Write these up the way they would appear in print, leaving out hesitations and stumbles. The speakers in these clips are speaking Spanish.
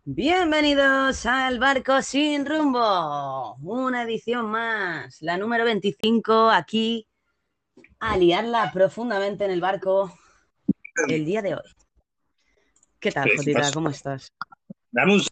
Bienvenidos al Barco Sin Rumbo, una edición más, la número 25, aquí a liarla profundamente en el barco el día de hoy. ¿Qué tal, ¿Qué Jotita? pasa? ¿Cómo estás? Dame un...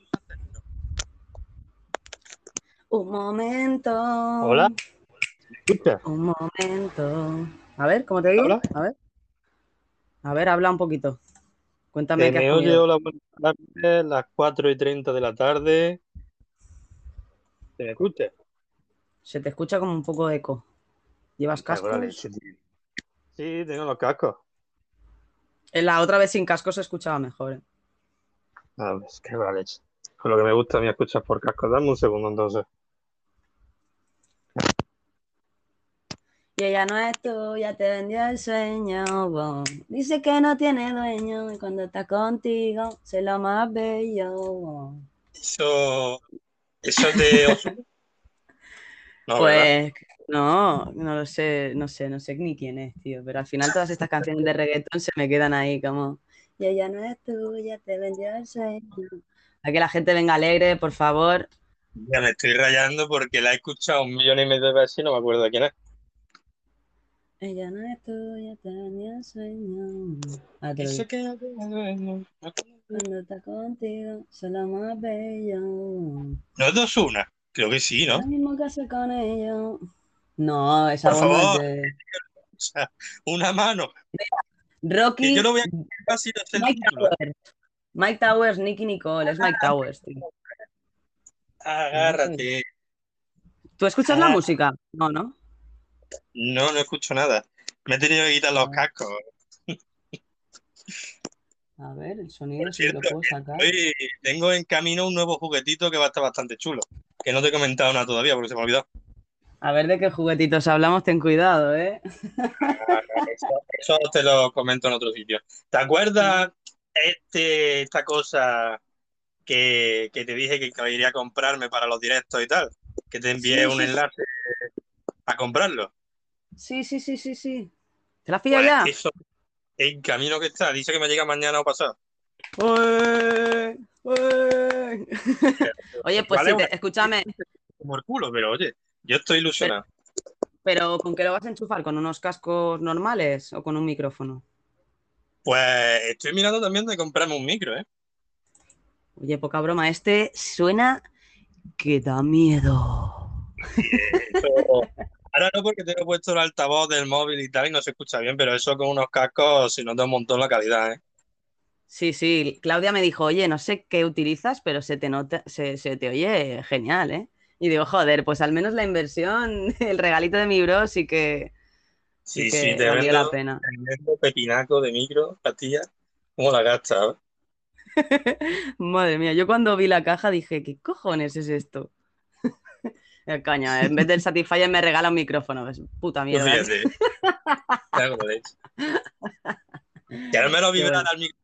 Un momento, Hola, ¿me escuchas? un momento. A ver, ¿cómo te digo? Hola. A ver, habla un poquito. Cuéntame Se qué has me oye, comido. hola, buenas tardes, las 4:30 de la tarde. ¿Se me escucha? Se te escucha como un poco de eco. ¿Llevas Me cago en la cascos? leche, tío. Sí, tengo los cascos. La otra vez sin cascos se escuchaba mejor, ¿eh? Ah, me cago en la leche. Con lo que me gusta a mí escuchar por cascos. Dame un segundo entonces. Y ella no es tuya, te vendió el sueño. Wow. Dice que no tiene dueño y cuando está contigo, se lo más bello. Wow. ¿Eso es de Ozuna? No, ¿verdad? Pues no lo sé, no sé ni quién es, tío. Pero al final todas estas canciones de reggaetón se me quedan ahí como. Y ella no es tuya, te vendió el sueño. A que la gente venga alegre, por favor. Ya me estoy rayando porque la he escuchado 1,5 millones de veces y no me acuerdo de quién es. Ella no es tuya, te vendió el sueño. Ah, te lo digo. Dice que no tiene dueño. Cuando está contigo, se lo más bello. ¿No es de Ozuna? Creo que sí, ¿no? Ahora mismo casé con ellos. No, esa Por voz no es favor, de o sea, una mano. Que yo Rocky. lo voy a casi no sé el Mike título, ¿eh? Towers. Mike Towers, Nicky Nicole, es Mike Towers, tío. No sé. Agárrate. ¿Tú escuchas la Ah, música? No, ¿no? no, no escucho nada. Me he tenido que quitar los cascos. A ver, el Por sonido sí que lo cierto, puedo sacar. tengo en camino un nuevo juguetito que va a estar bastante chulo. Que no te he comentado nada todavía porque se me ha olvidado. A ver de qué juguetitos hablamos, ten cuidado, ¿eh? Eso te lo comento en otro sitio. ¿Te acuerdas esta cosa que te dije que iría a comprarme para los directos y tal? Que te envié Sí, un sí, sí, enlace a comprarlo. sí, sí, sí, sí, sí. ¿Te la has pillado Pues ya? eso, en camino que está. Dice que me llega mañana o pasado. ¡Ué! ¡Ué! Oye, pues Vale, sí, una escúchame, como el culo, pero oye, yo estoy pero, ilusionado. pero ¿con qué lo vas a enchufar? ¿Con unos cascos normales o con un micrófono? Pues estoy mirando también de comprarme un micro, ¿eh? Oye, poca broma, este suena que da miedo. Eso, ahora no porque tengo puesto el altavoz del móvil y tal y no se escucha bien, pero eso con unos cascos se nota un montón la calidad, ¿eh? Sí, sí, Claudia me dijo, oye, no sé qué utilizas, pero se te nota, se te oye genial, ¿eh? Y digo, joder, pues al menos la inversión, el regalito de mi bro sí Sí, sí, que valió la pena. tremendo pepinaco de micro, pastilla, ¿cómo la gastas? ¿Eh? Madre mía, yo cuando vi la caja dije, ¿qué cojones es esto? Caña, en vez del Satisfyer me regala un micrófono, pues, puta Pues mierda, tío. fíjate, cago en la leche. Que al menos Qué vibrar bueno. al micro.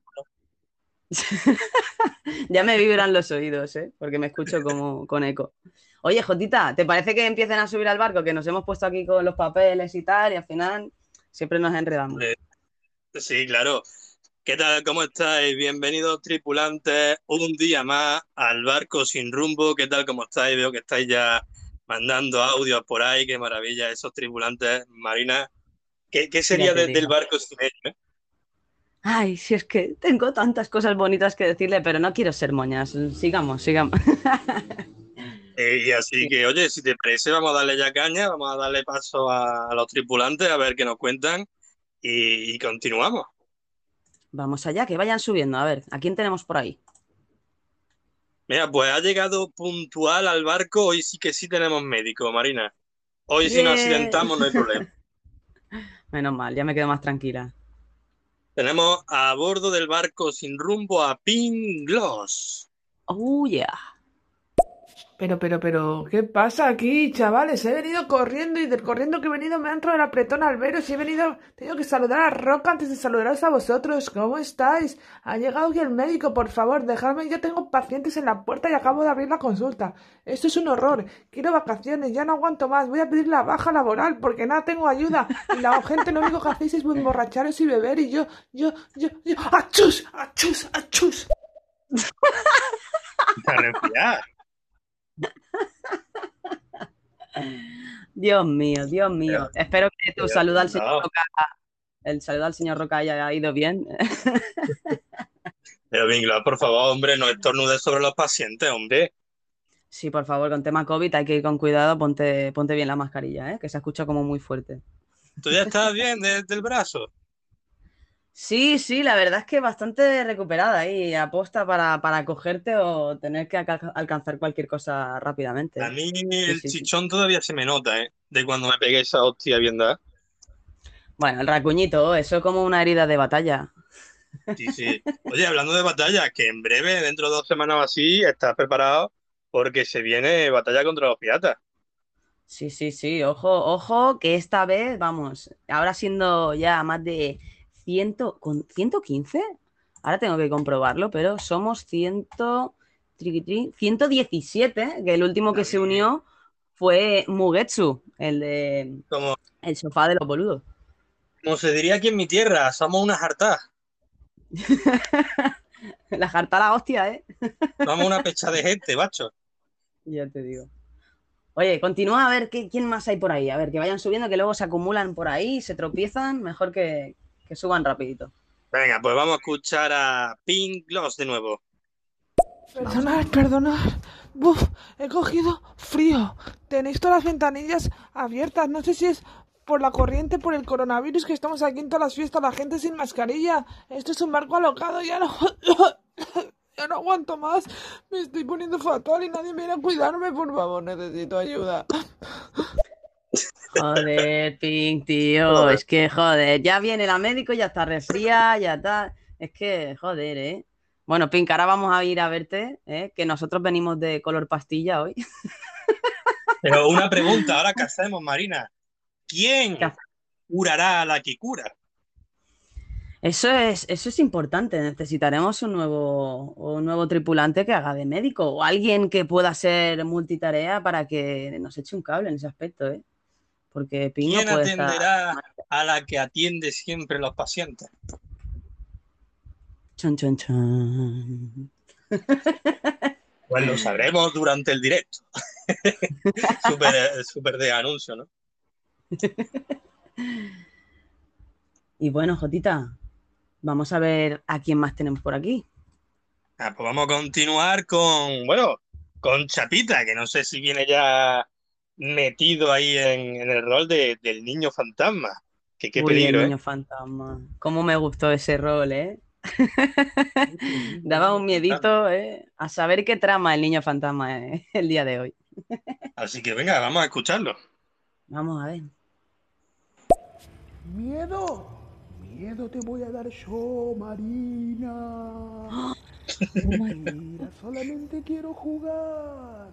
Ya me vibran los oídos, ¿eh? Porque me escucho como con eco. Oye, Jotita, ¿te parece que empiecen a subir al barco? Que nos hemos puesto aquí con los papeles y tal, y al final siempre nos enredamos. Sí, claro. ¿Qué tal? ¿Cómo estáis? Bienvenidos, tripulantes, un día más al barco sin rumbo. ¿Qué tal? ¿Cómo estáis? Veo que estáis ya mandando audios por ahí. Qué maravilla, esos tripulantes, Marina. ¿Qué Ya sería te del digo. barco sin ellos, eh? Ay, si es que tengo tantas cosas bonitas que decirle, pero no quiero ser moñas. Sigamos, sigamos. Y así Sí. que, oye, si te parece, vamos a darle ya caña, vamos a darle paso a los tripulantes a ver qué nos cuentan y continuamos. Vamos allá, que vayan subiendo. A ver, ¿a quién tenemos por ahí? Mira, pues ha llegado puntual al barco. Hoy sí que sí tenemos médico, Marina. Hoy si nos Bien. accidentamos no hay problema. Menos mal, ya me quedo más tranquila. Tenemos a bordo del barco sin rumbo a Pinglos. Oh, yeah. Pero, ¿qué pasa aquí, chavales? He venido corriendo y del corriendo que he venido me ha entrado el apretón al veros y he venido, tengo que saludar a Roca antes de saludaros a vosotros. ¿Cómo estáis? Ha llegado aquí el médico, por favor, dejadme, yo tengo pacientes en la puerta y acabo de abrir la consulta. Esto es un horror. Quiero vacaciones, ya no aguanto más. Voy a pedir la baja laboral porque nada tengo ayuda y la gente lo único que hacéis es emborracharos y beber y yo, ¡achus! ¡Achus! ¡Achus! ya. Dios mío, Dios mío. Espero que tu saludo al señor No, Roca, el saludo al señor Roca haya ido bien. pero Vingla, por favor, hombre, no estornudes sobre los pacientes, hombre. Sí, por favor, con tema COVID hay que ir con cuidado, ponte bien la mascarilla, ¿eh? Que se escucha como muy fuerte. ¿Tú ya estás bien del brazo? Sí, sí, la verdad es que bastante recuperada y aposta para cogerte o tener que alcanzar cualquier cosa rápidamente, A ¿eh? mí Sí, el sí, sí. chichón todavía se me nota, ¿eh? De cuando me pegué esa hostia bien dada. Bueno, el racuñito, eso es como una herida de batalla. Sí, sí. Oye, hablando de batalla, que en breve, dentro de 2 semanas o así, estás preparado porque se viene batalla contra los piratas. Sí, sí, sí, ojo, ojo, que esta vez, vamos, ahora siendo ya más de 100, ¿con 115? Ahora tengo que comprobarlo, pero somos 100, 117, que el último que A se mí, unió fue Mugetsu, el de como, el sofá de los boludos. como se diría aquí en mi tierra, somos unas hartas, La jarta la hostia, ¿eh? somos una pecha de gente, macho. Ya te digo. Oye, continúa a ver quién más hay por ahí. A ver, que vayan subiendo, que luego se acumulan por ahí, se tropiezan. Mejor que suban rapidito. Venga, pues vamos a escuchar a Pink Gloss de nuevo. Vamos a ver. Perdonad, perdonad. Buf, he cogido frío. Tenéis todas las ventanillas abiertas. No sé si es por la corriente, por el coronavirus, que estamos aquí en todas las fiestas, la gente sin mascarilla. Esto es un barco alocado, ya no... Ya no aguanto más. Me estoy poniendo fatal y nadie viene a cuidarme. Por favor, necesito ayuda. Joder, Pink, tío. Joder. Es que, joder, ya viene la médico, ya está resfría, ya está. Es que, joder, ¿eh? Bueno, Pink, ahora vamos a ir a verte, ¿eh? Que nosotros venimos de color pastilla hoy. Pero una pregunta, ahora que hacemos, Marina. ¿Qué ¿Quién hace? curará a la que cura? Eso es importante. Necesitaremos un nuevo tripulante que haga de médico o alguien que pueda ser multitarea para que nos eche un cable en ese aspecto, ¿eh? Porque Ping no ¿Quién puede estar. atenderá a la que atiende siempre los pacientes? Chon, chon, chon. Pues lo sabremos durante el directo. Súper de anuncio, ¿no? Y bueno, Jotita, vamos a ver a quién más tenemos por aquí. Ah, pues vamos a continuar bueno, con Chapita, que no sé si viene ya metido ahí en el rol del niño fantasma. Que qué Uy, el peligro, ¿eh? niño fantasma. ¿Cómo me gustó ese rol, eh? Daba un miedito, ¿eh? A saber qué trama el niño fantasma el día de hoy. Así que venga, vamos a escucharlo. Vamos a ver. Miedo. Miedo te voy a dar yo, Marina. ¡Oh, my God! Mira, solamente quiero jugar.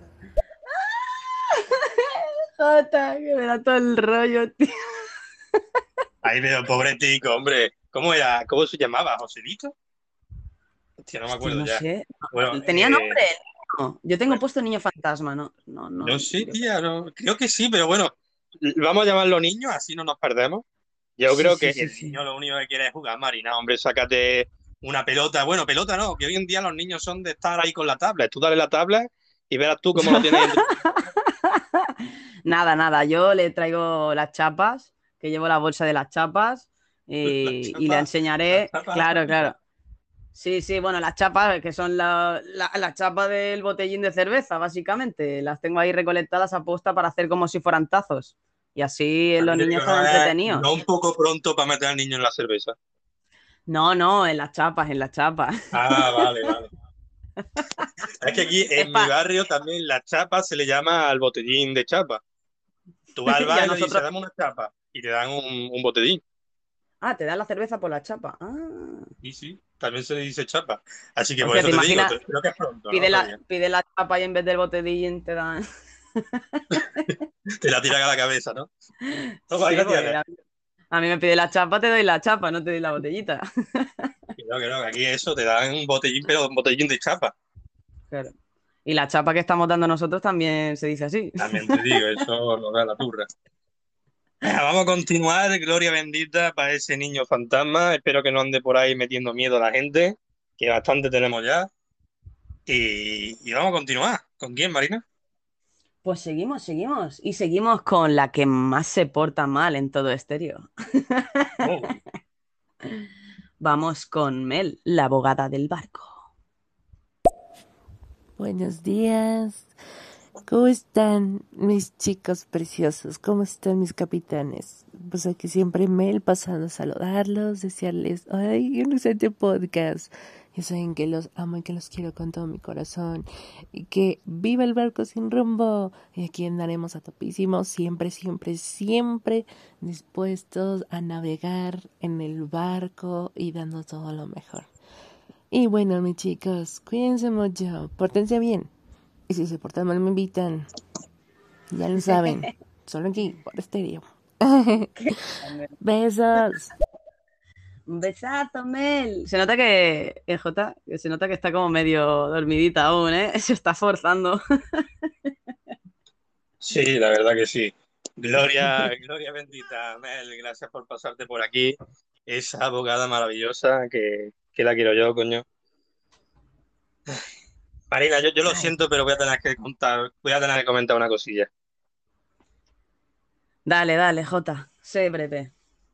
Jota, que me da todo el rollo, tío. Ahí veo, pobre tico, hombre. ¿Cómo era? ¿Cómo se llamaba? ¿Joselito? Hostia, no me Hostia, acuerdo no ya. sé. Bueno, ¿Tenía nombre? No. Yo tengo pues puesto niño fantasma, no, no, no. no sé, tía, creo que sí, pero bueno, vamos a llamarlo niño, así no nos perdemos. Yo Sí, creo que sí, sí, el sí. niño lo único que quiere es jugar, Marina. Hombre, sácate una pelota. Bueno, pelota no, que hoy en día los niños son de estar ahí con la tablet. Tú dale la tablet y verás tú cómo lo tienes entretenido. Nada, nada. Yo le traigo las chapas, que llevo la bolsa de las chapas, La y le chapa, la enseñaré. chapa Claro, rápida. claro. Sí, sí, bueno, las chapas, que son las chapas del botellín de cerveza, básicamente. Las tengo ahí recolectadas a posta para hacer como si fueran tazos. Y así los También te niños digo, están no entretenidos. un poco pronto para meter al niño en la cerveza. No, no, en las chapas, en las chapas. Ah, vale, vale. Es que aquí Es en mi pa... barrio también la chapa se le llama al botellín de chapa. Tú vas al Y a bar y le dices, nosotros. dame una chapa y te dan un botellín. Ah, te dan la cerveza por la chapa. Ah. Y sí, también se le dice chapa. Así que por Hostia, eso ¿te te digo, imaginas? creo que es pronto, ¿no? Pide la, Todavía. pide la chapa y en vez del botellín te dan. Te la tiran a la cabeza, ¿no? Toma, ahí Sí, la porque tienes. a mí me pide la chapa, te doy la chapa, no te doy la botellita. Que no, que aquí eso, te dan un botellín, pero un botellín de chapa. Claro. Y la chapa que estamos dando nosotros también se dice así. También te digo, eso nos da la turra. Venga, vamos a continuar, gloria bendita para ese niño fantasma. Espero que no ande por ahí metiendo miedo a la gente, que bastante tenemos ya. y vamos a continuar. ¿Con quién, Marina? Pues seguimos. Y seguimos con la que más se porta mal en todo estéreo. Oh, Vamos con Mel, la abogada del barco. Buenos días. ¿Cómo están mis chicos preciosos? ¿Cómo están mis capitanes? Pues aquí siempre Mel pasando a saludarlos, desearles, ay, un excelente podcast. Ya saben que los amo y que los quiero con todo mi corazón. Y que viva el barco sin rumbo. Y aquí andaremos a topísimo, siempre, siempre, siempre dispuestos a navegar en el barco y dando todo lo mejor. Y bueno, mis chicos, cuídense mucho, pórtense bien. Y si se portan mal, me invitan. Ya lo saben, solo aquí, por estéreo. Besos. Un besazo, Mel. Se nota que, Jota, se nota que está como medio dormidita aún, ¿eh? Se está forzando. sí, la verdad que sí. Gloria, gloria bendita, Mel, gracias por pasarte por aquí. Esa abogada maravillosa que la quiero yo, coño. Marina, yo lo Ay. siento, pero voy a tener que comentar una cosilla. Dale, Jota. Sé breve.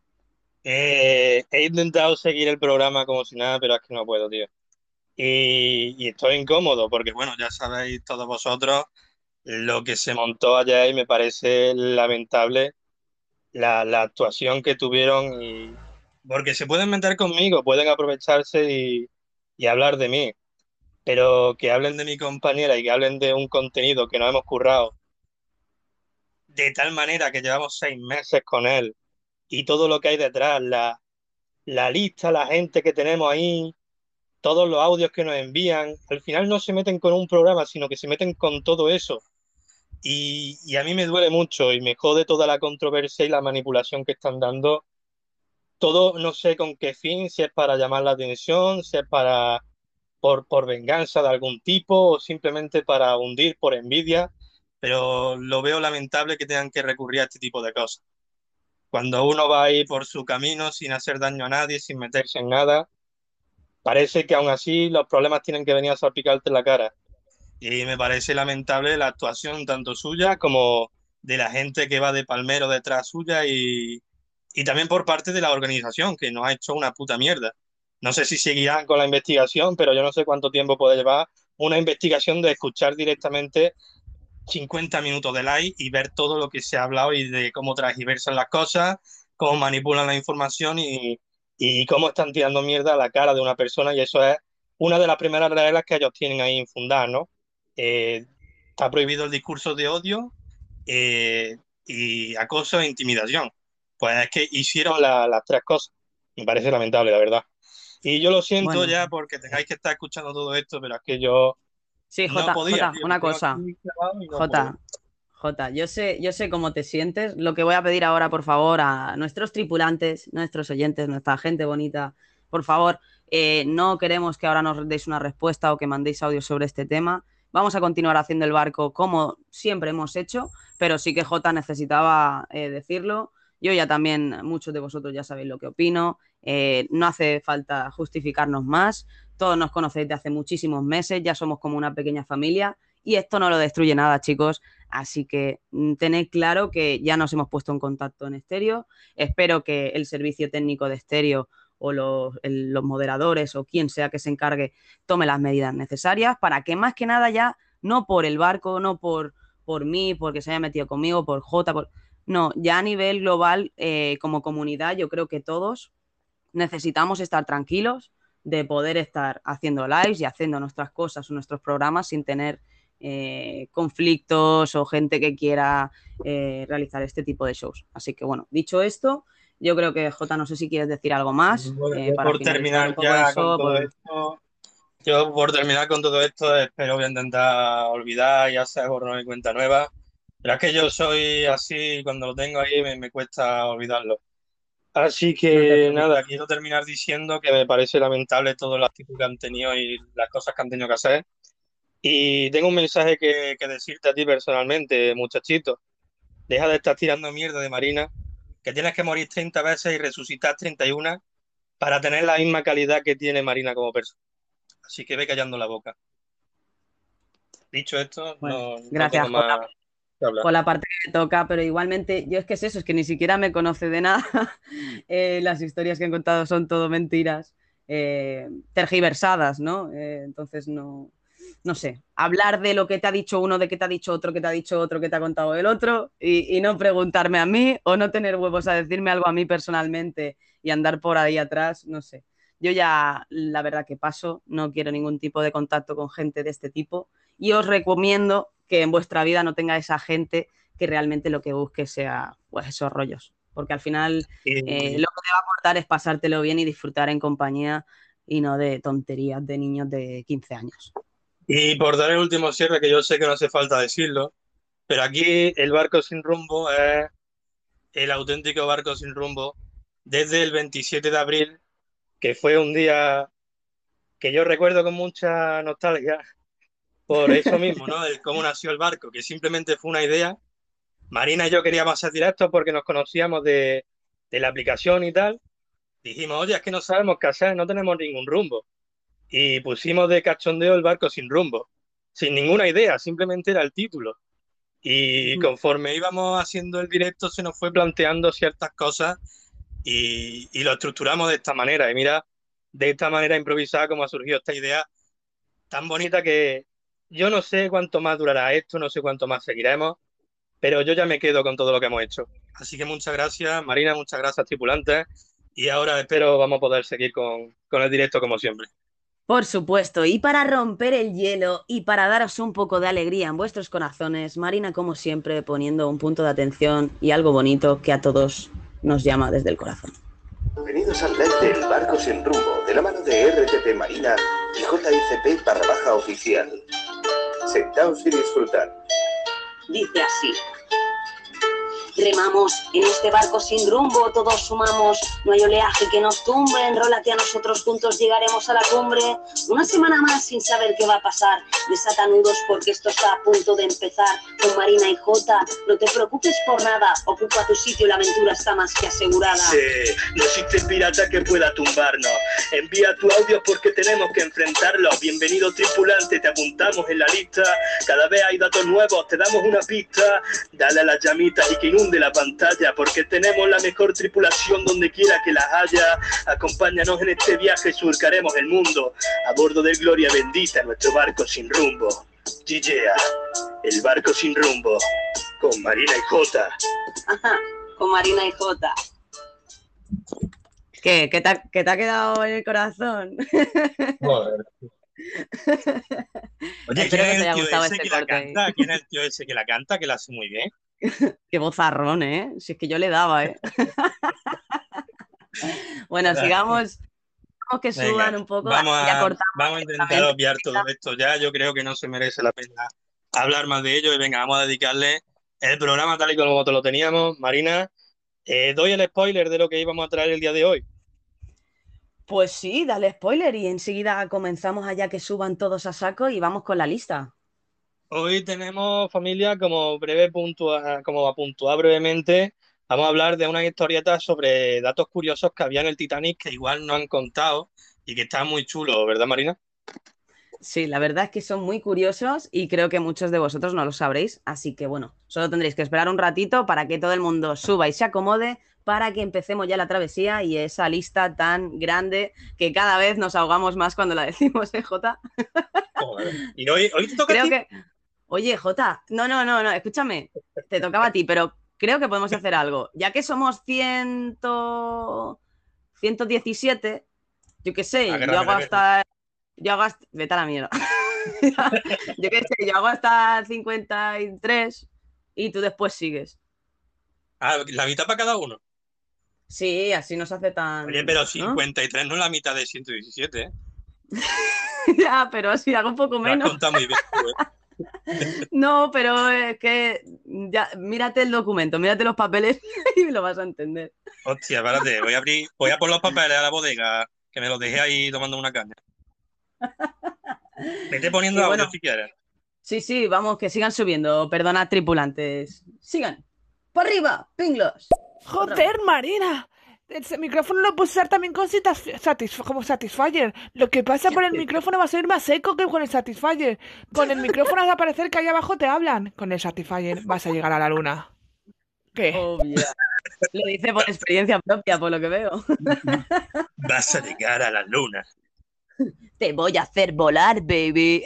He intentado seguir el programa como si nada, pero es que no puedo, tío. Y estoy incómodo porque, bueno, ya sabéis todos vosotros lo que se montó ayer y me parece lamentable la actuación que tuvieron porque se pueden meter conmigo, pueden aprovecharse y hablar de mí, pero que hablen de mi compañera y que hablen de un contenido que nos hemos currado de tal manera que llevamos 6 meses con él y todo lo que hay detrás, la lista, la gente que tenemos ahí, todos los audios que nos envían, al final no se meten con un programa, sino que se meten con todo eso. Y a mí me duele mucho y me jode toda la controversia y la manipulación que están dando. Todo no sé con qué fin, si es para llamar la atención, si es por venganza de algún tipo o simplemente para hundir por envidia, pero lo veo lamentable que tengan que recurrir a este tipo de cosas. Cuando uno va ahí por su camino sin hacer daño a nadie, sin meterse en nada, parece que aún así los problemas tienen que venir a salpicarte en la cara. Y me parece lamentable la actuación tanto suya como de la gente que va de palmero detrás suya y también por parte de la organización, que nos ha hecho una puta mierda. No sé si seguirán con la investigación, pero yo no sé cuánto tiempo puede llevar una investigación de escuchar directamente 50 minutos de live y ver todo lo que se ha hablado y de cómo transgiversan las cosas, cómo manipulan la información y cómo están tirando mierda a la cara de una persona. Y eso es una de las primeras reglas que ellos tienen ahí infundadas, ¿no? Está prohibido el discurso de odio y acoso e intimidación. Pues es que hicieron las tres cosas. Me parece lamentable, la verdad. Y yo lo siento Bueno, ya porque tengáis que estar escuchando todo esto, pero es que yo sí, no podía, tío. Me Una tengo cosa. aquí clavado y no puedo. Jota, yo sé cómo te sientes. Lo que voy a pedir ahora, por favor, a nuestros tripulantes, nuestros oyentes, nuestra gente bonita, por favor, no queremos que ahora nos deis una respuesta o que mandéis audio sobre este tema. Vamos a continuar haciendo el barco como siempre hemos hecho, pero sí que Jota necesitaba decirlo. Yo ya también, muchos de vosotros ya sabéis lo que opino. No hace falta justificarnos más. Todos nos conocéis de hace muchísimos meses, ya somos como una pequeña familia y esto no lo destruye nada, chicos. Así que tened claro que ya nos hemos puesto en contacto en estéreo. Espero que el servicio técnico de estéreo o los moderadores o quien sea que se encargue tome las medidas necesarias para que más que nada ya, no por el barco, no por mí, porque se haya metido conmigo, por J, no, ya a nivel global, como comunidad, yo creo que todos necesitamos estar tranquilos de poder estar haciendo lives y haciendo nuestras cosas o nuestros programas sin tener conflictos o gente que quiera realizar este tipo de shows. Así que bueno, dicho esto, yo creo que Jota, no sé si quieres decir algo más Bueno, yo para por finalizar un terminar poco ya con eso. todo Pues, esto, yo por terminar con todo esto, espero voy a intentar olvidar, ya sea borrón y cuenta nueva. Pero es que yo soy así, cuando lo tengo ahí me cuesta olvidarlo. Así no te que preocupes. nada, quiero terminar diciendo que me parece lamentable todo el actitud que han tenido y las cosas que han tenido que hacer. Y tengo un mensaje que decirte a ti personalmente, muchachito. Deja de estar tirando mierda de Marina, que tienes que morir 30 veces y resucitar 31 para tener la misma calidad que tiene Marina como persona. Así que ve callando la boca. dicho esto, Bueno, no gracias, tengo más que hablar. por la parte que me toca, pero igualmente, yo es que es eso, es que ni siquiera me conoce de nada. Las historias que han contado son todo mentiras, tergiversadas, ¿no? Entonces no sé, hablar de lo que te ha dicho uno, de qué te ha dicho otro, que te ha dicho otro, que te ha contado el otro, y no preguntarme a mí o no tener huevos a decirme algo a mí personalmente y andar por ahí atrás, no sé. Yo ya, la verdad que paso, no quiero ningún tipo de contacto con gente de este tipo y os recomiendo que en vuestra vida no tenga esa gente que realmente lo que busque sea pues esos rollos, porque al final Y, lo que te va a aportar es pasártelo bien y disfrutar en compañía y no de tonterías de niños de 15 años. y por dar el último cierre, que yo sé que no hace falta decirlo, pero aquí el barco sin rumbo es el auténtico barco sin rumbo desde el 27 de abril, que fue un día que yo recuerdo con mucha nostalgia por eso mismo, ¿no? El cómo nació el barco, que simplemente fue una idea. Marina y yo queríamos hacer directos porque nos conocíamos de la aplicación y tal. Dijimos, oye, es que no sabemos qué hacer, no tenemos ningún rumbo. Y pusimos de cachondeo el barco sin rumbo, sin ninguna idea, simplemente era el título. Y conforme íbamos haciendo el directo se nos fue planteando ciertas cosas y lo estructuramos de esta manera. Y mira, de esta manera improvisada como ha surgido esta idea tan bonita que yo no sé cuánto más durará esto, no sé cuánto más seguiremos, pero yo ya me quedo con todo lo que hemos hecho. Así que muchas gracias, Marina, muchas gracias, tripulantes. Y ahora espero vamos a poder seguir con el directo como siempre. Por supuesto, y para romper el hielo y para daros un poco de alegría en vuestros corazones, Marina, como siempre, poniendo un punto de atención y algo bonito que a todos nos llama desde el corazón. Bienvenidos al live del Barco Sin Rumbo, de la mano de RTP Marina y JICP_oficial. Sentaos y disfrutad. Dice así. Remamos en este barco sin rumbo, todos sumamos, no hay oleaje que nos tumbe, enrólate a nosotros juntos, llegaremos a la cumbre. Una semana más sin saber qué va a pasar, desata nudos porque esto está a punto de empezar. Con Marina y Jota, no te preocupes por nada, ocupa tu sitio, la aventura está más que asegurada. Sí, no existe pirata que pueda tumbarnos, envía tu audio porque tenemos que enfrentarlo. Bienvenido tripulante, te apuntamos en la lista, cada vez hay datos nuevos, te damos una pista, dale a las llamitas y que inunde la pantalla, porque tenemos la mejor tripulación donde quiera que las haya. Acompáñanos en este viaje, surcaremos el mundo a bordo del Gloria Bendita, nuestro barco sin rumbo. Gigea, el barco sin rumbo, con Marina y Jota. Ajá, con Marina y Jota. ¿Qué te ha quedado en el corazón? Joder. Oye, Espero que ¿quién te haya es el tío gustado ese este que la corte. canta? ¿Quién es el tío ese que la canta? Que la hace muy bien. Qué vozarrón, ¿eh? Si es que yo le daba, ¿eh? Bueno, sigamos que suban Venga, un poco. vamos Ya a cortamos intentar obviar todo esto ya. Yo creo que no se merece la pena hablar más de ello y venga, vamos a dedicarle el programa tal y como te lo teníamos. Marina, doy el spoiler de lo que íbamos a traer el día de hoy. Pues sí, dale spoiler y enseguida comenzamos allá que suban todos a saco y vamos con la lista. Hoy tenemos, familia, como a puntuar brevemente, vamos a hablar de unas historietas sobre datos curiosos que había en el Titanic que igual no han contado y que están muy chulos, ¿verdad, Marina? Sí, la verdad es que son muy curiosos y creo que muchos de vosotros no lo sabréis, así que bueno, solo tendréis que esperar un ratito para que todo el mundo suba y se acomode para que empecemos ya la travesía y esa lista tan grande que cada vez nos ahogamos más cuando la decimos, ¿eh, Jota? Joder. Y hoy te toca a Creo ti. que... Oye, Jota, no, escúchame, te tocaba a ti, pero creo que podemos hacer algo. Ya que somos 117, yo qué sé, yo hago hasta... Vete a la mierda. Yo qué sé, yo hago hasta 53 y tú después sigues. Ah, la mitad para cada uno. Sí, así no se hace tan... Oye, pero ¿no? 53 no es la mitad de 117, ¿eh? Ya, pero si hago un poco Lo has menos. contado muy bien tú, ¿eh? No, pero es que ya, mírate el documento, mírate los papeles y lo vas a entender. Hostia, espérate, voy a por los papeles a la bodega, que me los dejé ahí tomando una caña. Vete poniendo Y audio bueno, si quieres. sí, vamos, que sigan subiendo. Perdonad, tripulantes. Sigan. ¡Por arriba! ¡Pinglos! Joder, Marina. El micrófono lo puedes usar también con como Satisfyer. Lo que pasa por el micrófono va a ser más seco que con el Satisfyer. Con el micrófono va a parecer que ahí abajo te hablan. Con el Satisfyer vas a llegar a la luna. ¿Qué? Obvio. Lo dice por experiencia propia, por lo que veo. Vas a llegar a la luna. Te voy a hacer volar, baby.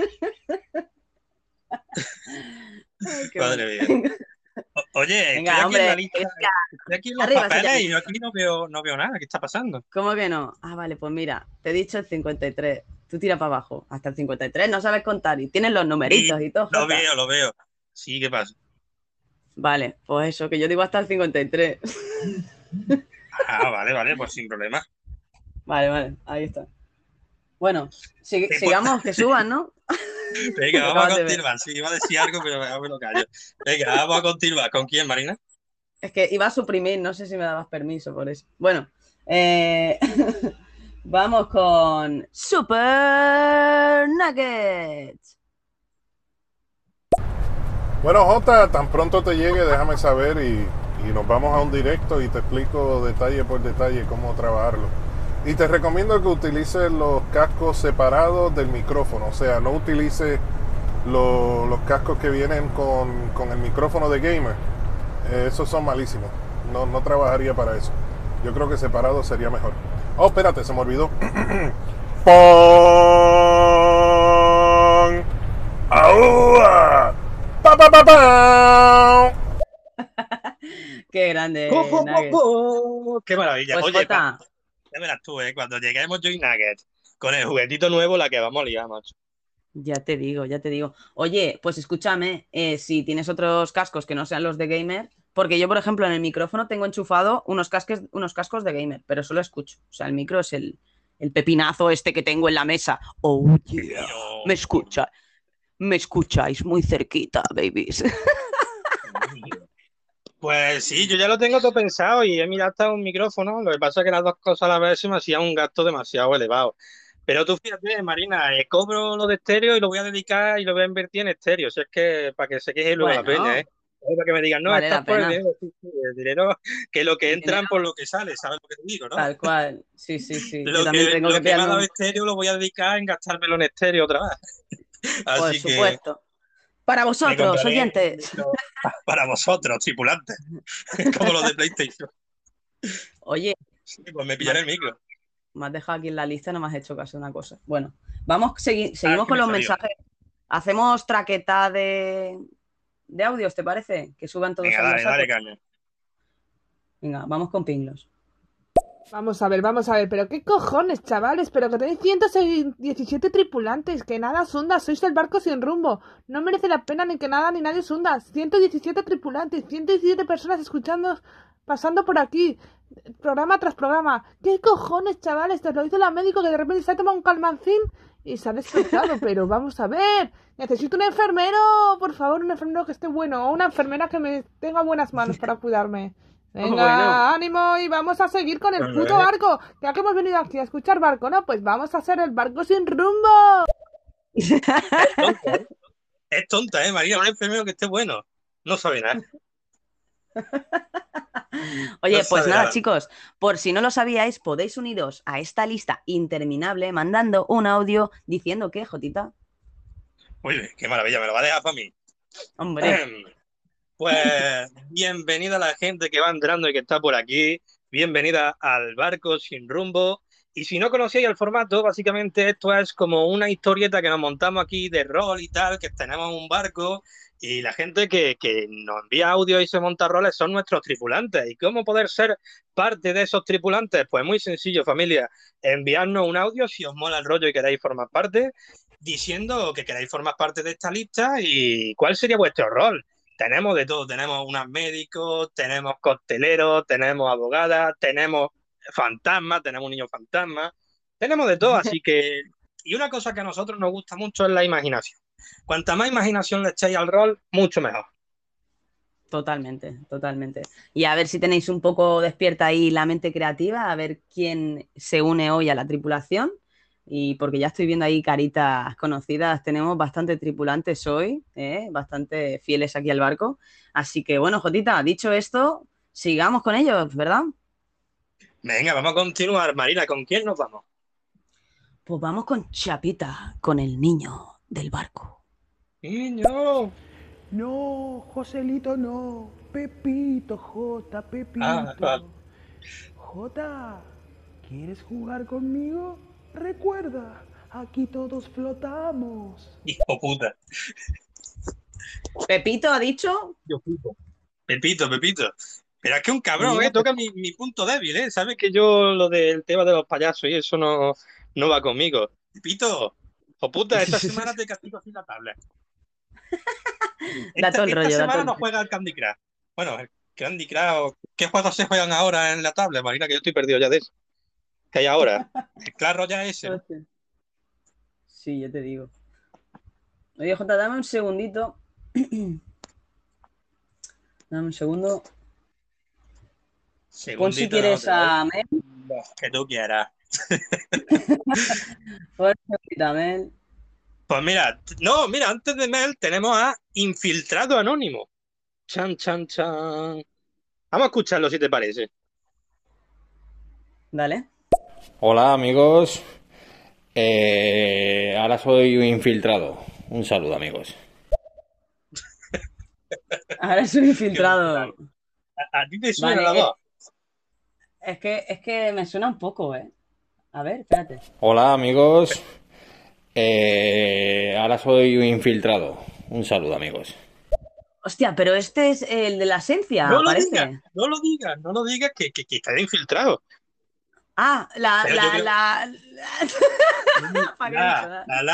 Ay, qué Madre bueno. mía. Oye, Venga, estoy aquí hombre, en la lista, estoy aquí en los arriba, papeles señor. y yo aquí no veo nada. ¿Qué está pasando? ¿Cómo que no? Ah, vale, pues mira, te he dicho el 53. Tú tira para abajo, hasta el 53. No sabes contar y tienes los numeritos y todo, Lo Jota. veo, lo veo. Sí, ¿qué pasa? Vale, pues eso, que yo digo hasta el 53. Ah, vale, pues sin problema. Vale, ahí está. Bueno, pues- sigamos, que suban, ¿no? Venga, Lo vamos a acabas de ver. continuar. Sí, iba a decir algo, pero me lo callo. Venga, vamos a continuar. ¿Con quién, Marina? Es que iba a suprimir, no sé si me dabas permiso por eso. Bueno, vamos con Super Nuggets. Bueno, Jota, tan pronto te llegue, déjame saber y nos vamos a un directo y te explico detalle por detalle cómo trabajarlo. Y te recomiendo que utilices los cascos separados del micrófono, o sea, no utilices los cascos que vienen con el micrófono de gamer. Esos son malísimos, no trabajaría para eso. Yo creo que separado sería mejor. Oh, espérate, se me olvidó. ¡Pon! ¡Aúa! ¡Pa, pa, pa, pa! Qué grande, ¡Oh, Nuggets. ¡Qué maravilla! Pues Oye, Jota, ya verás tú, cuando lleguemos yo y Nuggets con el juguetito nuevo, la que vamos a liar, macho. ya te digo. Oye, pues escúchame, si tienes otros cascos que no sean los de gamer, porque yo, por ejemplo, en el micrófono tengo enchufado unos cascos de gamer, pero solo escucho. O sea, el micro es el pepinazo este que tengo en la mesa. Oh, yeah. Me escucháis muy cerquita, babies. Pues sí, yo ya lo tengo todo pensado y he mirado hasta un micrófono. Lo que pasa es que las dos cosas a la vez se me hacía un gasto demasiado elevado. Pero tú fíjate, Marina, cobro lo de estéreo y lo voy a dedicar y lo voy a invertir en estéreo. O sea, es que para que se queje luego la Bueno, peña, ¿eh? Para que me digan, no, vale estás la por el pena. dinero. Sí, el dinero, que lo que El dinero, entran por lo que sale, ¿sabes lo que te digo, no? tal cual. Sí. Yo Lo también que, tengo lo que que me ha pillarme dado estéreo lo voy a dedicar en gastármelo en estéreo otra vez. Por Así que supuesto. Para me vosotros, compraré oyentes. para vosotros, tripulantes, como los de PlayStation. Oye, Sí, pues me me pillaré has, el micro. me has dejado aquí en la lista y no me has hecho caso de una cosa. Bueno, vamos, Ah, seguimos que con me he los salido. mensajes. Hacemos traqueta de audios, ¿te parece? Que suban todos Venga, ahí a dale, saco. dale, caña. Venga, vamos con pinglos. Vamos a ver, pero qué cojones, chavales, pero que tenéis 117 tripulantes, que nada os hunda, sois el barco sin rumbo, no merece la pena ni que nada ni nadie os hunda, 117 tripulantes, 117 personas escuchando, pasando por aquí, programa tras programa, qué cojones, chavales, te lo dice la médico que de repente se ha tomado un calmancín y se ha despertado, pero vamos a ver, necesito un enfermero, por favor, un enfermero que esté bueno, o una enfermera que me tenga buenas manos para cuidarme. Venga, Bueno. ánimo y vamos a seguir con el Bueno, puto barco. Ya que hemos venido aquí a escuchar barco, ¿no? Pues vamos a hacer el barco sin rumbo. Es tonta, María, un enfermero que esté bueno. No sabe nada. Oye, No pues sabe nada, nada. chicos, por si no lo sabíais, podéis uniros a esta lista interminable mandando un audio diciendo que, Jotita, Muy bien, qué maravilla, me lo va a dejar para mí. hombre, Pues bienvenida a la gente que va entrando y que está por aquí. Bienvenida al barco sin rumbo. Y si no conocíais el formato, básicamente esto es como una historieta que nos montamos aquí de rol y tal, que tenemos un barco y la gente que nos envía audio y se monta roles son nuestros tripulantes. ¿Y cómo poder ser parte de esos tripulantes? Pues muy sencillo, familia. Enviarnos un audio si os mola el rollo y queréis formar parte, diciendo que queréis formar parte de esta lista y cuál sería vuestro rol. Tenemos de todo, tenemos unos médicos, tenemos costeleros, tenemos abogadas, tenemos fantasmas, tenemos un niño fantasma, tenemos de todo, así que... Y una cosa que a nosotros nos gusta mucho es la imaginación. Cuanta más imaginación le echéis al rol, mucho mejor. totalmente. Y a ver si tenéis un poco despierta ahí la mente creativa, a ver quién se une hoy a la tripulación. Y porque ya estoy viendo ahí caritas conocidas, tenemos bastante tripulantes hoy, bastante fieles aquí al barco. Así que bueno, Jotita, dicho esto, sigamos con ellos, ¿verdad? Venga, vamos a continuar. Marina, ¿con quién nos vamos? Pues vamos con Chapita, con el niño del barco. ¡Niño! No, Joselito, no. Pepito, Jota, Pepito. Ah. Jota, ¿quieres jugar conmigo? Recuerda, aquí todos flotamos. Hijo puta. ¿Pepito ha dicho? Pepito. Pero es que un cabrón, Niño, toca mi punto débil, ¿eh? Sabes que yo lo del tema de los payasos y eso no va conmigo. Pepito, hijo puta, esta semana te castigo sin la tablet. Da todo el rollo, da Esta todo semana el no rollo. juega al Candy Crush. Bueno, el Candy Crush, ¿qué juegos se juegan ahora en la tablet, Marina? Que yo estoy perdido ya de eso. ¿Qué hay ahora? El Clash Royale ese, ¿no? Sí, yo te digo. Oye, Jota, dame un segundito. Dame un segundo. Pon si Segundito, quieres no, a Mel. que tú quieras. Pon un segundito a Mel. Pues mira, antes de Mel tenemos a Infiltrado Anónimo. Chan. Vamos a escucharlo si te parece. Dale. Hola amigos, ahora soy un infiltrado. Un saludo amigos. Ahora es un infiltrado. ¿A ti te suena Vale, la voz? Es que me suena un poco, ¿eh? A ver, espérate. Hola amigos, ahora soy un infiltrado. Un saludo amigos. Hostia, pero este es el de la esencia, No lo parece. digas, no lo digas que está infiltrado. Ah, Pero yo creo- ¿Para qué he dicho?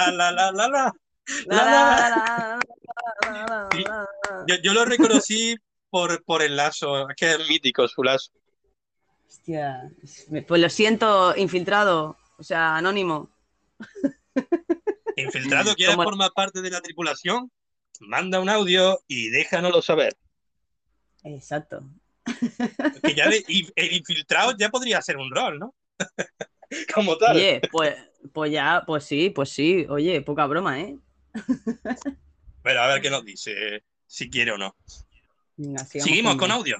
Yo lo reconocí por el lazo, es que es mítico su lazo. Hostia, pues lo siento, infiltrado, o sea, anónimo. Infiltrado, ¿quieres Como- formar parte de la tripulación? Manda un audio y déjanoslo saber. Exacto. Que ya el infiltrado ya podría ser un rol, ¿no? Como tal. Oye, pues sí, oye, poca broma, ¿eh? Pero a ver qué nos dice, si quiere o no. Venga, Seguimos con audio.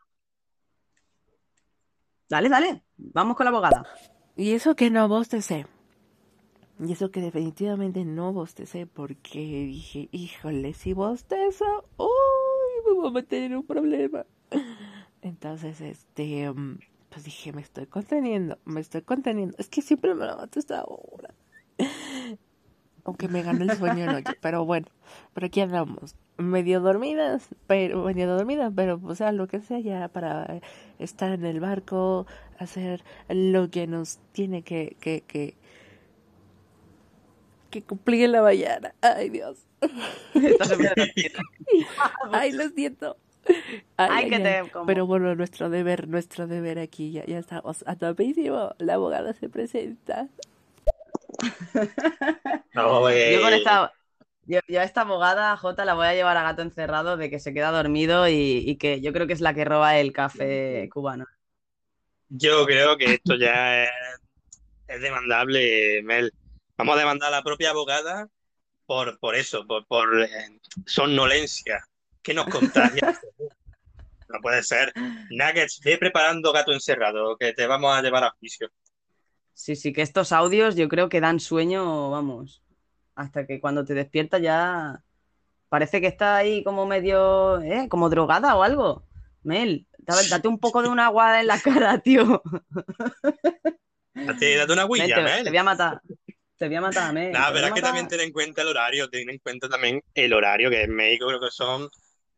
Dale, vamos con la abogada. Y eso que no bostecé. Y eso que definitivamente no bostecé porque dije, híjole, si bostezo, uy, me voy a meter en un problema. Entonces, pues dije, me estoy conteniendo. Es que siempre me levanto a esta hora. Aunque me ganó el sueño anoche, pero bueno, pero aquí andamos. Medio dormidas, pero o sea, lo que sea ya para estar en el barco, hacer lo que nos tiene que cumplir en la mañana. Ay, Dios. Ay, lo siento. Ay, que te... como- Pero bueno, nuestro deber aquí, ya estamos a topísimo. La abogada se presenta. No, Yo con esta... Yo a esta abogada, Jota, la voy a llevar a gato encerrado de que se queda dormido y que yo creo que es la que roba el café cubano. yo creo que esto ya es demandable, Mel. Vamos a demandar a la propia abogada por eso, por somnolencia. ¿Qué nos contagia? No puede ser. Nuggets, ve preparando gato encerrado, que te vamos a llevar a juicio. Sí, que estos audios yo creo que dan sueño, vamos, hasta que cuando te despiertas ya parece que está ahí como medio, como drogada o algo. Mel, date un poco de un agua en la cara, tío. Date una Mel, huilla, te Mel. voy a matar. Te voy a matar, Mel. Nada, te voy pero a es que matar. también ten en cuenta el horario, ten en cuenta también el horario, que en México creo que son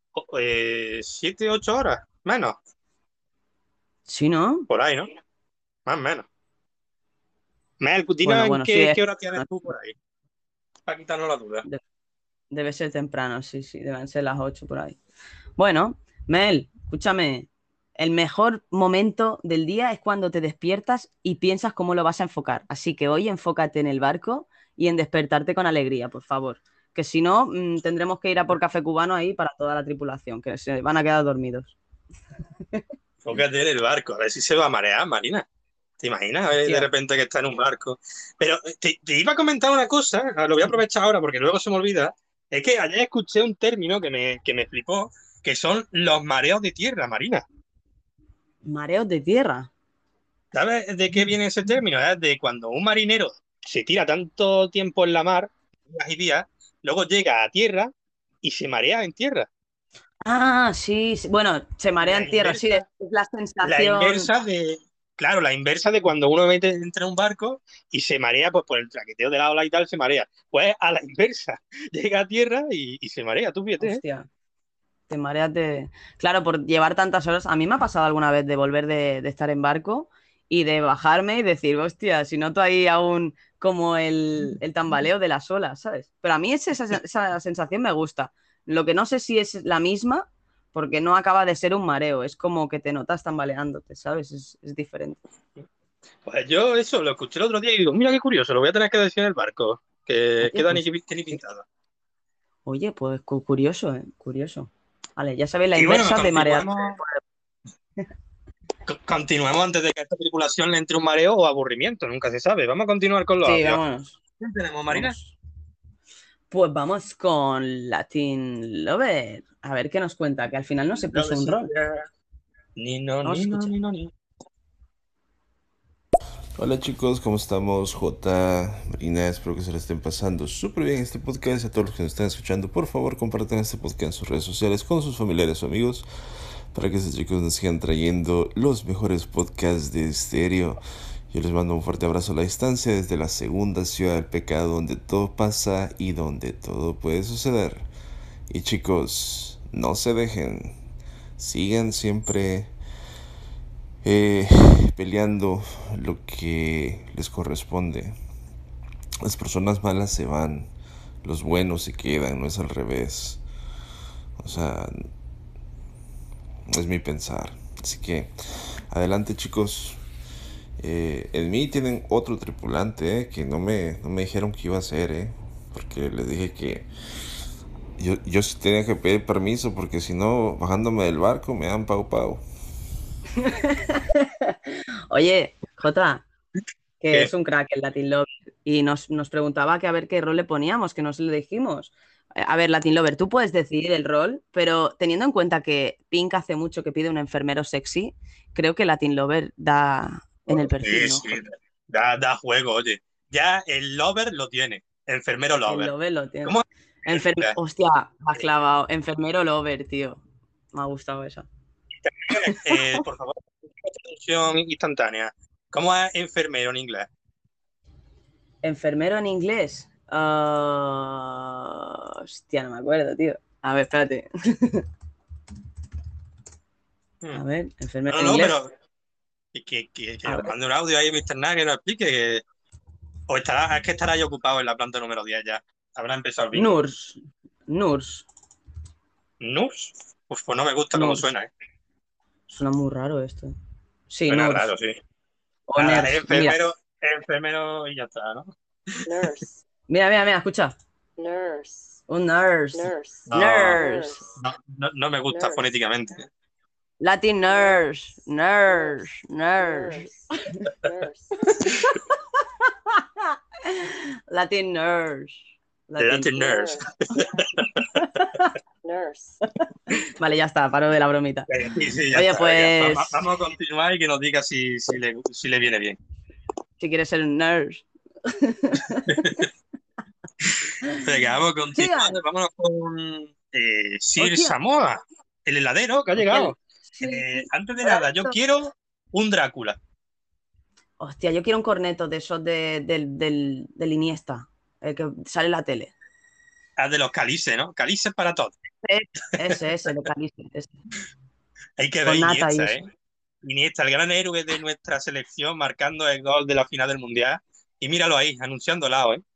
7, 8 horas, menos, Sí, ¿no? por ahí, ¿no? Más o menos. Mel, dinos Bueno, en sí, qué hora tienes tú por ahí, para quitarnos la duda. debe ser temprano, sí, deben ser las 8 por ahí. Bueno, Mel, escúchame. El mejor momento del día es cuando te despiertas y piensas cómo lo vas a enfocar. Así que hoy enfócate en el barco y en despertarte con alegría, por favor. Que si no, tendremos que ir a por café cubano ahí para toda la tripulación, que se van a quedar dormidos. Enfócate en el barco, a ver si se va a marear, Marina. ¿Te imaginas? A ver, Hostia. de repente que está en un barco. Pero te iba a comentar una cosa, lo voy a aprovechar ahora porque luego se me olvida. Es que ayer escuché un término que me flipó, que son los mareos de tierra, Marina. Mareos de tierra. ¿Sabes de qué viene ese término? Es de cuando un marinero se tira tanto tiempo en la mar, días y días, luego llega a tierra y se marea en tierra. Ah, sí, sí. Bueno, se marea La en tierra, sí, es inversa, la la sensación. inversa de, claro, la inversa de cuando uno entra en un barco y se marea, pues por el traqueteo de la ola y tal, se marea. Pues a la inversa, llega a tierra y se marea, tú fíjate, ¿eh? Hostia, te mareas de. Claro, por llevar tantas horas. A mí me ha pasado alguna vez de volver de estar en barco y de bajarme y decir, hostia, si noto ahí aún como el tambaleo de las olas, ¿sabes? Pero a mí esa sensación me gusta. Lo que no sé si es la misma, porque no acaba de ser un mareo, es como que te notas tambaleándote, ¿sabes? Es diferente. Pues yo eso lo escuché el otro día y digo, mira qué curioso, lo voy a tener que decir en el barco, que Oye, queda ni, pues, ni pintado. oye, pues curioso, ¿eh? Curioso. Vale, ya sabéis la Y bueno, inversa de marear. continuamos antes de que a esta tripulación le entre un mareo o aburrimiento, nunca se sabe. Vamos a continuar con los Sí, audios. vámonos. ¿Qué tenemos, Marina? Vamos. Pues vamos con Latin Lover. A ver qué nos cuenta, que al final no se puso un rol. Ni no, Vamos a ni no, escuchar. ni no, ni. Hola chicos, ¿cómo estamos? Marina, espero que se la estén pasando súper bien este podcast. A todos los que nos están escuchando, por favor compartan este podcast en sus redes sociales con sus familiares o amigos para que estos chicos nos sigan trayendo los mejores podcasts de estéreo. Yo les mando un fuerte abrazo a la distancia desde la segunda ciudad del pecado, donde todo pasa y donde todo puede suceder. Y chicos, no se dejen, sigan siempre peleando lo que les corresponde. Las personas malas se van, los buenos se quedan, no es al revés. O sea, es mi pensar. Así que, adelante chicos. En mí tienen otro tripulante que no me dijeron que iba a ser, porque les dije que yo sí tenía que pedir permiso, porque si no, bajándome del barco me dan pau. Oye, Jota, que ¿Qué? es un crack el Latin Lover, y nos preguntaba que a ver qué rol le poníamos, que no se lo dijimos. A ver, Latin Lover, tú puedes decidir el rol, pero teniendo en cuenta que Pink hace mucho que pide un enfermero sexy, creo que Latin Lover da en el perfil, Sí, ¿no, sí, Jota? da juego, oye. Ya el lover lo tiene, enfermero El lover. Lover lo tiene. ¿Cómo? Hostia, me has clavado. Enfermero Lover, tío. Me ha gustado esa. Por favor, traducción instantánea. ¿Cómo es enfermero en inglés? Enfermero en inglés. Hostia, no me acuerdo, tío. A ver, espérate. A ver, enfermero No, en no, inglés. pero que A nos ver. mande un audio ahí, Mr. Nag, que nos explique. O es que estará ahí ocupado en la planta número 10 ya. Habrá empezado el bingo. Nurse. Nurse. ¿Nurs? Uf, pues no me gusta cómo Nurse. suena, ¿eh? Suena muy raro esto. Sí, Suena Nurse. raro, sí. O Nada, Nurse. Mira, enfermero y ya está, ¿no? Nurse. mira, escucha. Nurse. Un nurse. Nurse. No, Nurse. no me gusta Nurse. fonéticamente. Latin nurse. Nurse. Nurse. Nurse. Latin nurse. Latin nurse. Nurse. Vale, ya está, paro de la bromita. Sí, ya Oye, está, venga. pues, Vamos a continuar y que nos diga si le viene bien. si quieres ser un nurse. Venga, vamos a continuar. Sigan. Vámonos con Sir Hostia. Samoa, el heladero que ha llegado. Sí. Antes de nada, yo quiero un Drácula. Hostia, yo quiero un corneto de esos del Iniesta, el que sale en la tele. De los calices, ¿no? Calices para todos. Ese, de Calice. Ese. Hay que Con ver nata y Iniesta, eso. Iniesta, el gran héroe de nuestra selección, marcando el gol de la final del Mundial. Y míralo ahí, anunciando lado, ¿eh?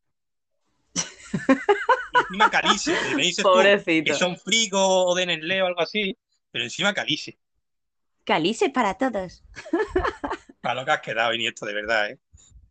Y encima Calice, me dices tú Pobrecito. que son Frigo o de Nestlé o algo así, pero encima Calice. Calice para todos. Para lo que has quedado, Iniesta, de verdad, ¿eh?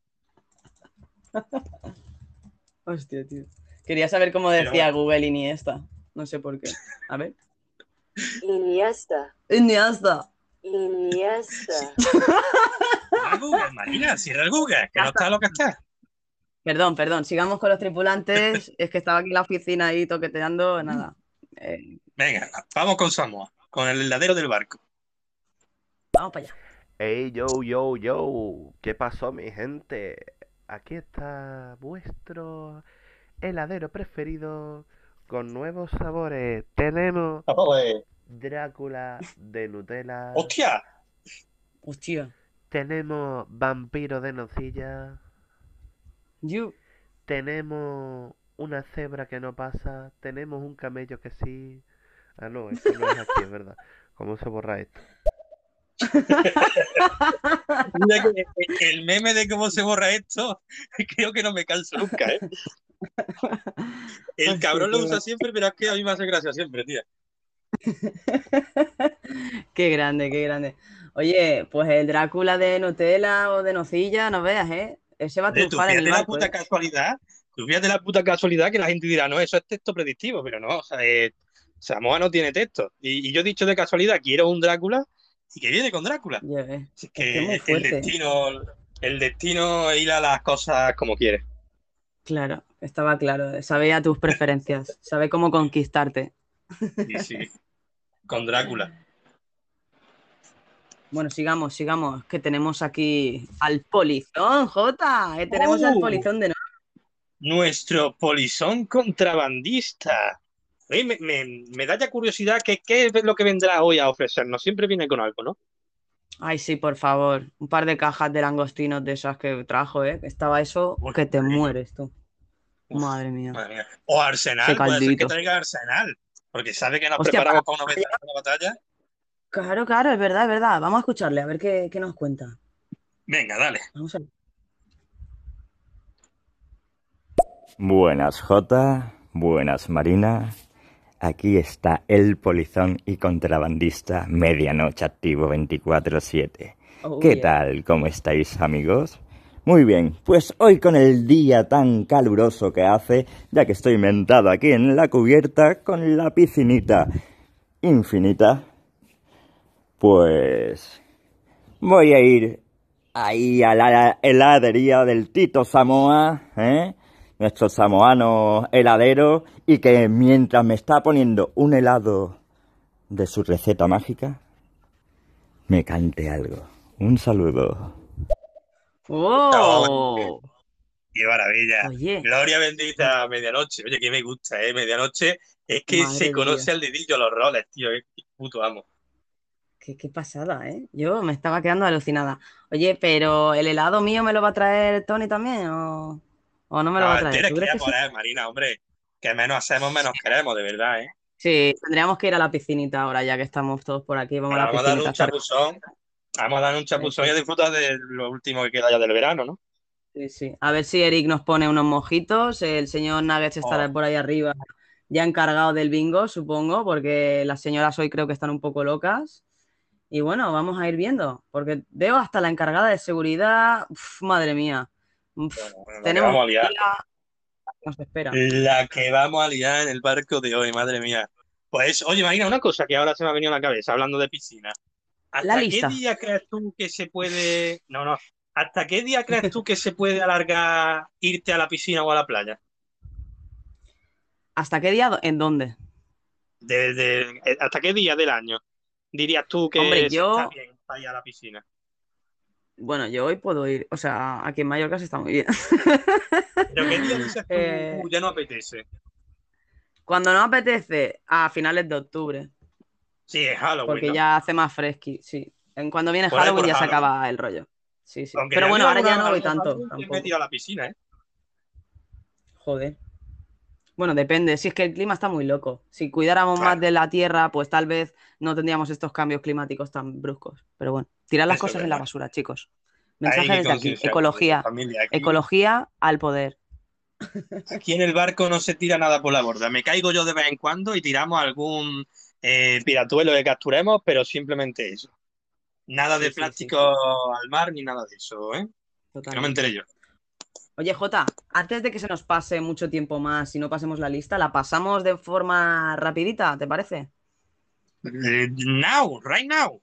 Hostia, tío. Quería saber cómo decía Google Iniesta. No sé por qué. A ver. Iniesta. Iniesta. Iniesta. Cierra Google, Marina, cierra el Google, que no está lo que está. Perdón. Sigamos con los tripulantes. Es que estaba aquí en la oficina ahí toqueteando. Nada. Venga, vamos con Samoa, con el heladero del barco. Vamos para allá. Hey, yo, ¿qué pasó, mi gente? Aquí está vuestro heladero preferido con nuevos sabores. Tenemos Oye, Drácula de Nutella, ¡hostia! Hostia. tenemos vampiro de nocilla, You. tenemos una cebra que no pasa, tenemos un camello que sí. Ah, no, esto no es aquí, es verdad. ¿Cómo se borra esto? Mira que el meme de cómo se borra esto, creo que no me canso nunca, ¿eh? El cabrón lo usa siempre, pero es que a mí me hace gracia siempre, tía. Qué grande, qué grande. Oye, pues el Drácula de Nutella o de nocilla, no veas, ¿eh? Ese va a Oye, tú triunfar en el fíjate la barco, puta ¿eh? casualidad, tú fíjate la puta casualidad que la gente dirá, no, eso es texto predictivo, pero no, o sea, Samoa no tiene texto. Y yo he dicho de casualidad, quiero un Drácula y que viene con Drácula. Ya ves. Si es Es que es muy que fuerte. el destino hila las cosas como quiere. Claro, estaba claro. Sabía tus preferencias. Sabe cómo conquistarte. Y sí, con Drácula. Bueno, sigamos, que tenemos aquí al polizón, Jota. Tenemos al polizón de nuevo. Nuestro polizón contrabandista. Oye, me da ya curiosidad que qué es lo que vendrá hoy a ofrecernos. Siempre viene con algo, ¿no? Ay, sí, por favor. Un par de cajas de langostinos de esas que trajo, ¿eh? Estaba eso Uf, que te madre mía. mueres tú. Uf, Madre mía. madre mía. O Qué Arsenal, puede ser que caldito. traiga Arsenal. Porque sabe que nos Hostia, preparamos para una batalla. claro, claro, es verdad, es verdad. Vamos a escucharle, a ver qué nos cuenta. Venga, dale. Vamos a ver. Buenas Jota, buenas Marina. Aquí está el polizón y contrabandista Medianoche activo 24/7. Oh, ¿Qué yeah. tal? ¿Cómo estáis, amigos? Muy bien, pues hoy con el día tan caluroso que hace, ya que estoy mentado aquí en la cubierta con la piscinita infinita, pues voy a ir ahí a la heladería del Tito Samoa, nuestro samoano heladero, y que mientras me está poniendo un helado de su receta mágica, me cante algo. Un saludo. ¡Oh! ¡Qué maravilla! Oye, Gloria bendita a medianoche. Oye, que me gusta, ¿eh? Medianoche es que madre se de conoce Dios. al dedillo los roles, tío. Qué puto amo. Qué pasada, ¿eh? Yo me estaba quedando alucinada. Oye, pero ¿el helado mío me lo va a traer Tony también o no me lo va a No, traer? tienes ¿Tú que ir crees a que por sí? él, Marina, hombre. Que menos hacemos, menos queremos, de verdad, ¿eh? Sí, tendríamos que ir a la piscinita ahora, ya que estamos todos por aquí. Vamos a Ahora la vamos a darle piscinita. un chapuzón. Vamos a darle un chapuzón y a Eso. disfrutar de lo último que queda ya del verano, ¿no? Sí, sí. A ver si Eric nos pone unos mojitos. El señor Nuggets estará Oh, por ahí arriba, ya encargado del bingo, supongo, porque las señoras hoy creo que están un poco locas. Y bueno, vamos a ir viendo, porque veo hasta la encargada de seguridad. Uf, madre mía. Uf, bueno, la que tenemos vamos a un liar. día que nos espera. La que vamos a liar en el barco de hoy, madre mía. Pues, oye, Marina, una cosa que ahora se me ha venido a la cabeza, hablando de piscina. La ¿Hasta qué lista. día crees tú que se puede... No, no. ¿Hasta qué día crees tú que se puede alargar irte a la piscina o a la playa? ¿Hasta qué día? ¿En dónde? ¿Hasta qué día del año dirías tú Hombre, que se está yo, bien para ir a la piscina? bueno, yo hoy puedo ir. O sea, aquí en Mallorca se está muy bien. ¿Pero qué día dices tú, Eh, ya no apetece? cuando no apetece, a finales de octubre, Sí, es Halloween, porque ¿no? ya hace más fresqui, sí. Cuando viene Por ahí Halloween por ya se Halloween. acaba el rollo. Sí, sí. Aunque Pero ya ha bueno, habido ahora ya no voy algunos tanto, Halloween que he tampoco. metido a la piscina, ¿eh? Joder. Bueno, depende. Si es que el clima está muy loco. Si cuidáramos más Claro, de la tierra, pues tal vez no tendríamos estos cambios climáticos tan bruscos. Pero bueno, tirad las eso es cosas en la verdad. basura, chicos. Hay Mensaje que desde aquí. concienciarnos de eso, Ecología. familia. Ecología al poder. Aquí en el barco no se tira nada por la borda. Me caigo yo de vez en cuando y tiramos algún piratuelo que capturemos, pero simplemente eso. Nada Sí, de sí, sí. plástico al mar ni nada de eso, ¿eh? Que no me enteré Totalmente. yo. Oye, Jota, antes de que se nos pase mucho tiempo más y no pasemos la lista, la pasamos de forma rapidita, ¿te parece? Now, right now.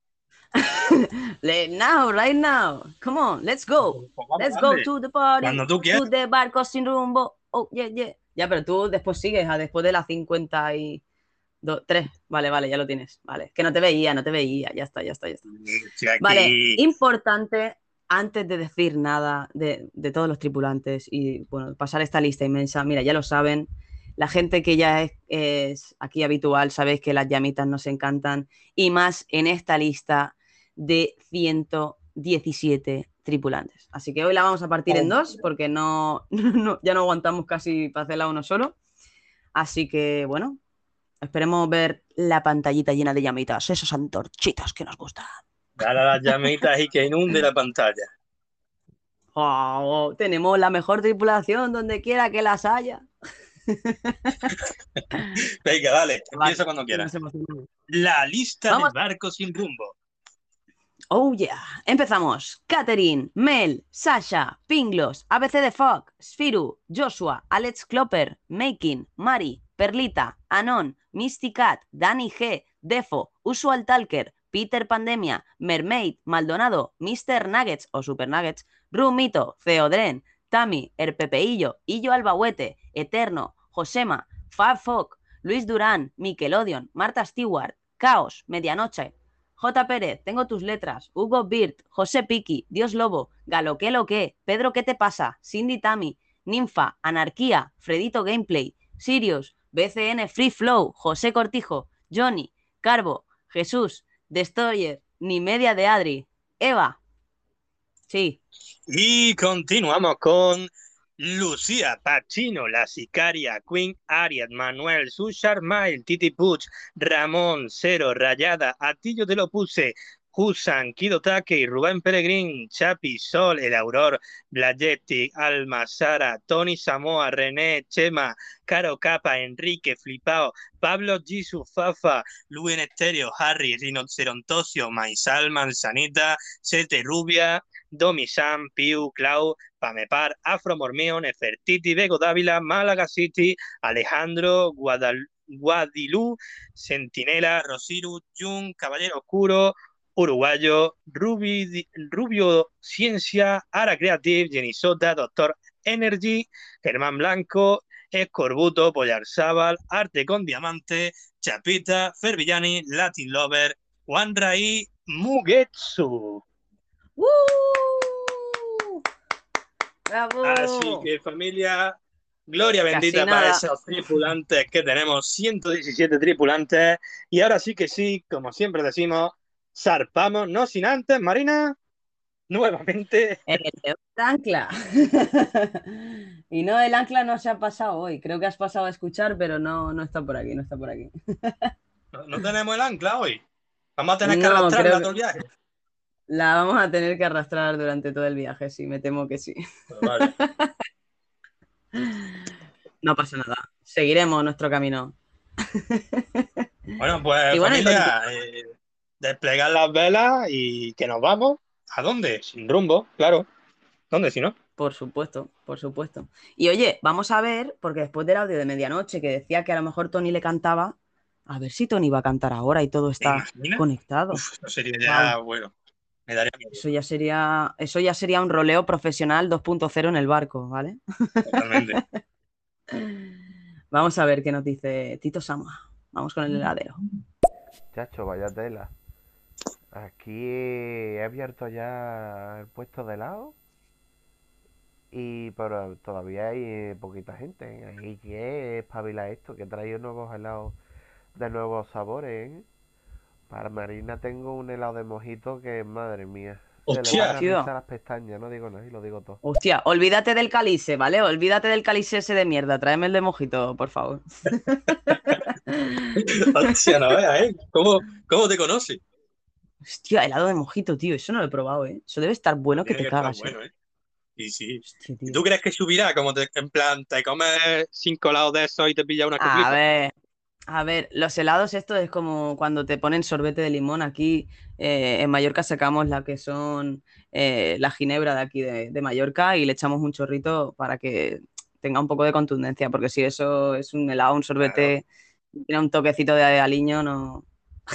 Now, right now. Come on, let's go. Pues vamos a Let's go darle. to the party, Cuando tú to quieras. the barco sin rumbo. Oh, yeah, yeah. Ya, pero tú después sigues, después de las 50 y tres. Vale, ya lo tienes. Vale, que no te veía. Ya está. Estoy Vale, aquí. importante, antes de decir nada de todos los tripulantes y, bueno, pasar esta lista inmensa. Mira, ya lo saben. La gente que ya es aquí habitual, sabéis que las llamitas nos encantan. Y más en esta lista de 117 tripulantes. Así que hoy la vamos a partir en dos porque ya no aguantamos casi para hacerla uno solo. Así que, bueno, esperemos ver la pantallita llena de llamitas, esas antorchitas que nos gustan. Dale a las llamitas y que inunde la pantalla. Oh, tenemos la mejor tripulación donde quiera que las haya. Venga, dale, empieza cuando quieras. La lista del barco sin rumbo. Oh yeah, empezamos. Catherine, Mel, Sasha, Pinglos, ABC de Fog, Sfiru, Joshua, Alex Klopper, Making, Mari, Perlita, Anon, Misty Cat, Dani G, Defo, Usual Talker, Peter Pandemia, Mermaid, Maldonado, Mr. Nuggets o Super Nuggets, Rumito, Theodren, Tami, Erpepeillo, Illo Albahuete, Eterno, Josema, Fab Fog, Luis Durán, Nickelodeon, Marta Stewart, Caos, Medianoche, J. Pérez, Tengo tus letras, Hugo Birt, José Piki, Dios Lobo, Galo que lo que, Pedro ¿qué te pasa? Cindy Tami, Ninfa, Anarquía, Fredito Gameplay, Sirius, BCN Free Flow, José Cortijo, Johnny, Carbo, Jesús, Destroyer, Ni Media de Adri, Eva. Sí. Y continuamos con Lucía, Pachino, La Sicaria, Queen, Ariad, Manuel, Sushar Mail, Titi Puch, Ramón, Cero, Rayada, Atillo te lo puse, Husan, Kido Take, Rubén Peregrín, Chapi, Sol, El Auror, Blayetti, Alma, Sara, Tony Samoa, René, Chema, Caro Capa, Enrique, Flipao, Pablo Gisu, Fafa, Luen Estéreo, Harry, Rinocerontosio, Maisal, Manzanita, Sete Rubia, Domi Sam, Piu, Clau, Pamepar, Afro Mormeo, Nefertiti, Bego Dávila, Málaga City, Alejandro, Guadilú, Centinela, Rosiru, Jun, Caballero Oscuro, Uruguayo, Rubio Ciencia, Ara Creative, Jenisota, Doctor Energy, Germán Blanco, Escorbuto, Pollarzábal, Arte con Diamante, Chapita, Fervillani, Latin Lover, Juan Raí, Mugetsu. ¡Bravo! Así que, familia, gloria bendita para esos tripulantes que tenemos, 117 tripulantes. Y ahora sí que sí, como siempre decimos, zarpamos, no sin antes, Marina, nuevamente. El ancla. Y no, el ancla no se ha pasado hoy. Creo que has pasado a escuchar, pero no está por aquí, no está por aquí. No tenemos el ancla hoy. Vamos a tener que arrastrarla todo el viaje. La vamos a tener que arrastrar durante todo el viaje, sí, me temo que sí. Vale. No pasa nada. Seguiremos nuestro camino. Bueno, pues familia, desplegar las velas y que nos vamos. ¿A dónde? Sin rumbo, claro. ¿Dónde si no? Por supuesto, por supuesto. Y oye, vamos a ver, porque después del audio de medianoche que decía que a lo mejor Tony le cantaba, a ver si Tony va a cantar ahora y todo está conectado. Uf, eso sería ya, bueno, me daría miedo. Eso ya sería un roleo profesional 2.0 en el barco, ¿vale? Totalmente. Vamos a ver qué nos dice Tito Samoa. Vamos con el heladero. Chacho, vaya tela. Aquí he abierto ya el puesto de helado. Pero todavía hay poquita gente. Hay que espabilar esto, que he traído nuevos helados de nuevos sabores, ¿eh? Para Marina tengo un helado de mojito que, madre mía, se le van a rizar las pestañas, no digo nada y lo digo todo. Hostia, olvídate del cálice, ¿vale? Olvídate del cálice ese de mierda. Tráeme el de mojito, por favor. Hostia, no veas, ¿eh? ¿Cómo te conoces? Hostia, helado de mojito, tío. Eso no lo he probado, ¿eh? Eso debe estar bueno que te cagas. Bueno, ¿eh? Y sí. Hostia, ¿tú crees que subirá? En plan, te comes 5 helados de esos y te pilla una copita. A ver, los helados estos es como cuando te ponen sorbete de limón. Aquí en Mallorca sacamos la que son la ginebra de aquí de Mallorca y le echamos un chorrito para que tenga un poco de contundencia, porque si eso es un helado, un sorbete, tiene un toquecito de aliño, no...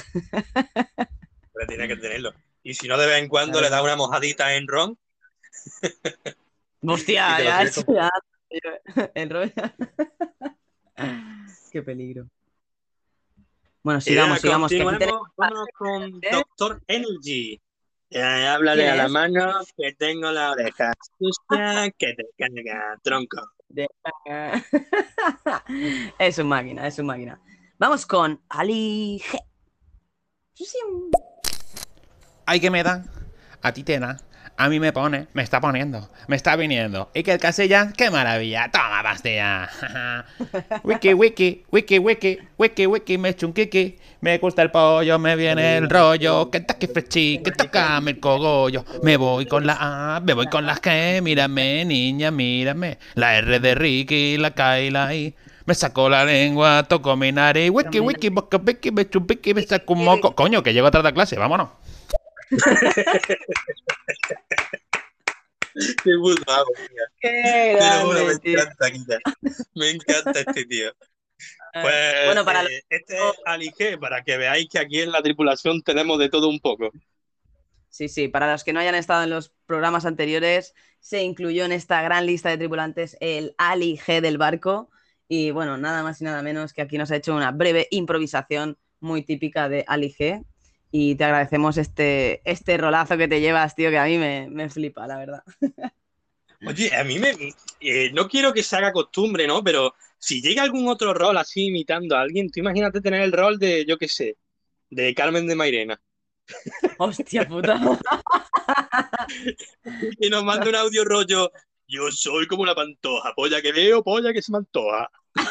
Pero tiene que tenerlo. Y si no, de vez en cuando le das una mojadita en ron. Hostia, ya, el ron. Qué peligro. Bueno, sigamos, que aquí tenemos... Continuemos, vámonos con Doctor Energy. Háblale a la mano que tengo la oreja sucia que te carga, tronco. Es un máquina, es un máquina. Vamos con Ali G. Ay, que me dan. A ti te dan. A mí me pone, me está poniendo, me está viniendo. Y que el Castellán, qué maravilla. Toma pastilla. Wiki, wiki, wiki, wiki, wiki, wiki, me echo un kiki. Me gusta el pollo, me viene el rollo. Que que frechi, que tocame el cogollo. Me voy con la A, me voy con la G. Mírame, niña, mírame. La R de Ricky, la K y la I. Me saco la lengua, toco mi nariz. Wiki, wiki, boca, wiki, me echo un piqui, me saco un moco. Coño, que llego a tarde a clase, vámonos. Qué puto amo, tío. Qué grande, me tío. encanta, Quita. Me encanta este tío. Pues bueno, para este es Ali G, para que veáis que aquí en la tripulación tenemos de todo un poco. Sí, sí, para los que no hayan estado en los programas anteriores, se incluyó en esta gran lista de tripulantes el Ali G del barco. Y bueno, nada más y nada menos que aquí nos ha hecho una breve improvisación muy típica de Ali G. Y te agradecemos este rolazo que te llevas, tío, que a mí me flipa, la verdad. Oye, a mí no quiero que se haga costumbre, ¿no? Pero si llega algún otro rol así imitando a alguien, tú imagínate tener el rol de, yo qué sé, de Carmen de Mairena. Hostia puta. Y nos manda un audio rollo, yo soy como la pantoja, polla que veo, polla que se me antoja.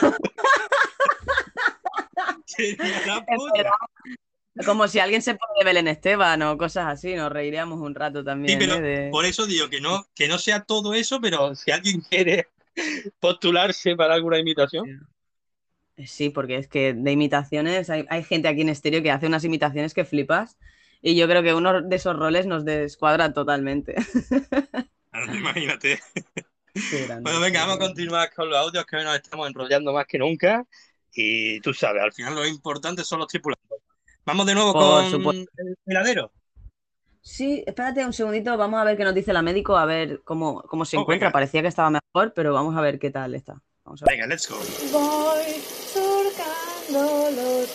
Sería la polla. Como si alguien se pone de Belén Esteban o cosas así, nos reiríamos un rato también. Sí, pero por eso digo que no sea todo eso, pero si alguien quiere postularse para alguna imitación. Sí, porque es que de imitaciones hay gente aquí en Estéreo que hace unas imitaciones que flipas y yo creo que uno de esos roles nos descuadra totalmente. Claro, imagínate. Bueno, venga, vamos a continuar con los audios que hoy nos estamos enrollando más que nunca y tú sabes, al final lo importante son los tripulantes. Vamos de nuevo con el heladero. Sí, espérate un segundito, vamos a ver qué nos dice la médico, a ver cómo se encuentra. Venga. Parecía que estaba mejor, pero vamos a ver qué tal está. Vamos a ver. Venga, let's go. Voy surcando los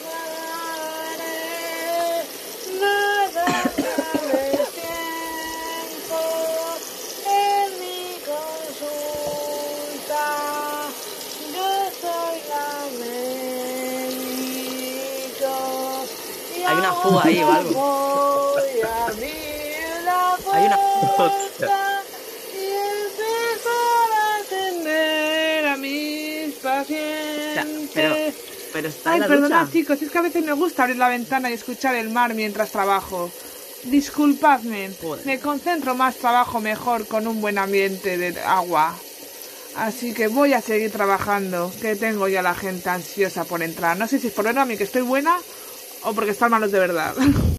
mares, nada sabe el tiempo en mi consulta. Yo soy la médico. Hay una fuga ahí o algo. Voy a abrir la Hay una puerta y empezar a atender a mis pacientes. Pero está Ay, en la perdonad, ducha. chicos, es que a veces me gusta abrir la ventana y escuchar el mar mientras trabajo. Disculpadme, Joder. me concentro más, trabajo mejor con un buen ambiente de agua. Así que voy a seguir trabajando, que tengo ya la gente ansiosa por entrar. No sé si es por ver a mí que estoy buena o porque están malos de verdad.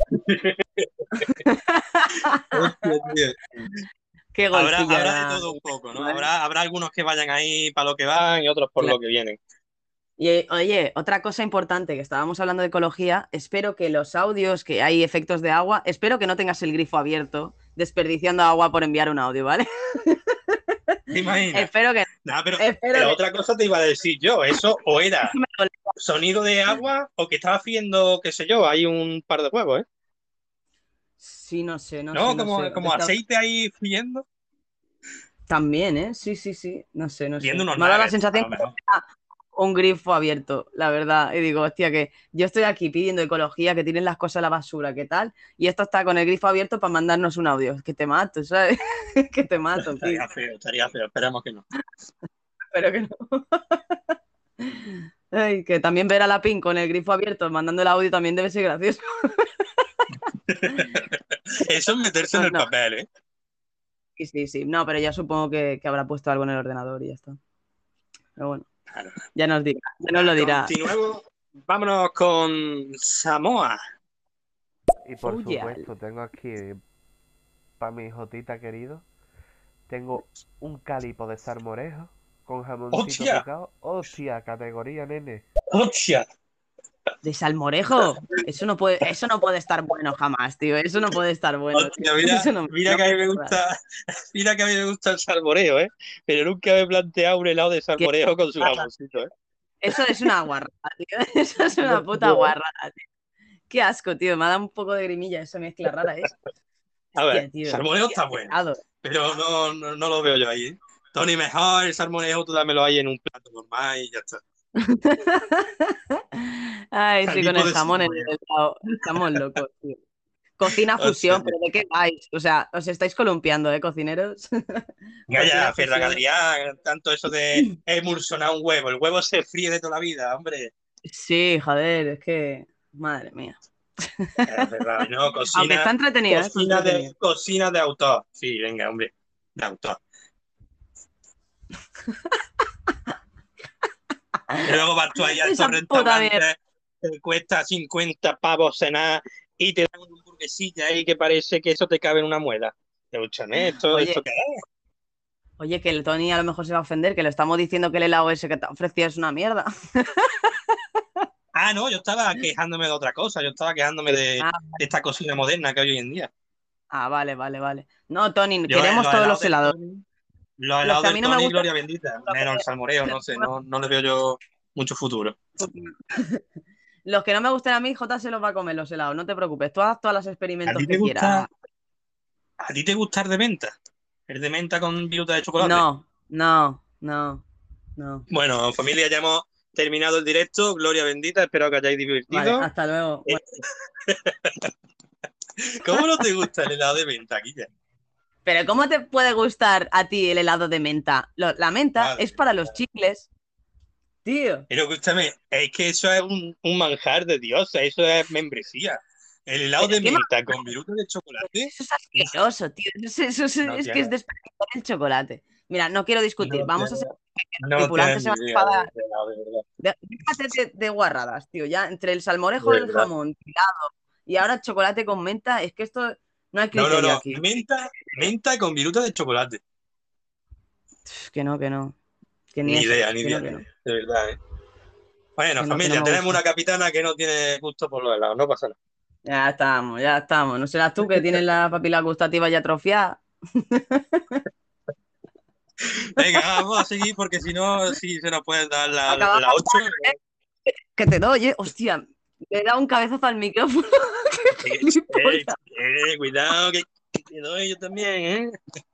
Hostia, tío. Qué Habrá golcilla. de todo un poco, ¿no? Habrá algunos que vayan ahí para lo que van y otros por lo que vienen. Y oye, otra cosa importante, que estábamos hablando de ecología, espero que los audios que hay efectos de agua, espero que no tengas el grifo abierto, desperdiciando agua por enviar un audio, ¿vale? ¿Te imaginas? Espero que... Nah, pero espero que- otra cosa te iba a decir yo, eso o era sonido de agua o que estaba haciendo, qué sé yo, hay un par de huevos, ¿eh? Sí, no sé, no No, sé. como aceite ahí fluyendo. También, ¿eh? Sí, sí, sí, no sé. Viendo unos Me ha dado la nuggets, sensación a lo que mejor. era un grifo abierto, la verdad. Y digo, hostia, que yo estoy aquí pidiendo ecología, que tienen las cosas a la basura, ¿qué tal? Y esto está con el grifo abierto para mandarnos un audio. Que te mato, ¿sabes? Que te mato, tío. Estaría feo, esperamos que no. Pero que no. Ay, que también ver a la PIN con el grifo abierto mandando el audio también debe ser gracioso. Eso es meterse en el papel, ¿eh? Sí, sí, sí. No, pero ya supongo que habrá puesto algo en el ordenador y ya está. Pero bueno, Claro. ya nos dirá, ya nos lo dirá. Continuemos. Vámonos con Samoa. Y por Oh, yeah. supuesto, tengo aquí para mi jotita querido, tengo un cálipo de salmorejo con jamoncito ¡Hostia! picado. ¡Hostia! Categoría, nene. ¡Hostia! ¿De salmorejo? Eso no puede estar bueno jamás, tío. Eso no puede estar bueno. Hostia, mira, Eso no- mira no que a mí me puede gusta, mira que a mí me gusta el salmoreo, ¿eh? Pero nunca me he planteado un helado de salmoreo con su jamoncito, ¿eh? Eso es una guarrada, tío. Eso es una puta guarrada, tío. Qué asco, tío. Me ha dado un poco de grimilla esa mezcla rara, ¿eh? A ver, Hostia, tío. salmoneo está bueno, pero no lo veo yo ahí, ¿eh? Tony, mejor el salmoneo tú dámelo ahí en un plato normal y ya está. Ay, sí, Al con tipo el de jamón en salmoneo. el lado. Estamos locos, tío. Cocina fusión, Hostia, ¿pero de qué vais? O sea, os estáis columpiando, ¿eh, cocineros? ya, Cocina Ferran fusión. Adrià, tanto eso de emulsionar un huevo. El huevo se fríe de toda la vida, hombre. Sí, joder, es que... Madre mía. Ferran, no, Aunque está entretenido, ¿eh? Está entretenido. cocina de autor. Sí, venga, hombre, de autor. Y luego vas tú ahí a estos restaurantes que cuesta 50 pavos cenar y te dan una hamburguesilla ahí que parece que eso te cabe en una muela. Escúchame, ¿esto qué es? Oye, que el Tony a lo mejor se va a ofender, que le estamos diciendo que el helado ese que te ha ofrecido es una mierda. Ah, no, yo estaba quejándome de otra cosa. Yo estaba quejándome de esta cocina moderna que hay hoy en día. Ah, vale, vale, vale. No, Tony, Yo, queremos todos los helados. Los helados que a del mí no me Tony, gustan- gloria bendita. Menos el salmoreo, no sé, no le veo yo mucho futuro. Los que no me gusten a mí, Jota se los va a comer los helados, no te preocupes. Tú haz todos los ¿A experimentos ti te que quieras. ¿A ti te gusta el de menta? ¿El de menta con viruta de chocolate? No. Bueno, familia, ya hemos terminado el directo. Gloria bendita, espero que hayáis divertido. Vale, hasta luego. Bueno. ¿Cómo no te gusta el helado de menta, Guilla? Pero ¿cómo te puede gustar a ti el helado de menta? La menta es para los chicles. Tío. Pero escúchame, es que eso es un manjar de Dios, eso es membresía. El helado de menta con viruta de chocolate. Eso es asqueroso, tío. Eso es que es desperdiciar el chocolate. Mira, no quiero discutir. Vamos a ser No tripulantes se tienes van a ni idea enfadar. de helado, de verdad. Déjate de guarradas, tío. Ya entre el salmorejo del verdad. jamón tirado y ahora chocolate con menta, es que esto no hay criterio No. aquí. Menta con viruta de chocolate. Que no. Que Ni eso, idea, que ni no, idea. que no. De verdad, ¿eh? Bueno, Que no familia, me tenemos gusta. una capitana que no tiene gusto por los helados, no pasa nada. Ya estamos. ¿No serás tú que tienes la papila gustativa ya atrofiada? Venga, vamos a seguir porque si no, sí se nos puede dar la Acabamos 8. Que te doy, hostia. Le he dado un cabezazo al micrófono. Cuidado, que te doy yo también, ¿eh?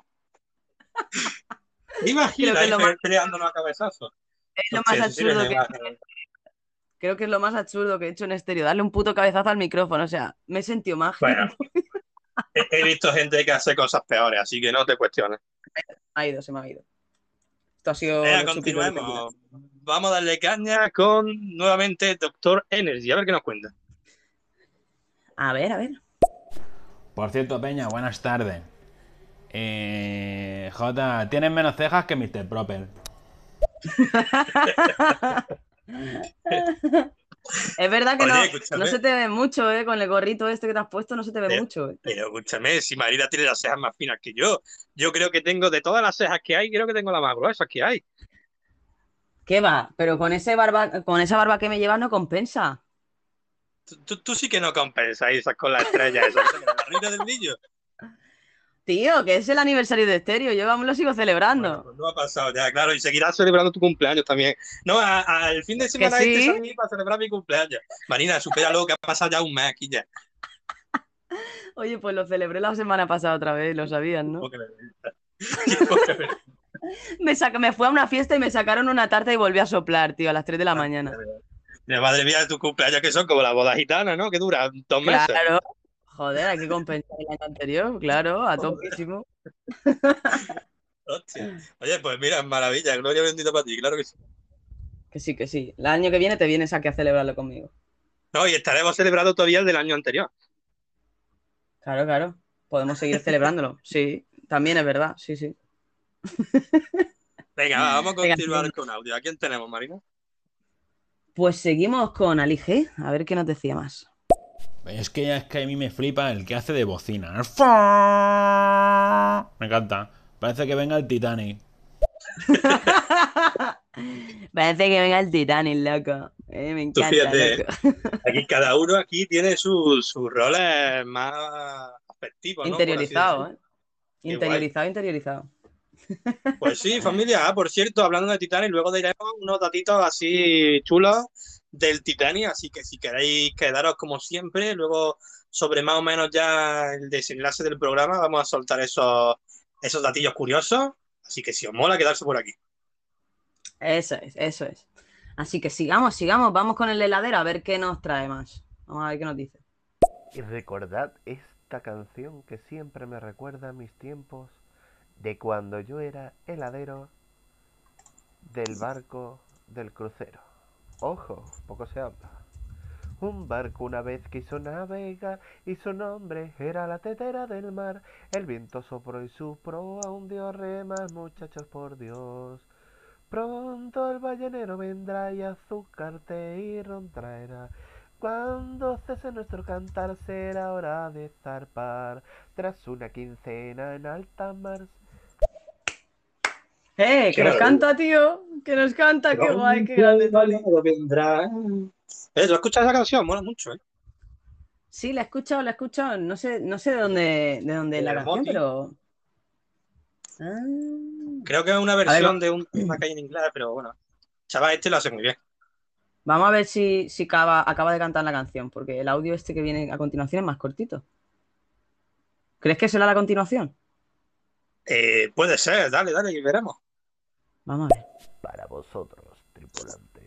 Creo Imagina que es lo más- peleándonos a cabezazos. Es lo Hostia, más eso sería absurdo una que imagen. creo que es lo más absurdo que he hecho en estéreo. Darle un puto cabezazo al micrófono. O sea, me he sentido mágico. Bueno, he visto gente que hace cosas peores, así que no te cuestiones. Se me ha ido. Esto ha sido. Venga, lo chupito de continuemos. Vamos a darle caña con nuevamente Doctor Energy. A ver qué nos cuenta. A ver. Por cierto, Peña, buenas tardes. Jota, tienes menos cejas que Mr. Proper. Es verdad que Oye, escúchame. no se te ve mucho, con el gorrito este que te has puesto, no se te ve mucho. Pero escúchame, si Marina tiene las cejas más finas que yo creo que tengo, de todas las cejas que hay, creo que tengo las más gruesas que hay. ¿Qué va? Pero con esa barba que me llevas no compensa. Tú sí que no compensas esas con las estrellas, esas, la barriga del niño. Tío, que es el aniversario de Estéreo, yo aún lo sigo celebrando. Pues no ha pasado ya, claro, y seguirás celebrando tu cumpleaños también. No, al fin de semana sí. este salí para celebrar mi cumpleaños. Marina, supéralo, que ha pasado ya un mes aquí ya. Oye, pues lo celebré la semana pasada otra vez, lo sabías, ¿no? Me fui a una fiesta y me sacaron una tarta y volví a soplar, tío, a las 3 de la mañana. Madre mía, tus cumpleaños que son como la boda gitana, ¿no? Que dura 2 meses. Claro. Joder, hay que compensar el año anterior, claro, a topísimo. Hostia. Oye, pues mira, maravilla, gloria bendita para ti, claro que sí. Que sí. El año que viene te vienes aquí a celebrarlo conmigo. No, y estaremos celebrando todavía el del año anterior. Claro. Podemos seguir celebrándolo. Sí, también es verdad, sí. Venga, vamos a continuar con audio. ¿A quién tenemos, Marina? Pues seguimos con Ali G. A ver qué nos decía más. Es que a mí me flipa el que hace de bocina. Me encanta. Parece que venga el Titanic. Parece que venga el Titanic, loco. Me encanta, Tú fíjate, loco. aquí cada uno aquí tiene sus roles más afectivos, ¿no? Interiorizado, Por así decirlo. Qué Interiorizado. Pues sí, familia. Por cierto, hablando de Titanic, luego diremos unos datitos así chulos del Titanic, así que si queréis quedaros como siempre, luego sobre más o menos ya el desenlace del programa vamos a soltar esos datillos curiosos, así que si os mola quedarse por aquí. Eso es, eso es. Así que sigamos, vamos con el heladero a ver qué nos trae más. Vamos a ver qué nos dice. Y recordad esta canción que siempre me recuerda a mis tiempos de cuando yo era heladero del barco del crucero. Ojo, poco se habla. Un barco una vez quiso navegar y su nombre era la tetera del mar. El viento sopló y su proa hundió remas, muchachos, por Dios. Pronto el ballenero vendrá y azúcar y ron traerá. Cuando cese nuestro cantar será hora de zarpar. Tras una quincena en alta mar. Que nos canta, tío. Que nos canta, qué guay, qué grande. Vendrá. ¿Tú escuchas esa canción? Mola mucho, ¿eh? Sí, la he escuchado. No sé de dónde es la canción, pero. Creo que es una versión de un tema que hay en inglés, pero bueno. Chaval, lo hace muy bien. Vamos a ver si acaba de cantar la canción, porque el audio este que viene a continuación es más cortito. ¿Crees que será la continuación? Puede ser, dale, y veremos. Vamos a ver. Para vosotros, tripulantes.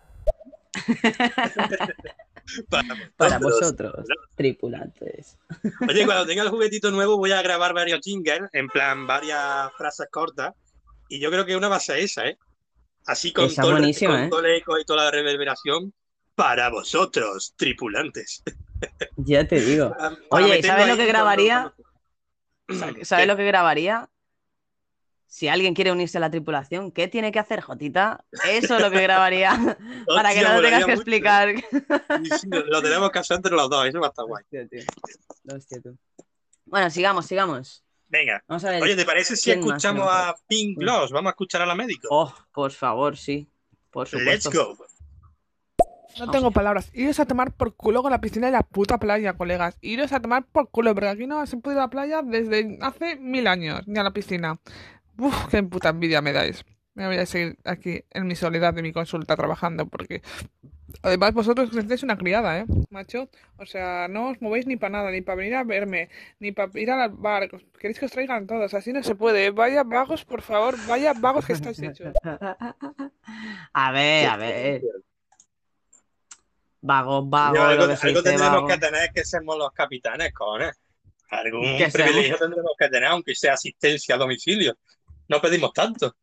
Para vosotros, tripulantes. Oye, cuando tenga el juguetito nuevo voy a grabar varios jingles, en plan varias frases cortas, y yo creo que una va a ser esa, ¿eh? Así con Esa todo, buenísima, todo el eco y toda la reverberación. Para vosotros, tripulantes. Ya te digo. Oye, ¿sabes lo que grabaría? ¿Sabes lo que grabaría? Si alguien quiere unirse a la tripulación, ¿qué tiene que hacer, Jotita? Eso es lo que grabaría. Para que no lo tengas que explicar. Sí, lo tenemos que hacer entre los dos, eso va a estar guay. Hostia, tú. Bueno, sigamos. Venga. Vamos a ver. Oye, ¿te parece si escuchamos a Pink Gloss? Vamos a escuchar a la médico. Oh, por favor, sí. Por supuesto. Let's go. No tengo palabras. Iros a tomar por culo con la piscina y la puta playa, colegas. Iros a tomar por culo, porque aquí no se puede ir a la playa desde hace 1000 años, ni a la piscina. Uf, qué puta envidia me dais. Me voy a seguir aquí en mi soledad de mi consulta trabajando, porque además vosotros hacéis una criada, macho. O sea, no os movéis ni para nada, ni para venir a verme, ni para ir al bar. Queréis que os traigan todos, así no se puede. Vaya vagos, por favor, vaya vagos que estáis hechos. A ver. Vagos. Algo tendremos que tener que sermos los capitanes, cojones. Algún privilegio tendremos que tener, aunque sea asistencia a domicilio. No pedimos tanto.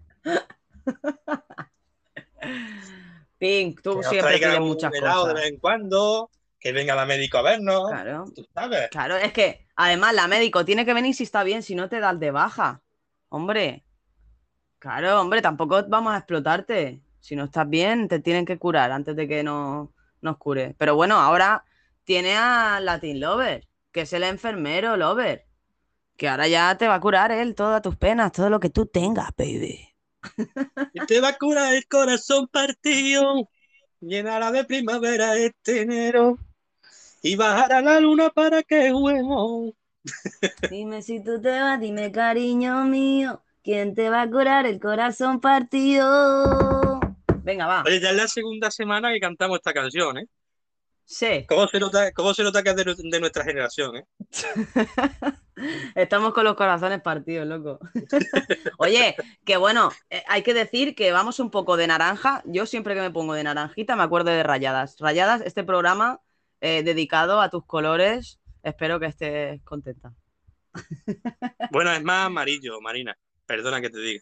Pink, tú que siempre pides muchas cosas. De vez en cuando, que venga la médico a vernos. Claro. ¿Tú sabes? Claro, es que además la médico tiene que venir si está bien, si no te das de baja. Hombre. Claro, hombre, tampoco vamos a explotarte. Si no estás bien, te tienen que curar antes de que nos cure. Pero bueno, ahora tiene a Latin Lover, que es el enfermero Lover, que ahora ya te va a curar él todas tus penas, todo lo que tú tengas, baby. Te va a curar el corazón partido, llenará de primavera este enero y bajará la luna para que juguemos. Dime si tú te vas, dime cariño mío, ¿quién te va a curar el corazón partido? Venga, va. Oye, ya es la segunda semana que cantamos esta canción, ¿eh? Sí. ¿Cómo se nota que es de nuestra generación, eh? Estamos con los corazones partidos, loco. Oye, que bueno, hay que decir que vamos un poco de naranja. Yo siempre que me pongo de naranjita me acuerdo de Rayadas. Rayadas, este programa dedicado a tus colores. Espero que estés contenta. Bueno, es más amarillo, Marina. Perdona que te diga.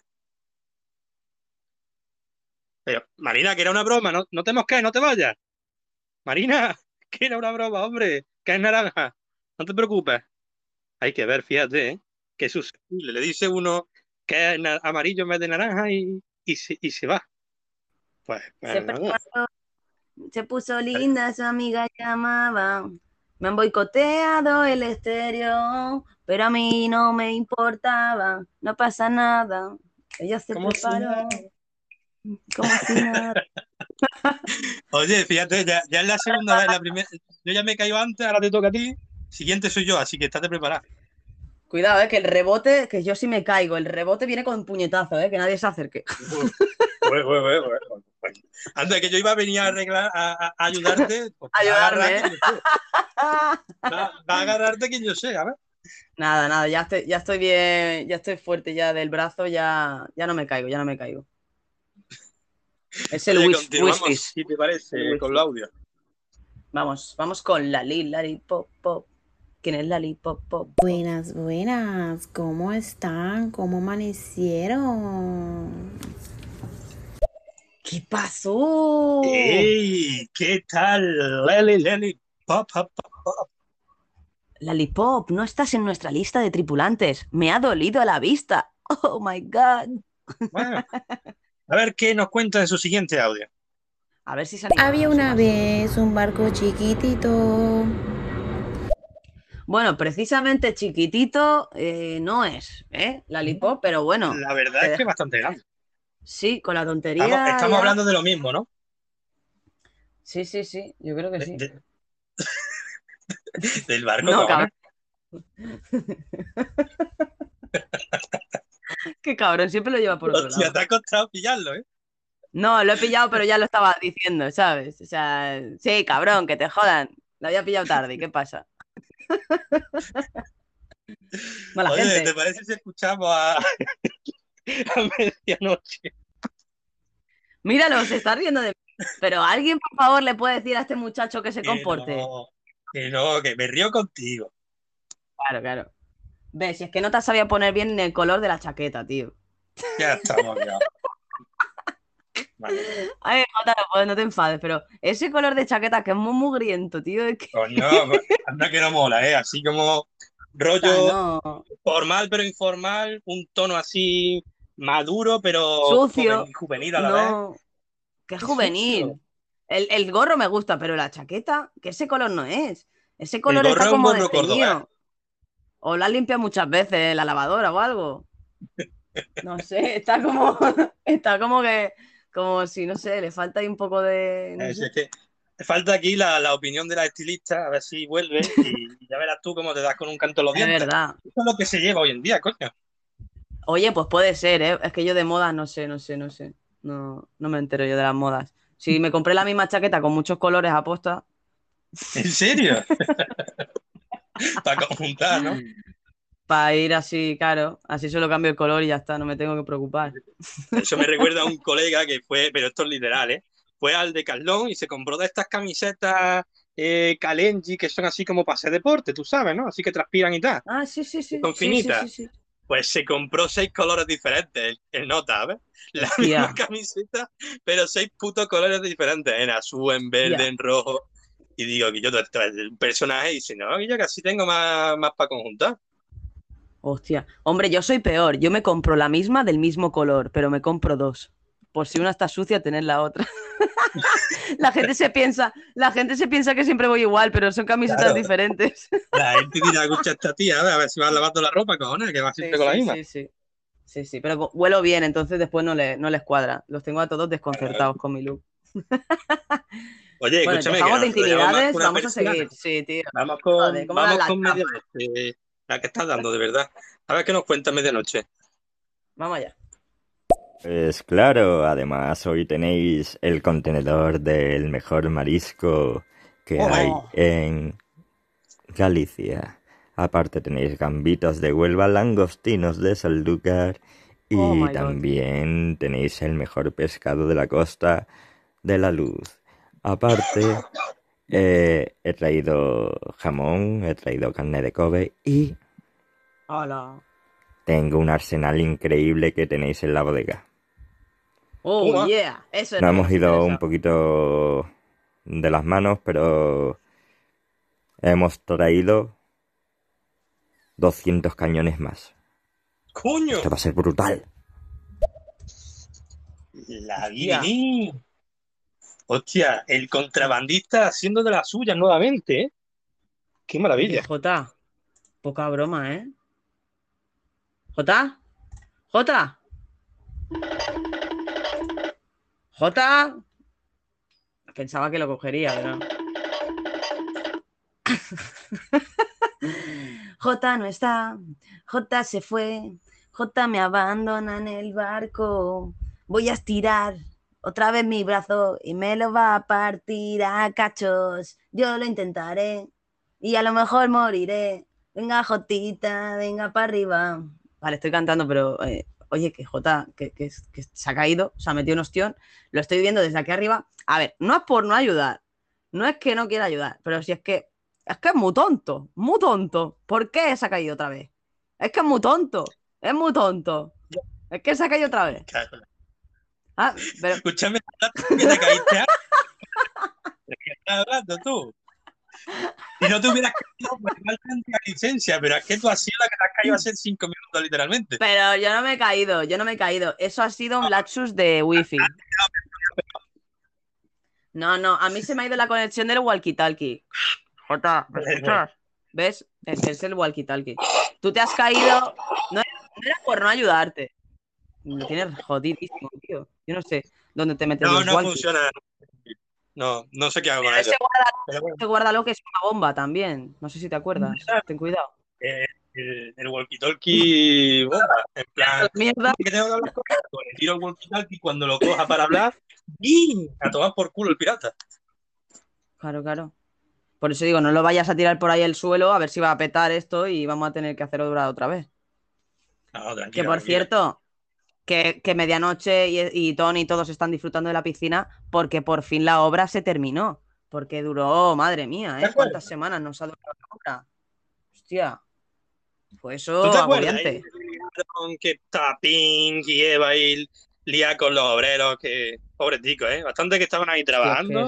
Pero, Marina, que era una broma, no te mosques, no te vayas. Marina, que era una broma, hombre, que es naranja. No te preocupes. Hay que ver, fíjate, ¿eh? Que susceptible. Le dice uno que es amarillo en vez de naranja y se va. Pues se puso linda, su amiga llamaba. Me han boicoteado el estéreo, pero a mí no me importaba. No pasa nada. Ella se preparó. Como si nada. Oye, fíjate, ya es la segunda vez, la primera. Yo ya me he caído antes, ahora te toca a ti. Siguiente soy yo, así que estate preparado. Cuidado, que el rebote, que yo sí me caigo, el rebote viene con puñetazo, que nadie se acerque. Bueno. Anda, que yo iba a venir a arreglar, a ayudarte. Pues Ayudarme, ¿eh? Va a agarrarte quien yo sé, a ver. Nada, ya estoy bien, ya estoy fuerte ya del brazo, ya no me caigo, Es el Oye, wish continuamos, fish. si te parece, con el audio. Vamos con Lali Pop Pop. ¿Quién es Lali Pop Pop? Buenas, ¿cómo están? ¿Cómo amanecieron? ¿Qué pasó? ¡Ey! ¿Qué tal? Lali Pop Pop Pop. Lalipop, no estás en nuestra lista de tripulantes. Me ha dolido la vista. Oh my God. Bueno, a ver qué nos cuenta en su siguiente audio. A ver si se anima. Había una vez un barco chiquitito. Bueno, precisamente chiquitito no es, Lalipop, pero bueno. La verdad es que es bastante grande. Sí, con la tontería. Estamos hablando de lo mismo, ¿no? Sí, yo creo que sí. Del barco, no, cabrón. Qué cabrón, siempre lo lleva por otro lado. Te ha costado pillarlo, ¿eh? No, lo he pillado, pero ya lo estaba diciendo, ¿sabes? O sea, sí, cabrón, que te jodan. Lo había pillado tarde, ¿qué pasa? Mala Oye, gente. ¿te parece si escuchamos a medianoche? Míralo, se está riendo de mí. Pero alguien, por favor, le puede decir a este muchacho que se comporte. Que me río contigo. Claro. Ves, si es que no te sabía poner bien el color de la chaqueta, tío. Ya estamos, ya. Vale. Ay, Jota, no te enfades, pero ese color de chaqueta que es muy mugriento, tío. Es que... Coño, anda que no mola, ¿eh? Así como rollo formal pero informal, un tono así maduro pero sucio, juvenil a la vez. Que es juvenil. El gorro me gusta, pero la chaqueta, que ese color no es. Ese color está como desteñido. O la limpia muchas veces en la lavadora o algo. No sé, está como que, como si, no sé, le falta ahí un poco de... No sé. Es que falta aquí la opinión de la estilista, a ver si vuelve y ya verás tú cómo te das con un canto en los dientes. Es verdad. Eso es lo que se lleva hoy en día, coño. Oye, pues puede ser, ¿eh? Es que yo de modas no sé. No me entero yo de las modas. Si me compré la misma chaqueta con muchos colores aposta. ¿En serio? Para conjuntar, ¿no? Para ir así, claro. Así solo cambio el color y ya está, no me tengo que preocupar. Eso me recuerda a un colega que fue, pero esto es literal, ¿eh? Fue al Decathlon y se compró de estas camisetas Kalenji que son así como para hacer deporte, tú sabes, ¿no? Así que transpiran y tal. Ah, sí. Son finitas. Sí. Pues se compró 6 colores diferentes, el nota, ¿sabes? La misma camiseta, pero 6 putos colores diferentes, en azul, en verde, en rojo. Y digo, que yo un personaje y dice, no, que yo casi tengo más para conjuntar. Hostia, hombre, yo soy peor. Yo me compro la misma del mismo color, pero me compro 2. Por si una está sucia, tener la otra. La gente se piensa que siempre voy igual, pero son camisetas diferentes. La gente dirá, escucha esta tía, a ver si vas lavando la ropa, cojones, que va siempre con la misma. Sí, pero huelo bien, entonces después no les cuadra. Los tengo a todos desconcertados con mi look. Oye, bueno, escúchame. Dejamos de intimidades, vamos a seguir. Sí, tío. Vamos con medianoche. La que estás dando, de verdad. A ver qué nos cuenta medianoche. Vamos allá. Pues claro, además hoy tenéis el contenedor del mejor marisco que hay en Galicia. Aparte tenéis gambitos de Huelva, langostinos de Sanlúcar y también tenéis el mejor pescado de la Costa de la Luz. Aparte, he traído jamón, he traído carne de Kobe y Hola. Tengo un arsenal increíble que tenéis en la bodega. Oh, yeah. Eso Nos hemos ido un poquito de las manos, pero hemos traído 200 cañones más. ¡Coño! Esto va a ser brutal. La vi. Hostia, el contrabandista haciendo de las suyas nuevamente, ¿eh? ¡Qué maravilla! Jota, poca broma, ¿eh? Jota. Pensaba que lo cogería, pero... J no está, J se fue, J me abandona en el barco. Voy a estirar otra vez mi brazo y me lo va a partir a cachos. Yo lo intentaré y a lo mejor moriré. Venga, Jotita, venga para arriba. Vale, estoy cantando, pero oye, que Jota, que se ha caído, se ha metido un ostión. Lo estoy viendo desde aquí arriba. A ver, no es por no ayudar. No es que no quiera ayudar, pero si es que es muy tonto, muy tonto. ¿Por qué se ha caído otra vez? Es que es muy tonto, es muy tonto. Es que se ha caído otra vez. Claro. Ah, pero... Escúchame, que te caíste. ¿De qué estás hablando tú? Si no te hubieras caído, pues igual tendría licencia, pero es que tú has sido la que te has caído hace 5 minutos, literalmente. Pero yo no me he caído, yo no me he caído. Eso ha sido un lapsus de wifi. No, no, a mí se me ha ido la conexión del walkie-talkie. Jota, ¿me escuchas? ¿Ves? Es el walkie-talkie. Tú te has caído, no era por no ayudarte. Lo tienes jodidísimo, tío. Yo no sé dónde te metes los No walkies. funciona. No sé qué hago con Pero eso. ese guárdalo que es una bomba también. No sé si te acuerdas. Ten cuidado. El walkie-talkie bomba. En plan, mierda. Que tengo que hablar con él, pues le tiro el walkie-talkie cuando lo coja para hablar y a tomar por culo el pirata. Claro, claro. Por eso digo, no lo vayas a tirar por ahí al suelo a ver si va a petar esto y vamos a tener que hacerlo durar otra vez. No, tranquila, Que por tranquila. cierto, que medianoche y Tony todos están disfrutando de la piscina porque por fin la obra se terminó. Porque duró, madre mía, ¿cuántas semanas nos ha durado la obra? Hostia. Fue eso ¿Tú te acuerdas? agobiante. Que estaba Pink y Eva y lía con los obreros, que pobreticos, bastante que estaban ahí trabajando.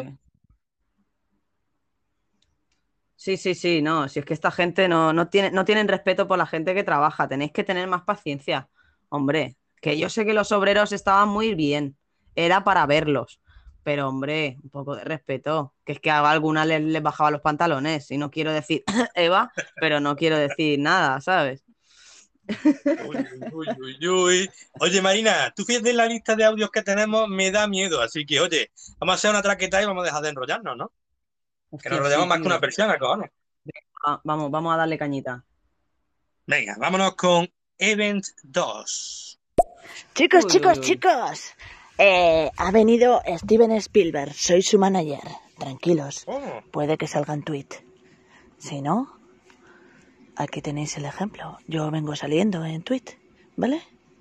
Sí, no, si es que esta gente no tienen respeto por la gente que trabaja, tenéis que tener más paciencia. Hombre, que yo sé que los obreros estaban muy bien, era para verlos, pero hombre, un poco de respeto, que es que a alguna les bajaba los pantalones, y no quiero decir Eva, pero no quiero decir nada, ¿sabes? Uy. Oye, Marina, tú fíjate en la lista de audios que tenemos, me da miedo, así que, oye, vamos a hacer una traqueta y vamos a dejar de enrollarnos, ¿no? Hostia, Que nos rodeamos sí, más que tío. una persiana, cojones. Vamos a darle cañita. Venga, vámonos con Event 2. Chicos. Ha venido Steven Spielberg. Soy su manager. Tranquilos. Puede que salga en tweet. Si no, aquí tenéis el ejemplo. Yo vengo saliendo en tweet, ¿vale?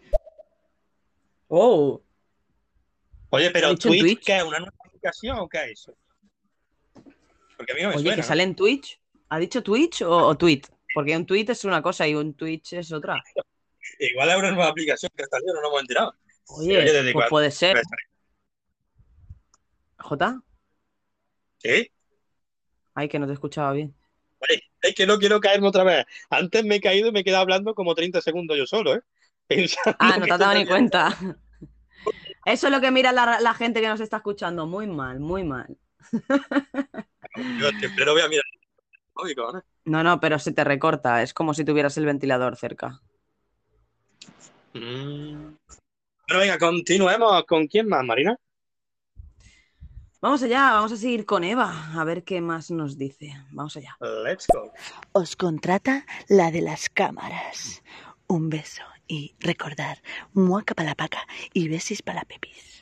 Oh. Oye, pero dicho en Twitch, Twitch? ¿qué es? ¿Una nueva aplicación o qué es eso? Porque a mí no me Oye, suena. que sale en Twitch. ¿Ha dicho Twitch o tweet? Porque un tweet es una cosa y un Twitch es otra. Igual es una nueva aplicación que ha salido, no nos hemos enterado. Oye, Pero, ¿desde pues cuándo? puede ser. ¿Jota? ¿Sí? Ay, que no te escuchaba bien. Oye, es que no quiero caerme otra vez. Antes me he caído y me he quedado hablando como 30 segundos yo solo, Pensando Ah, no que te has dado ni esto cuenta. Eso es lo que mira la gente que nos está escuchando. Muy mal, muy mal. Yo siempre lo voy a mirar. Lógico, ¿no? No, pero se te recorta. Es como si tuvieras el ventilador cerca. Bueno, venga, continuemos. ¿Con quién más, Marina? Vamos allá, vamos a seguir con Eva. A ver qué más nos dice. Vamos allá. Let's go. Os contrata la de las cámaras. Un beso y recordar, muaca para la paca y besis para la pepis.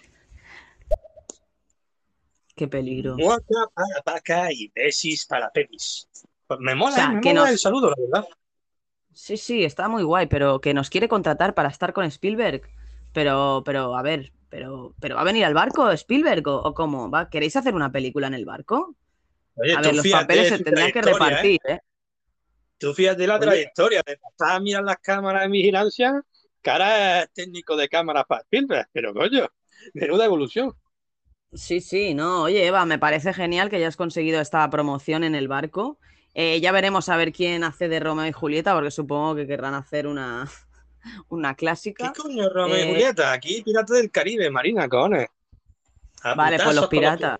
Qué peligro. Muaca para paca y besis para pepis. Pues me mola, O sea, me que mola nos- el saludo, la verdad. Sí, está muy guay, pero que nos quiere contratar para estar con Spielberg. Pero, a ver, pero ¿va a venir al barco Spielberg o cómo? ¿Va? ¿Queréis hacer una película en el barco? Oye, A tú ver, los fíjate papeles de se su tendrán que trayectoria, repartir, ¿eh? Tú fíjate la Oye. trayectoria de pasar a mirar las cámaras de vigilancia, cara técnico de cámaras para Spielberg, pero coño, menuda evolución. Sí, no, oye, Eva, me parece genial que hayas conseguido esta promoción en el barco. Ya veremos a ver quién hace de Romeo y Julieta, porque supongo que querrán hacer una clásica. ¿Qué coño, Romeo y Julieta? Aquí Piratas del Caribe, Marina, cojones. A Vale, pues los putazos con los piratas.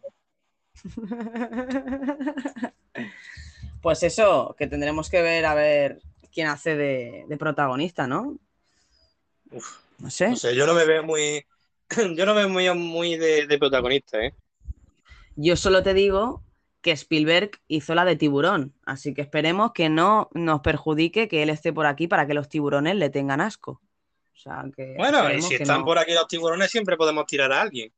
Pues eso, que tendremos que ver a ver quién hace de protagonista, ¿no? No sé. No sé, yo no me veo muy. Yo no me veo muy de protagonista, Yo solo te digo que Spielberg hizo la de Tiburón. Así que esperemos que no nos perjudique que él esté por aquí para que los tiburones le tengan asco. O sea, que Bueno, y esperemos si que están no. por aquí los tiburones, siempre podemos tirar a alguien.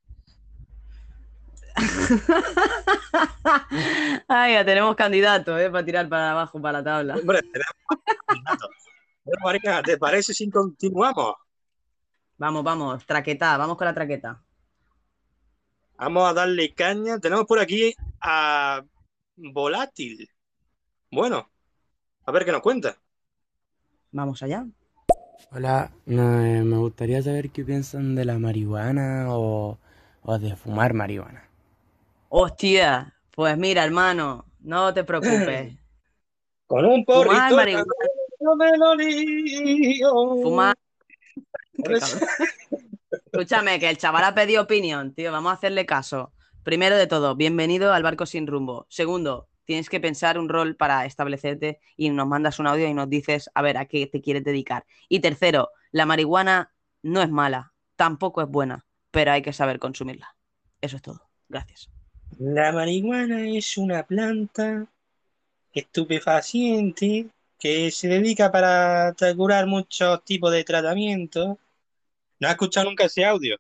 Ay, ya tenemos candidatos, para tirar para abajo, para la tabla. Hombre, tenemos candidatos. Bueno, Marina, ¿te parece si continuamos? Vamos, traqueta, vamos con la traqueta. Vamos a darle caña. Tenemos por aquí a Volátil. Bueno, a ver qué nos cuenta. Vamos allá. Hola, me gustaría saber qué piensan de la marihuana o de fumar marihuana. Hostia, pues mira, hermano, no te preocupes. Con un Fumar porrito marihuana. no me lo lío. Fumar. Qué cabrón. Escúchame, que el chaval ha pedido opinión, tío. Vamos a hacerle caso. Primero de todo, bienvenido al Barco Sin Rumbo. Segundo, tienes que pensar un rol para establecerte y nos mandas un audio y nos dices, a ver, a qué te quieres dedicar. Y tercero, la marihuana no es mala, tampoco es buena, pero hay que saber consumirla. Eso es todo. Gracias. La marihuana es una planta estupefaciente que se dedica para curar muchos tipos de tratamientos. ¿No has escuchado nunca ese audio?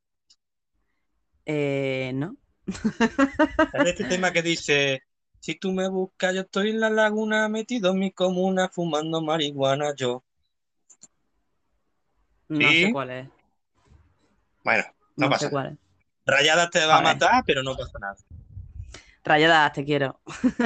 No. Es este tema que dice: si tú me buscas, yo estoy en la laguna, metido en mi comuna, fumando marihuana yo. No ¿Sí? sé cuál es. Bueno, no No pasa sé cuál nada. es. Rayada te va a Joder. matar, pero no pasa nada. Rayadas, te quiero.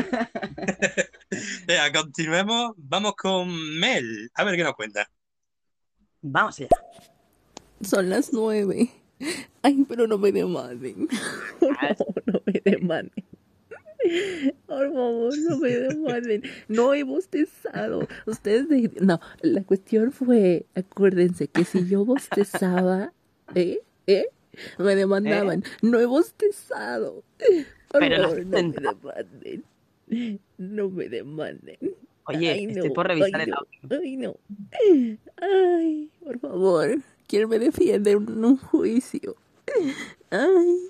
Venga, continuemos. Vamos con Mel. A ver qué nos cuenta. Vamos allá. Son las 9. Ay, pero no me demanden. Por favor, no me demanden. Por favor, no me demanden. No he bostezado. Ustedes no, la cuestión fue, acuérdense que si yo bostezaba, me demandaban. No he bostezado. Por Pero favor, lo has no me demanden. No me demanden. Oye, Ay, estoy no, por revisar ay, el no, audio. ay, no. Ay, por favor. ¿Quién me defiende en un juicio? Ay.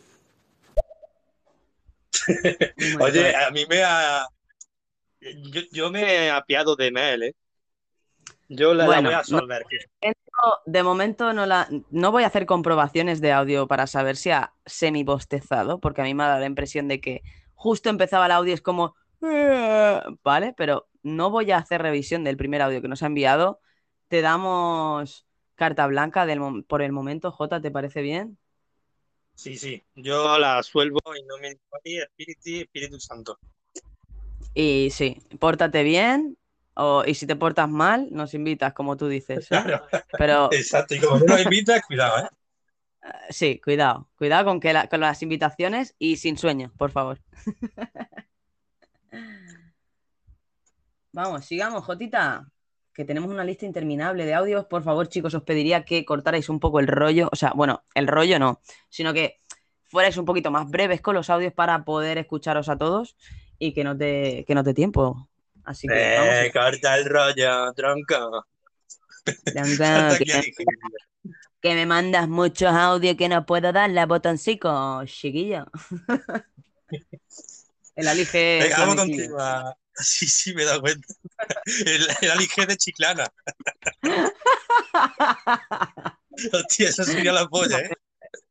Oye, a mí me ha... Yo me he apiado de Mel, ¿eh? Yo la Bueno, voy a solver. de momento no voy a hacer comprobaciones de audio para saber si ha semi-bostezado, porque a mí me ha dado la impresión de que justo empezaba el audio, es como... ¿Vale? Pero no voy a hacer revisión del primer audio que nos ha enviado. Te damos carta blanca por el momento, Jota, ¿te parece bien? Sí, yo la suelvo y no me Espíritu Santo. Y sí, pórtate bien, y si te portas mal, nos invitas, como tú dices, ¿eh? Claro. Pero Exacto, y como no nos invitas, cuidado, ¿eh? sí, cuidado con las invitaciones y sin sueño, por favor. Vamos, sigamos, Jotita, que tenemos una lista interminable de audios. Por favor, chicos, os pediría que cortarais un poco el rollo, o sea, bueno, el rollo no, sino que fuerais un poquito más breves con los audios para poder escucharos a todos y que nos dé tiempo. Así que vamos. Corta el rollo, tronco. Tronco, que me mandas muchos audios que no puedo darle a botoncito, chiquillo. El Alige. Venga, vamos a continuar. Sí, me he dado cuenta. El Alige de Chiclana. Hostia, eso sería la polla, ¿eh?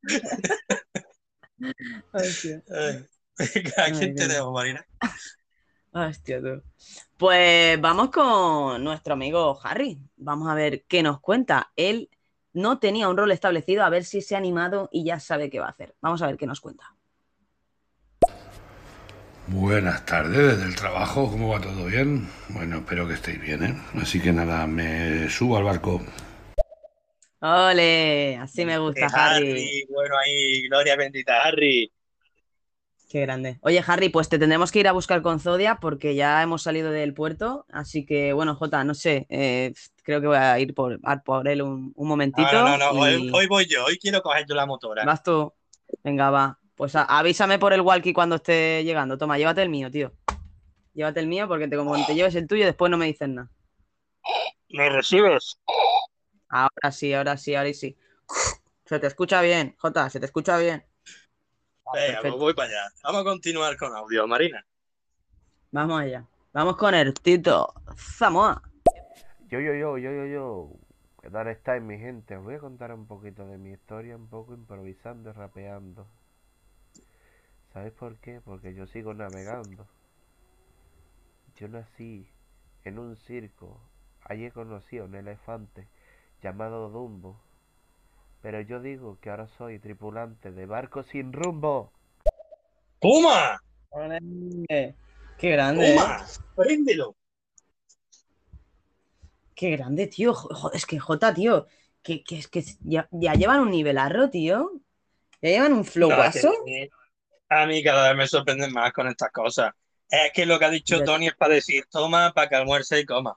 Hostia. ¿A quién tenemos, Marina? Hostia, tú. Pues vamos con nuestro amigo Harry. Vamos a ver qué nos cuenta. Él no tenía un rol establecido, a ver si se ha animado y ya sabe qué va a hacer. Vamos a ver qué nos cuenta. Buenas tardes, desde el trabajo, ¿cómo va todo bien? Bueno, espero que estéis bien, ¿eh? Así que nada, me subo al barco. ¡Ole! Así me gusta, Harry. Bueno, ahí, gloria bendita, Harry. Qué grande. Oye, Harry, pues te tendremos que ir a buscar con Zodia porque ya hemos salido del puerto. Así que, bueno, Jota, no sé, creo que voy a ir por él un momentito. No, y... hoy voy yo, hoy quiero coger yo la motora. Vas tú. Venga, va. Pues avísame por el walkie cuando esté llegando. Toma, llévate el mío, tío. Llévate el mío porque como te lleves el tuyo, después no me dices nada. ¿Me recibes? Ahora sí. Se te escucha bien, Jota, se te escucha bien. Venga, pues voy para allá. Vamos a continuar con audio, Marina. Vamos allá. Vamos con el Tito Samoa. Yo. ¿Qué tal estáis, mi gente? Os voy a contar un poquito de mi historia, un poco improvisando y rapeando. ¿Sabéis por qué? Porque yo sigo navegando. Yo nací en un circo. Allí conocí a un elefante llamado Dumbo. Pero yo digo que ahora soy tripulante de barco sin rumbo. ¡Puma! Qué grande, ¡Puma! ¡Préndelo! Qué grande, tío. Es que Jota, tío, que es que ya llevan un nivelarro, tío. Ya llevan un No, flowazo. a mí cada vez me sorprenden más con estas cosas. Es que lo que ha dicho Ya. Tony es para decir, toma, para que almuerce y coma.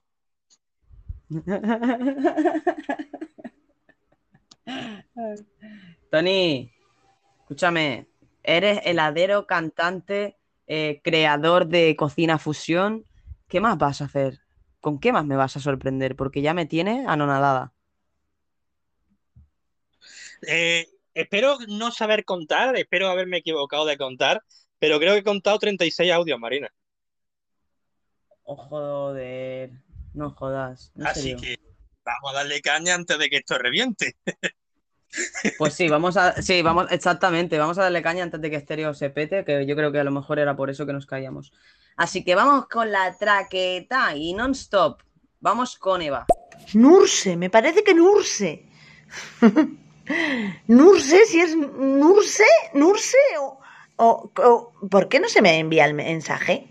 Tony, escúchame. Eres heladero, cantante, creador de cocina fusión. ¿Qué más vas a hacer? ¿Con qué más me vas a sorprender? Porque ya me tiene anonadada. Espero no saber contar, espero haberme equivocado de contar, pero creo que he contado 36 audios, Marina. Oh, joder. No jodas. ¿En Así serio? que vamos a darle caña antes de que esto reviente. Pues sí, vamos, exactamente, vamos a darle caña antes de que Estéreo se pete, que yo creo que a lo mejor era por eso que nos caíamos. Así que vamos con la traqueta y non-stop. Vamos con Eva. Nurse, me parece que Nurse. Nurse, si es Nurse o ¿por qué no se me envía el mensaje?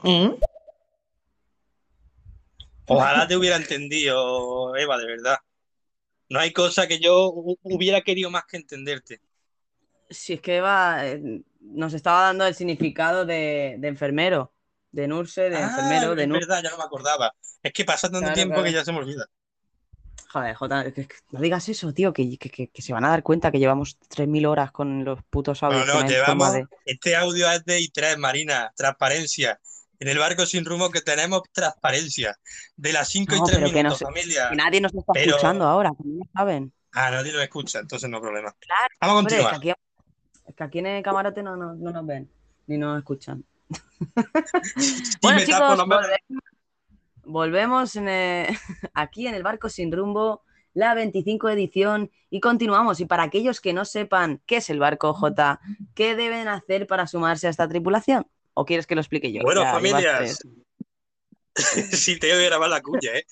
Ojalá te hubiera entendido, Eva, de verdad. No hay cosa que yo hubiera querido más que entenderte. Si es que Eva nos estaba dando el significado de enfermero, de nurse, de enfermero, de es nurse. verdad, ya no me acordaba. Es que pasa tanto Claro, tiempo claro. que ya se me olvida. Joder, Jota, no digas eso, tío, que se van a dar cuenta que llevamos 3000 horas con los putos audios que no hay forma de... Este audio es de I3, Marina, transparencia. En el barco sin rumbo que tenemos, transparencia. De las 5 y No, 3 pero que, minutos, familia. que nadie nos está Pero- escuchando ahora, que no lo saben. Nadie lo escucha, entonces no hay problema. Claro, Vamos a hombre, continuar. que aquí en el camarote no nos ven, ni nos escuchan. Y Bueno, me tapo chicos, los mejores. volvemos aquí en el barco sin rumbo, la 25 edición, y continuamos. Y para aquellos que no sepan qué es el barco J, ¿qué deben hacer para sumarse a esta tripulación? ¿O quieres que lo explique yo? Bueno, Ya llevas familias. Si te voy a grabar la cuña, ¿eh?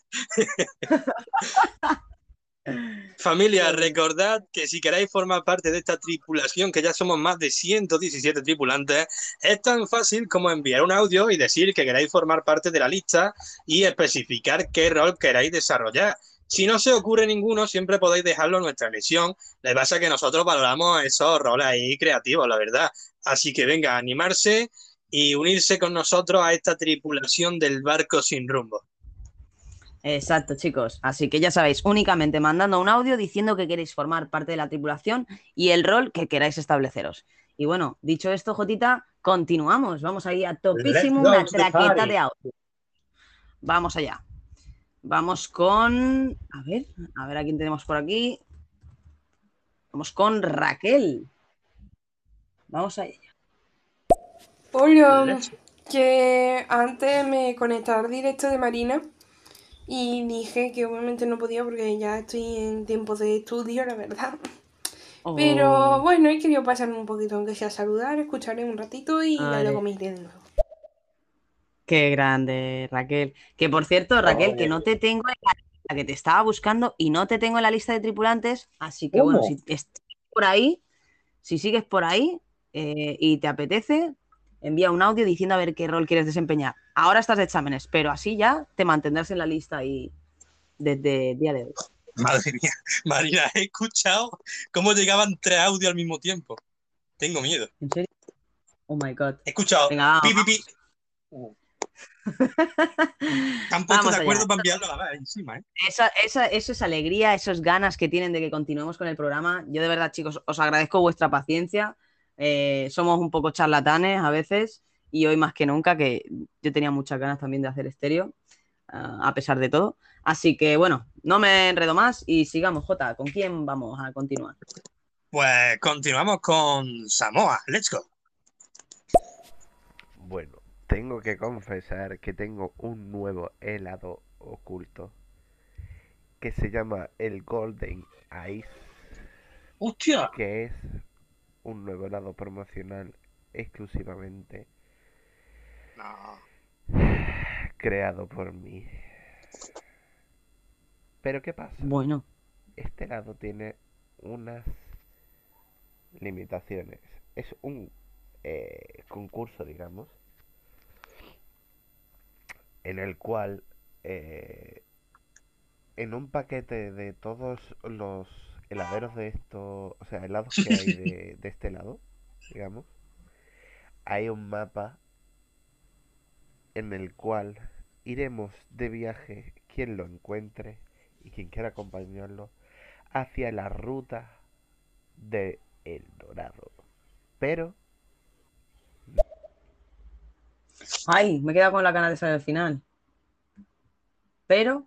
Familia, recordad que si queréis formar parte de esta tripulación, que ya somos más de 117 tripulantes, es tan fácil como enviar un audio y decir que queréis formar parte de la lista y especificar qué rol queréis desarrollar. Si no se ocurre ninguno, siempre podéis dejarlo en nuestra emisión. Le pasa que nosotros valoramos esos roles ahí creativos, la verdad. Así que venga, a animarse y unirse con nosotros a esta tripulación del barco sin rumbo. Exacto, chicos. Así que ya sabéis, únicamente mandando un audio diciendo que queréis formar parte de la tripulación y el rol que queráis estableceros. Y bueno, dicho esto, Jotita, continuamos. Vamos ahí a topísimo, Let's go una to the traqueta party. de audio. Vamos allá. Vamos con... A ver a quién tenemos por aquí. Vamos con Raquel. Vamos allá. Hola, que antes me conectaba al directo de Marina y dije que obviamente no podía porque ya estoy en tiempos de estudio, la verdad. Pero bueno, he querido pasarme un poquito, aunque sea saludar, escucharé un ratito y Vale. luego me iré de nuevo. Qué grande, Raquel. Que por cierto, Raquel, que no te tengo en la lista, que te estaba buscando y no te tengo en la lista de tripulantes. Así que bueno, ¿Cómo? si estás por ahí, si sigues por ahí y te apetece, envía un audio diciendo a ver qué rol quieres desempeñar. Ahora estás de exámenes, pero así ya te mantendrás en la lista y desde el día de hoy. Madre mía, Marina, he escuchado cómo llegaban 3 audios al mismo tiempo. Tengo miedo. ¿En serio? Oh my god. He escuchado Venga, pi, pi, pi. Se han puesto Vamos de allá. acuerdo para enviarlo a la vez encima, ¿eh? Eso es alegría, esas ganas que tienen de que continuemos con el programa. Yo de verdad, chicos, os agradezco vuestra paciencia. Somos un poco charlatanes a veces y hoy más que nunca, que yo tenía muchas ganas también de hacer estéreo, a pesar de todo. Así que bueno, no me enredo más y sigamos, Jota. ¿Con quién vamos a continuar? Pues continuamos con Samoa. Let's go. Bueno, te tengo que confesar que tengo un nuevo helado oculto que se llama el Golden Ice. ¡Hostia! Que es un nuevo helado promocional exclusivamente creado por mí. Pero ¿qué pasa? Bueno. Este helado tiene unas limitaciones. Es un concurso, digamos, en el cual en un paquete de todos los heladeros de estos, o sea, helados que hay de este helado, digamos, hay un mapa en el cual iremos de viaje, quien lo encuentre y quien quiera acompañarlo, hacia la ruta de El Dorado. Pero... Ay, me he quedado con la gana de saber el final. Pero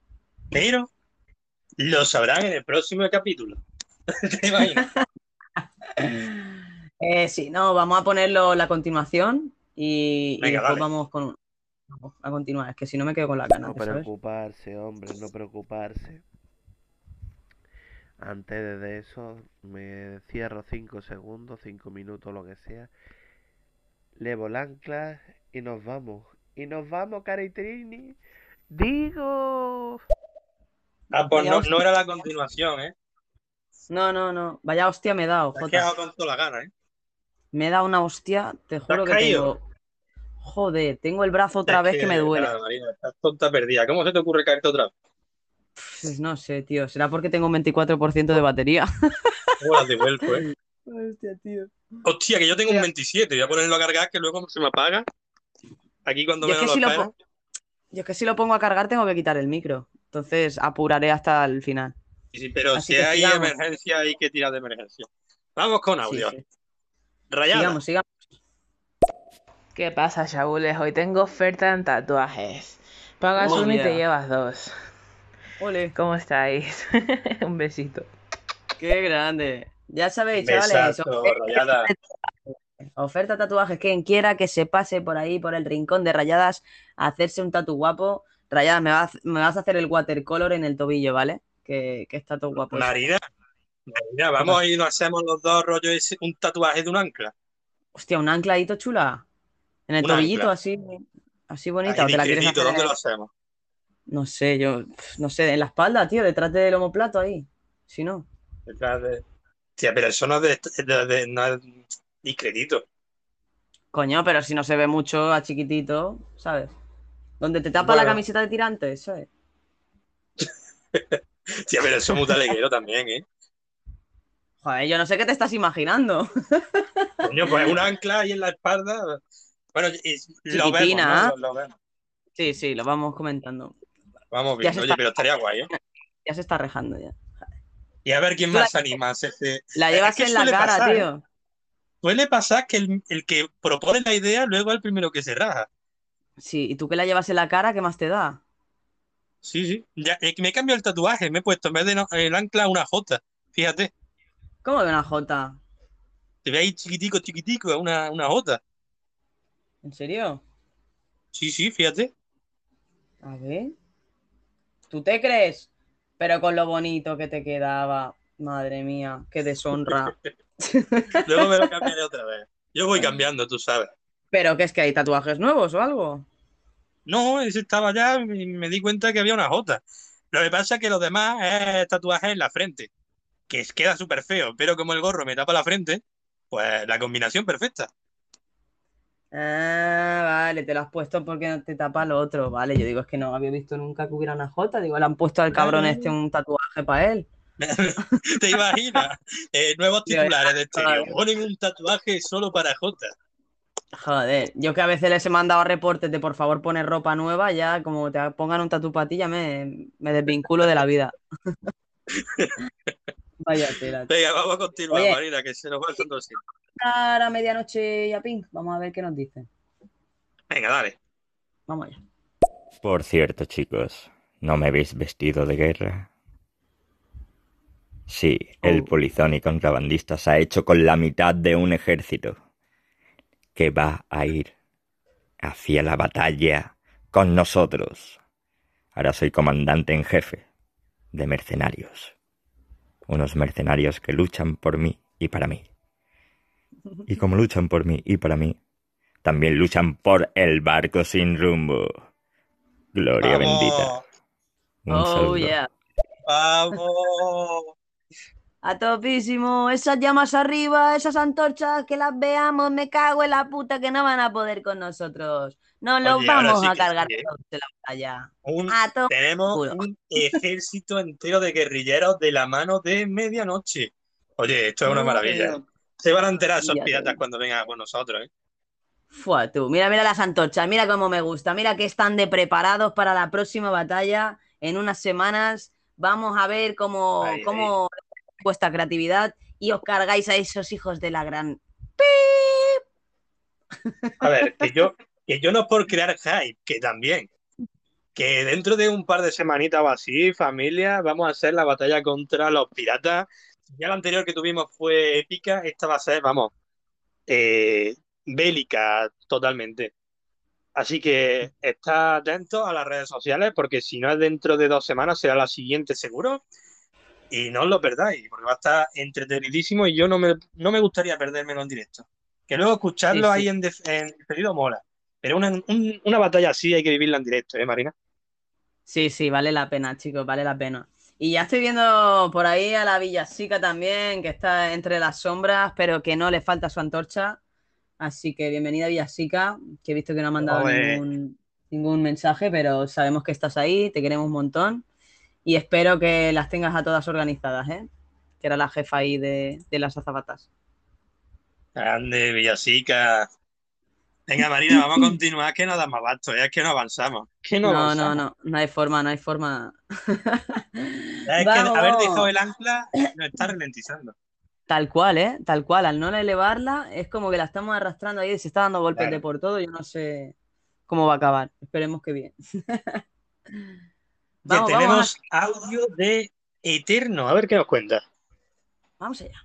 lo sabrán en el próximo capítulo. ¿Te imaginas? Sí, no, vamos a ponerlo la continuación y Venga, después dale. vamos a continuar. Es que si no me quedo con la gana No de saber. preocuparse, hombre, no preocuparse. Antes de eso, me cierro 5 segundos, 5 minutos, lo que sea. Levo el ancla y nos vamos. Y nos vamos, Caritrini. ¡Digo! Ah, pues Vaya no hostia. era la continuación, ¿eh? No. Vaya hostia me he dado, Te has Jota. quedado con toda la gana, ¿eh? Me he dado una hostia, te ¿Te has juro que caído? tengo... Joder, tengo el brazo otra Es vez que me duele. nada, Marina, estás tonta perdida. ¿Cómo se te ocurre caerte otra vez? Pues no sé, tío. ¿Será porque tengo un 24% de batería? ¿Cómo las devuelvo, eh? Hostia, tío. Hostia, que yo tengo un 27. Voy a ponerlo a cargar que luego se me apaga. Aquí cuando Yo es menos que lo si esperas. Yo es que si lo pongo a cargar tengo que quitar el micro. Entonces apuraré hasta el final. Sí, pero Así si que hay sigamos. emergencia hay que tirar de emergencia. Vamos con audio. Sí. Rayada. Sigamos. ¿Qué pasa, Shabules? Hoy tengo oferta en tatuajes. Pagas Oh, uno y te yeah. llevas dos. Ole. ¿Cómo estáis? Un besito. Qué grande. Ya sabéis, chavales. Besazo, Rayada. Oferta tatuajes. Quien quiera que se pase por ahí, por el rincón de Rayadas, a hacerse un tatu guapo. Rayadas, me vas a hacer el watercolor en el tobillo, ¿vale? Que está todo guapo. eso. Marina, vamos y nos hacemos los dos rollos un tatuaje de un ancla. Hostia, un ancladito chula. En el Un tobillito, ancla. así bonita. Ahí ¿O te la quieres discretito, hacer? ¿dónde lo hacemos? No sé, no sé, en la espalda, tío, detrás del omoplato ahí. Si no. Detrás de... Tía, pero eso no es no es discretito. Coño, pero si no se ve mucho a chiquitito, ¿sabes? Donde te tapa la camiseta de tirantes, ¿sabes? Tía, pero eso es muy taleguero también, ¿eh? Joder, yo no sé qué te estás imaginando. Coño, pues un ancla ahí en la espalda. Bueno, lo vemos, Chiquitina. ¿no? Lo vemos. Sí, lo vamos comentando. Vamos Ya viendo. se Oye, está- pero estaría guay, ¿eh? Ya se está rejando ya. Y a ver quién más se anima a hacerse. La llevas Es que en la suele cara, pasar, ¿eh? tío. Suele pasar que el que propone la idea luego es el primero que se raja. Sí, y tú que la llevas en la cara, ¿qué más te da? Sí. Ya, me he cambiado el tatuaje. Me he puesto en vez de el ancla una J. Fíjate. ¿Cómo que una J? Te ve ahí chiquitico, una J. ¿En serio? Sí, fíjate. A ver. ¿Tú te crees? Pero con lo bonito que te quedaba. Madre mía, qué deshonra. Luego me lo cambiaré otra vez. Yo voy cambiando, tú sabes. ¿Pero qué es que hay tatuajes nuevos o algo? No, ese estaba ya y me di cuenta que había una J. Lo que pasa es que los demás es tatuaje en la frente, que queda súper feo, pero como el gorro me tapa la frente, pues la combinación perfecta. Ah, vale, te lo has puesto porque no te tapa lo otro. Vale, yo digo, es que no había visto nunca que hubiera una J. Digo, le han puesto al cabrón este un tatuaje para él. ¿Te imaginas? Nuevos Digo, titulares de Estéreo. joder. Ponen un tatuaje solo para J. Joder, yo que a veces les he mandado reportes de por favor poner ropa nueva, ya como te pongan un tatu para ti, ya me desvinculo de la vida. Vaya tela. Venga, vamos a continuar, Oye, Marina, que se nos va el santo sí. a medianoche y a Pink, vamos a ver qué nos dicen. Venga, dale. Vamos allá. Por cierto, chicos, ¿no me habéis vestido de guerra? Sí, el polizón y contrabandista se ha hecho con la mitad de un ejército que va a ir hacia la batalla con nosotros. Ahora soy comandante en jefe de mercenarios. Unos mercenarios que luchan por mí y para mí. Y como luchan por mí y para mí, también luchan por el barco sin rumbo. Gloria bendita. Un Oh, saludo. yeah. ¡Vamos! A topísimo, esas llamas arriba, esas antorchas, que las veamos, me cago en la puta que no van a poder con nosotros. Nos los Oye, ahora vamos sí a que cargar sí, ¿eh? todos de la batalla. Un- A todo tenemos culo. un ejército entero de guerrilleros de la mano de medianoche. Oye, esto es una Madre maravilla, ¿eh? mía. Se van a enterar esos Ya te piratas digo. cuando vengan con nosotros, ¿eh? Fua, tú, mira, mira las antorchas, mira cómo me gusta, mira que están de preparados para la próxima batalla. En unas semanas vamos a ver Ahí, ahí. cómo vuestra creatividad y os cargáis a esos hijos de la gran... A ver, que yo no es por crear hype, que también. Que dentro de un par de semanitas o así, familia, vamos a hacer la batalla contra los piratas. Ya la anterior que tuvimos fue épica, esta va a ser, vamos, bélica totalmente. Así que está atento a las redes sociales porque si no es dentro de 2 semanas será la siguiente seguro y no os lo perdáis porque va a estar entretenidísimo y yo no me gustaría perdérmelo en directo. Que luego Sí, escucharlo ahí sí. en diferido mola, pero una batalla así hay que vivirla en directo, ¿eh, Marina? Sí, sí, vale la pena, chicos, vale la pena. Y ya estoy viendo por ahí a la Villasica también, que está entre las sombras, pero que no le falta su antorcha. Así que bienvenida Villasica, que he visto que no ha mandado Joder. ningún mensaje, pero sabemos que estás ahí, te queremos un montón. Y espero que las tengas a todas organizadas, ¿eh? Que era la jefa ahí de las azafatas. Grande, Villasica. Venga, Marina, vamos a continuar, que no da más abasto, es que no avanzamos. Que no No, no, avanzamos. no, no hay forma, no hay forma. Es que Vamos, haber dejado vamos. el ancla nos está ralentizando. Tal cual, ¿eh? Tal cual. Al no elevarla, es como que la estamos arrastrando ahí y se está dando golpes de Claro. por todo. Yo no sé cómo va a acabar. Esperemos que bien. Ya Vamos, tenemos audio de Eterno, a ver qué nos cuenta. vamos allá.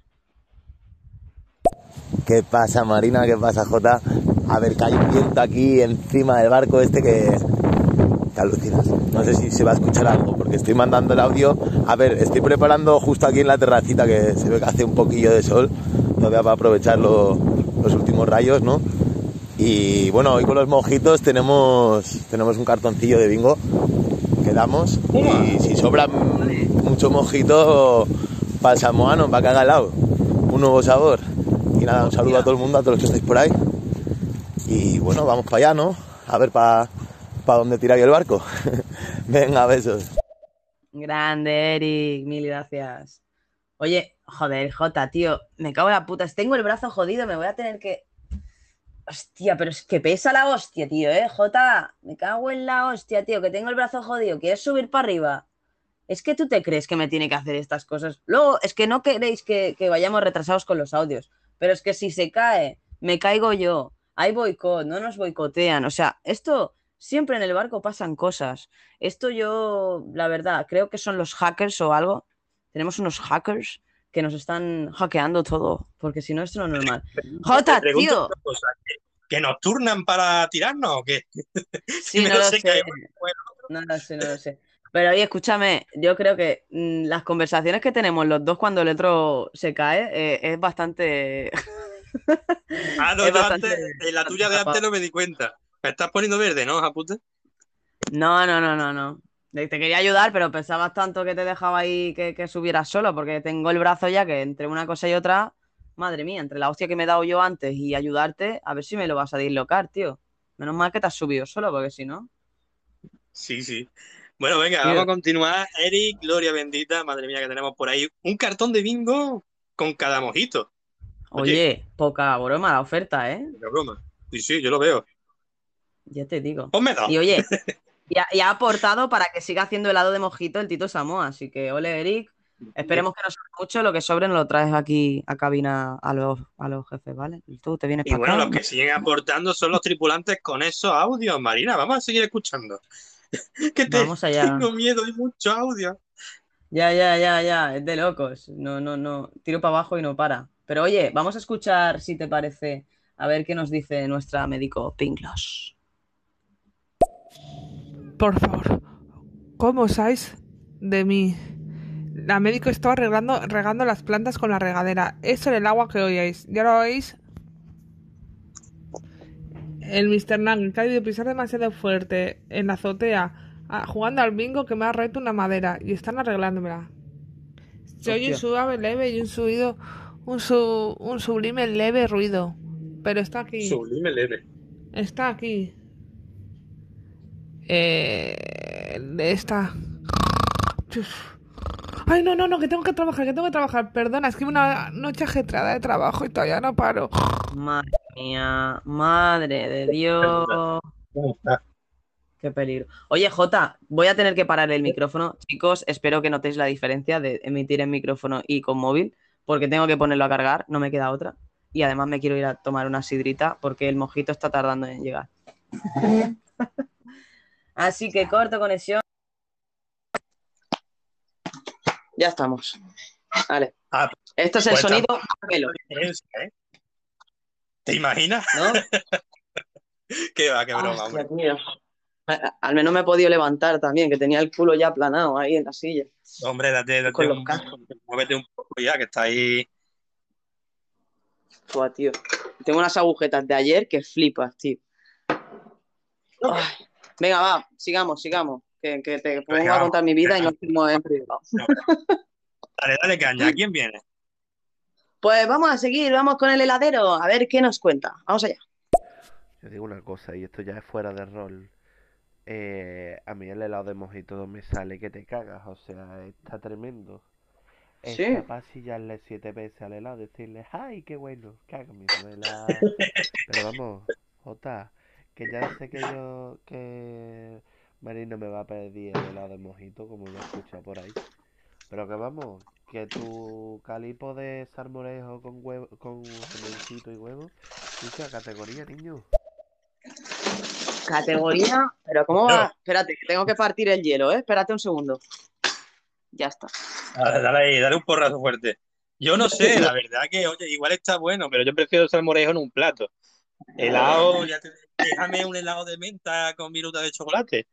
¿Qué pasa, Marina? ¿Qué pasa, Jota? A ver, que hay un viento aquí encima del barco este que alucinas. No sé si se va a escuchar algo, porque estoy mandando el audio. A ver, estoy preparando justo aquí en la terracita, que se ve que hace un poquillo de sol, todavía para aprovechar los últimos rayos, ¿no? Y bueno, hoy con los mojitos tenemos un cartoncillo de bingo que damos. Y si sobra mucho mojito para el samoano, para que haga helado. Un nuevo sabor. Y nada, un saludo a todo el mundo, a todos los que estáis por ahí. Y bueno, vamos para allá, ¿no? A ver para dónde tiráis el barco. Venga, besos. Grande, Eric. Mil gracias. Oye, joder, Jota, tío. Me cago en la puta. Tengo el brazo jodido, me voy a tener que... Hostia, pero es que pesa la hostia, tío, Jota. Me cago en la hostia, tío, que tengo el brazo jodido. ¿Quieres subir para arriba? Es que tú te crees que me tiene que hacer estas cosas. Luego, es que no queréis que vayamos retrasados con los audios. Pero es que si se cae, me caigo yo. Hay boicot, no nos boicotean. O sea, esto siempre en el barco pasan cosas. Esto yo, la verdad, creo que son los hackers o algo. Tenemos unos hackers que nos están hackeando todo. Porque si no, esto no es normal. Jota, Te pregunto tío. una cosa, ¿que nos turnan para tirarnos o qué? Sí, Primero no lo se sé. cae No lo sé, no lo sé. Pero oye, escúchame, yo creo que las conversaciones que tenemos los dos cuando el otro se cae es bastante... Ah, no, es yo bastante... antes, en la tuya de antes no me di cuenta. Me estás poniendo verde, ¿no, Japute? No, no, no, no, no. Te quería ayudar, pero pensabas tanto que te dejaba ahí que subieras solo, porque tengo el brazo ya que entre una cosa y otra, madre mía, entre la hostia que me he dado yo antes y ayudarte, a ver si me lo vas a dislocar, tío. Menos mal que te has subido solo, porque si no... Sí, sí. Bueno, venga, Tío. vamos a continuar. Eric, gloria bendita, madre mía, que tenemos por ahí un cartón de bingo con cada mojito. Oye, poca broma la oferta, ¿eh? Qué broma. Sí, sí, yo lo veo. Ya te digo. Ponme dos. Y oye, y ha aportado para que siga haciendo helado de mojito el Tito Samoa. Así que, ole, Eric. Esperemos que no sobre mucho. Lo que sobre nos lo traes aquí a cabina a los jefes, ¿vale? Y tú te vienes Y para bueno, acá. los que siguen aportando son los tripulantes con esos audios, Marina. Vamos a seguir escuchando. Vamos allá. Tengo miedo, hay mucho audio. Ya. Es de locos. No. Tiro para abajo y no para. Pero oye, vamos a escuchar, si te parece, a ver qué nos dice nuestra médico Pinklos. Por favor, ¿cómo osáis de mí? La médico estaba regando las plantas con la regadera. Eso era el agua que oíais. ¿Ya lo oís? El Mr. Nugget que ha debido pisar demasiado fuerte en la azotea jugando al bingo que me ha roto una madera y están arreglándomela. Se oye un suave leve y un sublime leve ruido. Pero está aquí. Sublime leve. Está aquí. Está. Ay, no, que tengo que trabajar. Perdona, es que una noche ajetreada de trabajo y todavía no paro. Madre mía, madre de Dios. Qué peligro. Oye, Jota, voy a tener que parar el micrófono. Chicos, espero que notéis la diferencia de emitir en micrófono y con móvil, porque tengo que ponerlo a cargar, no me queda otra. Y además me quiero ir a tomar una sidrita porque el mojito está tardando en llegar. Así que corto conexión. Ya estamos. Vale. Esto es el sonido a pelo. ¿Te imaginas? ¿No? Qué va, qué broma, hombre. Mira. Al menos me he podido levantar también, que tenía el culo ya aplanado ahí en la silla. Hombre, date con los cascos. Muévete un poco ya, que está ahí. Buah, tío. Tengo unas agujetas de ayer que flipas, tío. Ay. Venga, va, sigamos. Que te pongo a contar mi vida y nos fuimos en privado. Dale, caña. ¿Quién viene? Pues vamos a seguir, vamos con el heladero, a ver qué nos cuenta. Vamos allá. Yo digo una cosa, y esto ya es fuera de rol. A mí el helado de mojito me sale que te cagas, o sea, está tremendo. Es Sí. capaz de darle 7 veces al helado, decirle, ¡ay, qué bueno! Cágame, helado. Pero vamos, Jota, que ya sé que Marina me va a pedir el helado de mojito, como lo he escuchado por ahí. Pero que vamos, que tu calipo de salmorejo con huevo, con jamoncito y huevo, escucha, categoría, niño. Categoría, pero ¿cómo va? Espérate, que tengo que partir el hielo, ¿eh? Espérate un segundo. Ya está. Dale ahí, dale un porrazo fuerte. Yo no sé, la verdad que, oye, igual está bueno, pero yo prefiero salmorejo en un plato. Helado, déjame un helado de menta con viruta de chocolate.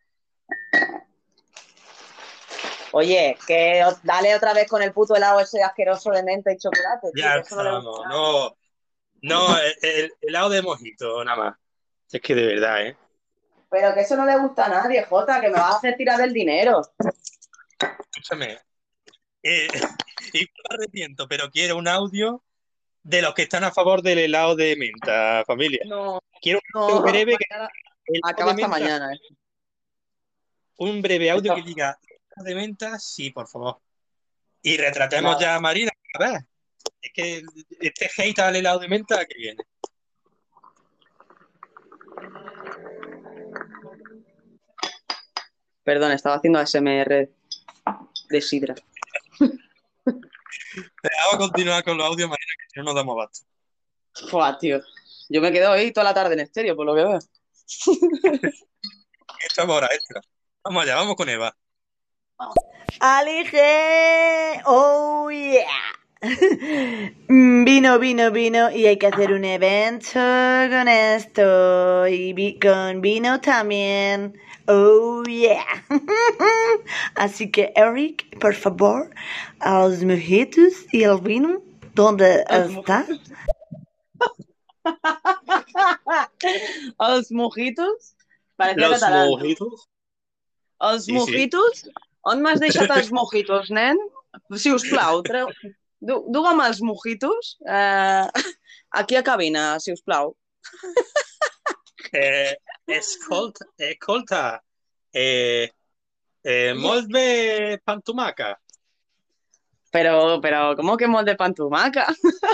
Oye, que dale otra vez con el puto helado ese asqueroso de menta y chocolate. Tío, Ya que eso no le gusta. no, el helado de mojito, nada más. Es que de verdad, ¿eh? Pero que eso no le gusta a nadie, Jota, que me vas a hacer tirar el dinero. Escúchame. Y me arrepiento, pero quiero un audio de los que están a favor del helado de menta, familia. No, quiero un audio breve que acaba hasta mañana. Un breve audio que diga helado de menta, sí, por favor. Y retratemos ya a Marina. A ver, es que este hate al helado de menta que viene. Perdón, estaba haciendo ASMR de sidra. Vamos a continuar con los audios, Marina, que si no nos damos abasto. Fua, tío. Yo me quedo ahí toda la tarde en estéreo, por lo que veo. Estamos ahora extra. Vamos allá, vamos con Eva. ¡Alige! ¡Oh, yeah! Vino y hay que hacer un evento con esto y con vino también. ¡Oh, yeah! Así que, Eric, por favor, a los mojitos y el vino, ¿dónde está? ¿A los mojitos? Parecía Los catalán. mojitos. Els Sí, sí. mojitos? On m'has deixat els mojitos, nen? Si us plau, duga'm els mojitos aquí a cabina, si us plau. Escolta, molt bé pantumaca. Pero, ¿cómo que molde pantumaca?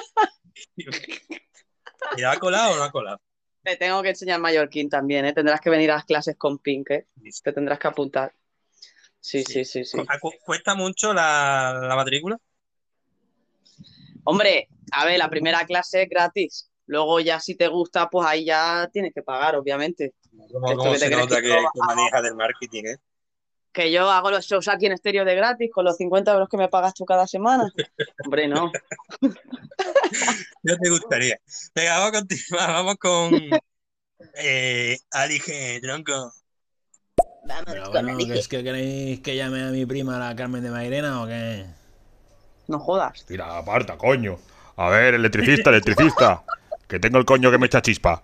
¿Y ha colado o no ha colado? Te tengo que enseñar mallorquín también, ¿eh? Tendrás que venir a las clases con Pink, ¿eh? Te tendrás que apuntar. Sí. ¿Cuesta mucho la matrícula? Hombre, a ver, la primera clase es gratis. Luego ya si te gusta, pues ahí ya tienes que pagar, obviamente. ¿Cómo se nota que manejas del marketing, eh? Que yo hago los shows aquí en estéreo de gratis con los 50 euros que me pagas tú cada semana. Hombre, no. No te gustaría. Venga, vamos a continuar. Vamos con Alige, tronco. Vámonos Pero con la bueno, ¿que leche. es que queréis que llame a mi prima, la Carmen de Mairena, o qué? No jodas. Tira, aparta, coño. A ver, electricista, electricista. Que tengo el coño que me echa chispa.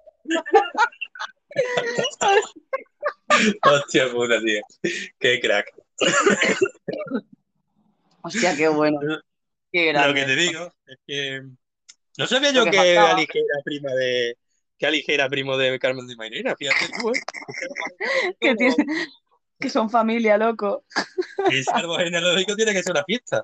Hostia puta, tío. Qué crack. Hostia, qué bueno. Qué Lo que grande. te digo es que no sabía Lo yo que que faltaba. Alige era prima de. Que Alige era primo de Carmen de Mairena, fíjate tú, Que, tiene- que son familia, loco. Ese árbol genealógico tiene que ser una fiesta.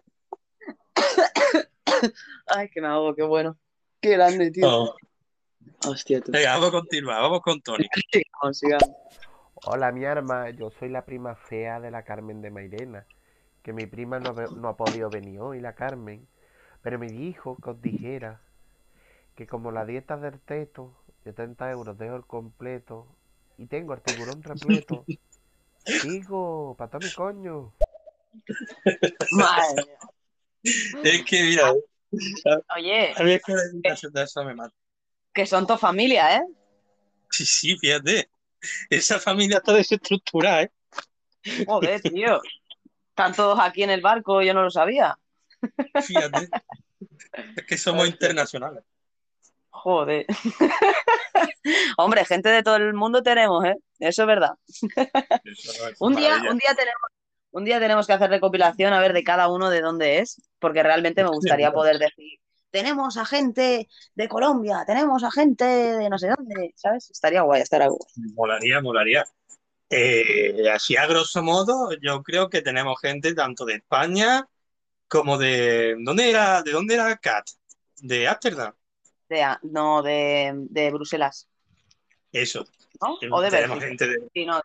Ay, que me hago, qué bueno. Qué grande, tío. Oh. Hostia, tú. Venga, vamos a continuar, vamos con Tony. Sigamos, sigamos. Hola, mi arma. Yo soy la prima fea de la Carmen de Mairena. Que mi prima no ha podido venir hoy, la Carmen. Pero me dijo que os dijera que como la dieta del teto, de 30 euros dejo el completo y tengo el tiburón repleto. Digo, para todo mi coño. Madre mía. Es que, mira, Oye, a mí es que la invitación de eso me mata. que son tu familia, ¿eh? Sí, sí, fíjate. Esa familia está desestructurada, ¿eh? Joder, tío. Están todos aquí en el barco, yo no lo sabía. Fíjate. Es que somos internacionales. Joder. Hombre, gente de todo el mundo tenemos, ¿eh? Eso es verdad. Eso es Un día, maravilla. un día tenemos que hacer recopilación a ver de cada uno de dónde es, porque realmente me gustaría poder decir, tenemos a gente de Colombia, tenemos a gente de no sé dónde, ¿sabes? Estaría guay, estaría guay. Molaría, molaría. Así a grosso modo, yo creo que tenemos gente tanto de España como de... ¿De dónde era Kat? ¿De Ámsterdam? No, de Bruselas, Eso. ¿no? O de Tenemos Bélgica. gente de... Sí, no.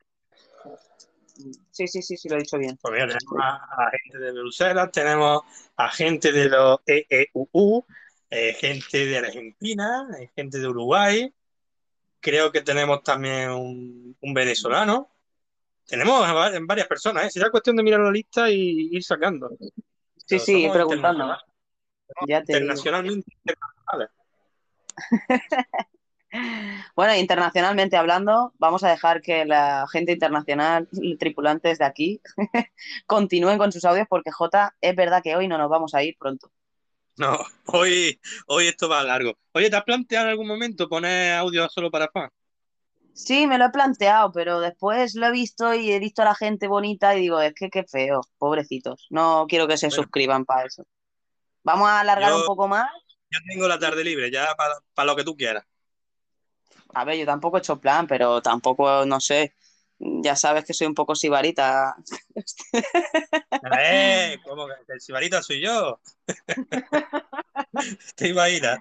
Sí, lo he dicho bien. Pues mira, tenemos a gente de Bruselas, tenemos a gente de los EEUU, gente de Argentina, gente de Uruguay, creo que tenemos también un venezolano. Tenemos en varias personas, ¿eh? Será cuestión de mirar la lista y ir sacando. Sí, Pero sí, ir somos preguntando. Ya te digo. internacionalmente internacionales. Bueno, internacionalmente hablando, vamos a dejar que la gente internacional, tripulantes de aquí, continúen con sus audios porque Jota, es verdad que hoy no nos vamos a ir pronto. No, hoy esto va largo. Oye, ¿te has planteado en algún momento poner audio solo para fans? Sí, me lo he planteado, pero después lo he visto y he visto a la gente bonita y digo, es que qué feo, pobrecitos. No quiero que se suscriban para eso. Vamos a alargar un poco más. Yo tengo la tarde libre, ya para lo que tú quieras. A ver, yo tampoco he hecho plan, pero tampoco, no sé. Ya sabes que soy un poco sibarita. ¿Cómo que el sibarita soy yo? Te iba a ir.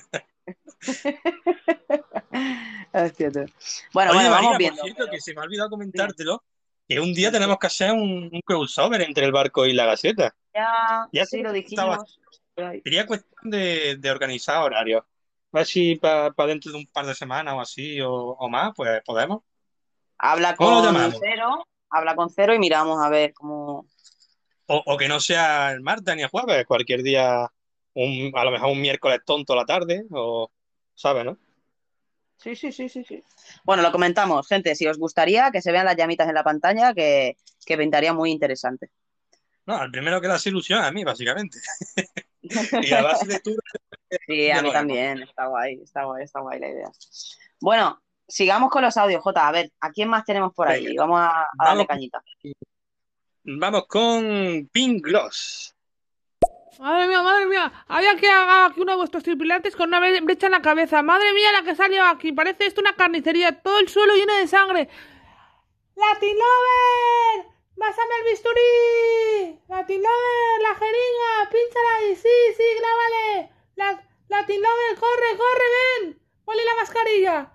Hostia, tú. Bueno, Oye, vamos Marina, viendo. por cierto, que se me ha olvidado comentártelo, que un día tenemos que hacer un crossover entre el barco y la Gaceta. Ya se sí lo estaba- dijimos. Sería cuestión de organizar horarios. A ver si para dentro de un par de semanas o así o más, pues podemos. Habla ¿Cómo lo con llamamos? Cero y miramos a ver cómo. O que no sea el martes ni el jueves, cualquier día, a lo mejor un miércoles tonto a la tarde, ¿sabes, no? Sí. Bueno, lo comentamos, gente. Si os gustaría que se vean las llamitas en la pantalla, que pintaría muy interesante. No, al primero que le hace ilusión a mí, básicamente. Y a base de tú. Sí, ya a mí lo haremos. también. Está guay la idea. Bueno, sigamos con los audios, Jota. A ver, ¿a quién más tenemos por ahí? Venga. Vamos a darle Vamos. cañita. Vamos con Pink Gloss. Madre mía, había que haga aquí uno de vuestros tripulantes con una brecha en la cabeza. Madre mía, la que salió aquí, parece esto una carnicería, todo el suelo lleno de sangre. ¡Latin Lover! ¡Pásame el bisturí! ¡Latin Lover, la jeringa! ¡Pínchala ahí! ¡Sí, grábale! ¡Latin Lover, corre, ven! ¡Ponle la mascarilla!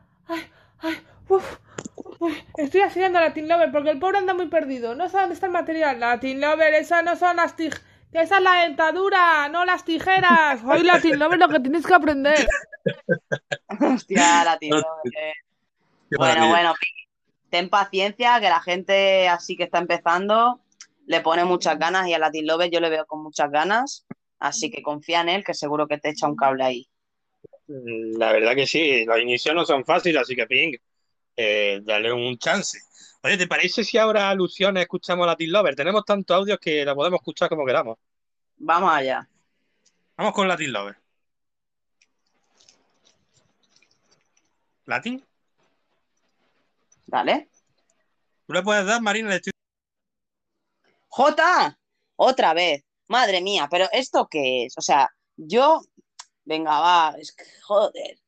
Estoy haciendo Latin Lover porque el pobre anda muy perdido. No sé dónde está el material. Latin Lover, esas no son las tijeras. Que esa es la dentadura, no las tijeras. Hoy Latin Lover lo que tienes que aprender. Hostia, Latin Lover. Bueno, ten paciencia, que la gente así que está empezando le pone muchas ganas y a Latin Lover yo le veo con muchas ganas. Así que confía en él, que seguro que te echa un cable ahí. La verdad que sí, los inicios no son fáciles, así que Pink, dale un chance. Oye, ¿te parece si ahora alusiones escuchamos a Latin Lover? Tenemos tantos audios que la podemos escuchar como queramos. Vamos allá. Vamos con Latin Lover. ¿Latin? Dale. ¿Tú le puedes dar, Marina? Jota, otra vez. Madre mía, pero ¿esto qué es? O sea, yo... Venga, va, es que joder.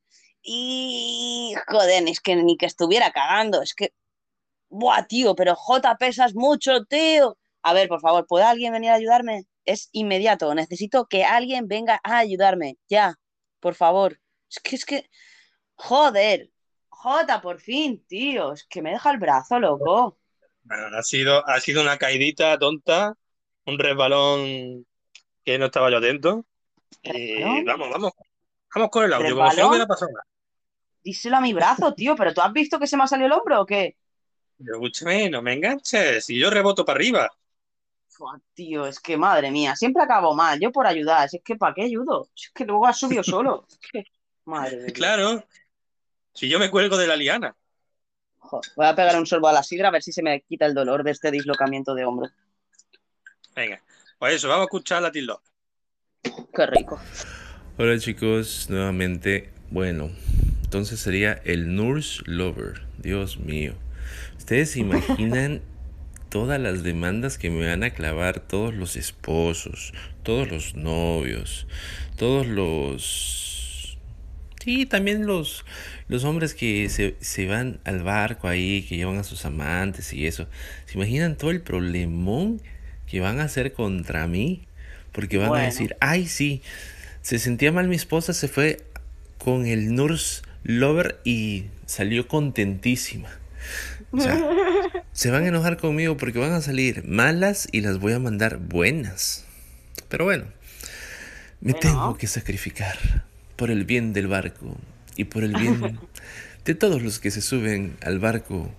Y joder, es que ni que estuviera cagando, es que... Buah, tío, pero Jota, pesas mucho, tío. A ver, por favor, ¿puede alguien venir a ayudarme? Es inmediato, necesito que alguien venga a ayudarme, ya, por favor. Es que... Joder, Jota, por fin, tío, es que me deja el brazo, loco. Bueno, ha sido una caidita tonta, un resbalón que no estaba yo atento. Y vamos con el audio, como si no hubiera pasado nada. Díselo a mi brazo, tío, pero ¿tú has visto que se me ha salido el hombro o qué? Pero escúchame, no me enganches, si yo reboto para arriba. Fua, tío, es que madre mía, siempre acabo mal, yo por ayudar, es que ¿para qué ayudo? Es que luego has subido solo. Es que, madre de Dios. Claro, si yo me cuelgo de la liana. Joder, voy a pegar un sorbo a la sidra a ver si se me quita el dolor de este dislocamiento de hombro. Venga, pues eso, vamos a escuchar Latin Love. Qué rico. Hola chicos, nuevamente. Bueno, entonces sería el Nurse Lover. Dios mío. ¿Ustedes se imaginan todas las demandas que me van a clavar todos los esposos, todos los novios, todos los... Sí, también los hombres que se van al barco ahí, que llevan a sus amantes y eso? ¿Se imaginan todo el problemón que van a hacer contra mí? Porque van a decir, ay sí, se sentía mal mi esposa, se fue con el Nurse Lover y salió contentísima. O sea, se van a enojar conmigo porque van a salir malas y las voy a mandar buenas. Pero bueno, me tengo que sacrificar por el bien del barco y por el bien de todos los que se suben al barco.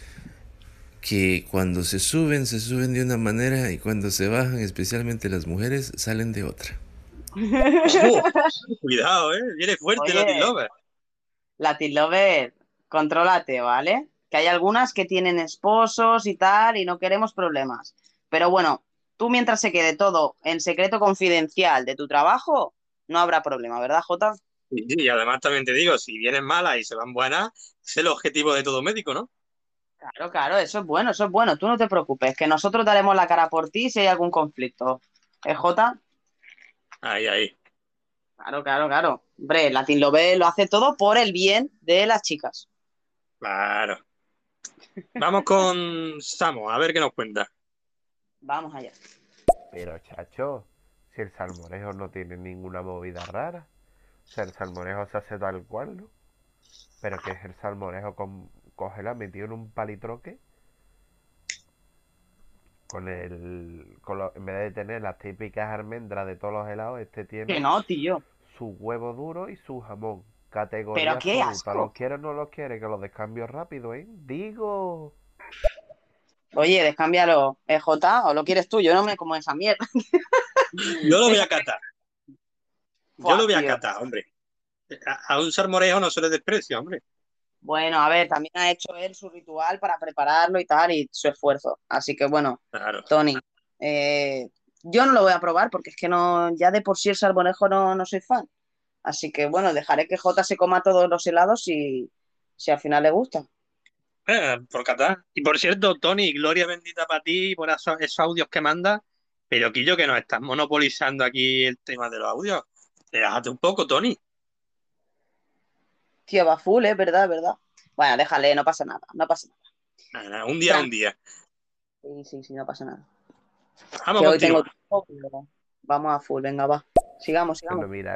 Que cuando se suben de una manera y cuando se bajan, especialmente las mujeres, salen de otra. Cuidado, viene fuerte. Oye, Latin Lover. Latin Lover, contrólate, ¿vale? Que hay algunas que tienen esposos y tal y no queremos problemas. Pero bueno, tú mientras se quede todo en secreto confidencial de tu trabajo, no habrá problema, ¿verdad, Jota? Sí, y además también te digo, si vienen malas y se van buenas, es el objetivo de todo médico, ¿no? Claro, eso es bueno, tú no te preocupes, que nosotros daremos la cara por ti si hay algún conflicto. Jota? Ahí. Claro. Hombre, Latin Lover lo hace todo por el bien de las chicas. Claro. Vamos con Samo, a ver qué nos cuenta. Vamos allá. Pero, chacho, si el salmorejo no tiene ninguna movida rara. O sea, el salmorejo se hace tal cual, ¿no? Pero que es el salmorejo cógela metido en un palitroque en vez de tener las típicas almendras de todos los helados, este tiene que no, tío, su huevo duro y su jamón. Categoría pero qué absoluta. asco. ¿Los quieres o no los quieres? Que los descambio rápido, ¿eh? Digo. Oye, descámbialo, Jota, o lo quieres tú, yo no me como esa mierda. Yo lo voy a catar. Hombre. A un salmorejo no se le desprecia, hombre. Bueno, a ver, también ha hecho él su ritual para prepararlo y tal, y su esfuerzo. Así que bueno, claro. Tony, yo no lo voy a probar porque es que no, ya de por sí el salmorejo no soy fan. Así que bueno, dejaré que Jota se coma todos los helados si al final le gusta. Por catar. Y por cierto, Tony, gloria bendita para ti por esos audios que mandas, pero Quillo, que nos estás monopolizando aquí el tema de los audios. Déjate un poco, Tony. Tío, va full, verdad. Bueno, déjale, no pasa nada. Nada, un día. Sí, no pasa nada. Vamos contigo. Hoy tengo tiempo, pero vamos a full, venga, va. Sigamos. Bueno, mira,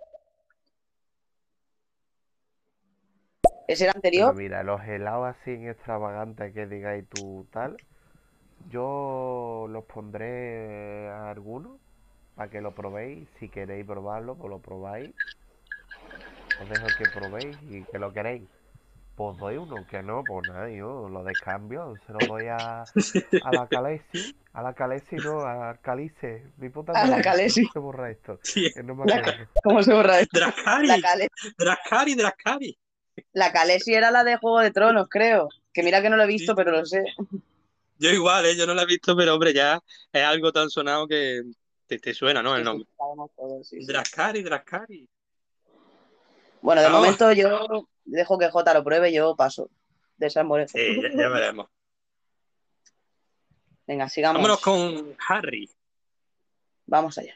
¿Ese era anterior? Bueno, mira, los helados así extravagantes que digáis tú tal, yo los pondré a algunos para que lo probéis. Si queréis probarlo, pues lo probáis. Os dejo que probéis y que lo queréis. Pues doy uno, que no, pues nada, yo lo descambio, se lo doy a la Calesi, no, a Calice, mi puta madre. A la Calesi. ¿Cómo se borra esto? Sí. Que no me acuerdo. ¿Cómo se borra esto? Drascari. La Calesi era la de Juego de Tronos, creo. Que mira que no lo he visto, pero lo sé. Yo igual, yo no la he visto, pero hombre, ya es algo tan sonado que te suena, ¿no? El Sí, sí, nombre. sabemos todo, sí, sí. Draskari. Bueno, de Vamos. momento yo dejo que Jota lo pruebe, yo paso de esa morejo. Sí, ya veremos. Venga, sigamos. Vámonos con Harry. Vamos allá.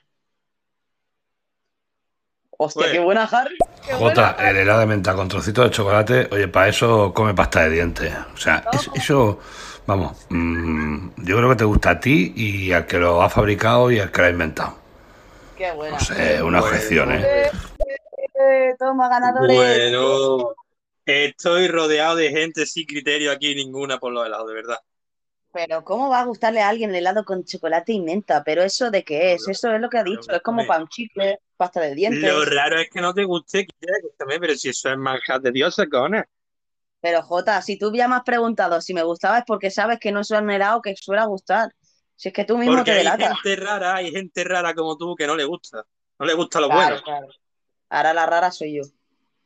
Hostia, Pues, qué buena Harry. Qué buena. Jota, el helado de menta con trocitos de chocolate, oye, para eso come pasta de dientes. O sea, eso, vamos, yo creo que te gusta a ti y al que lo ha fabricado y al que lo ha inventado. Qué buena. No sé, una objeción, ¿eh? Toma, ganadores. Bueno, estoy rodeado de gente sin criterio aquí, ninguna por los helados, de verdad. Pero ¿cómo va a gustarle a alguien el helado con chocolate y menta? ¿Pero eso de qué es? Eso es lo que ha dicho. Es como pan chicle, pasta de dientes. Lo raro es que no te guste, pero si eso es manjar de dioses, cojones. Pero Jota, si tú ya me has preguntado si me gustaba es porque sabes que no es un helado que suele gustar. Si es que tú mismo Porque te hay delatas. gente rara como tú que no le gusta. No le gusta lo Claro, bueno. claro. Ahora la rara soy yo.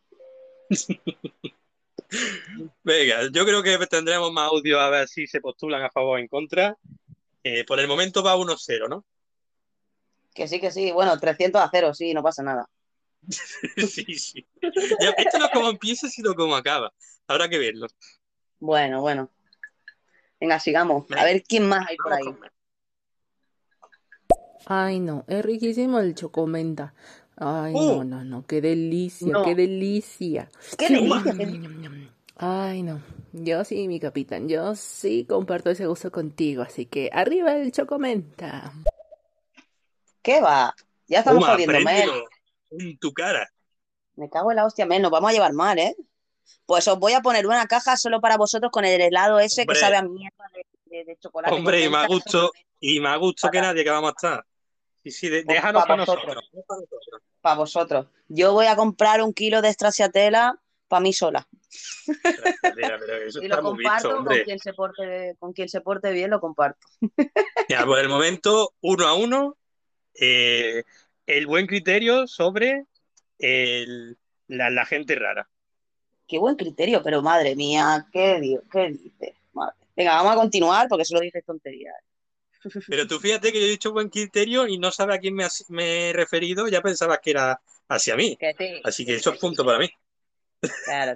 Venga, yo creo que tendremos más audio a ver si se postulan a favor o en contra. Por el momento va 1-0, ¿no? Que sí, que sí. Bueno, 300-0, sí, no pasa nada. Sí. Ya, esto no es como empieza, sino como acaba. Habrá que verlo. Bueno. Venga, sigamos. A ver quién más hay por ahí. Ay, no, es riquísimo el chocomenta. Ay, no, qué delicia, No. qué delicia. ¡Qué delicia! Ay, no, yo sí, mi capitán, yo sí comparto ese gusto contigo, así que arriba el chocomenta. ¿Qué va? Ya estamos Toma, jodiendo, Mel. préndelo en tu cara. Me cago en la hostia, Mel, nos vamos a llevar mal, ¿eh? Pues os voy a poner una caja solo para vosotros con el helado ese que Hombre. sabe a mierda de chocolate. Hombre, y porque más gusto que nadie que vamos a estar. Sí, déjanos pa' para vosotros. nosotros. Para vosotros. Yo voy a comprar 1 kilo de stracciatella para mí sola. Mira, pero eso Y está lo muy visto, comparto hombre. con quien se porte bien, lo comparto. Ya, por el momento, 1-1. El buen criterio sobre la gente rara. Qué buen criterio, pero madre mía, ¿qué dices? Madre. Venga, vamos a continuar porque solo dices tonterías. Pero tú fíjate que yo he dicho buen criterio y no sabes a quién me he referido, ya pensabas que era hacia mí. Que sí, Así que eso es punto para mí. Claro.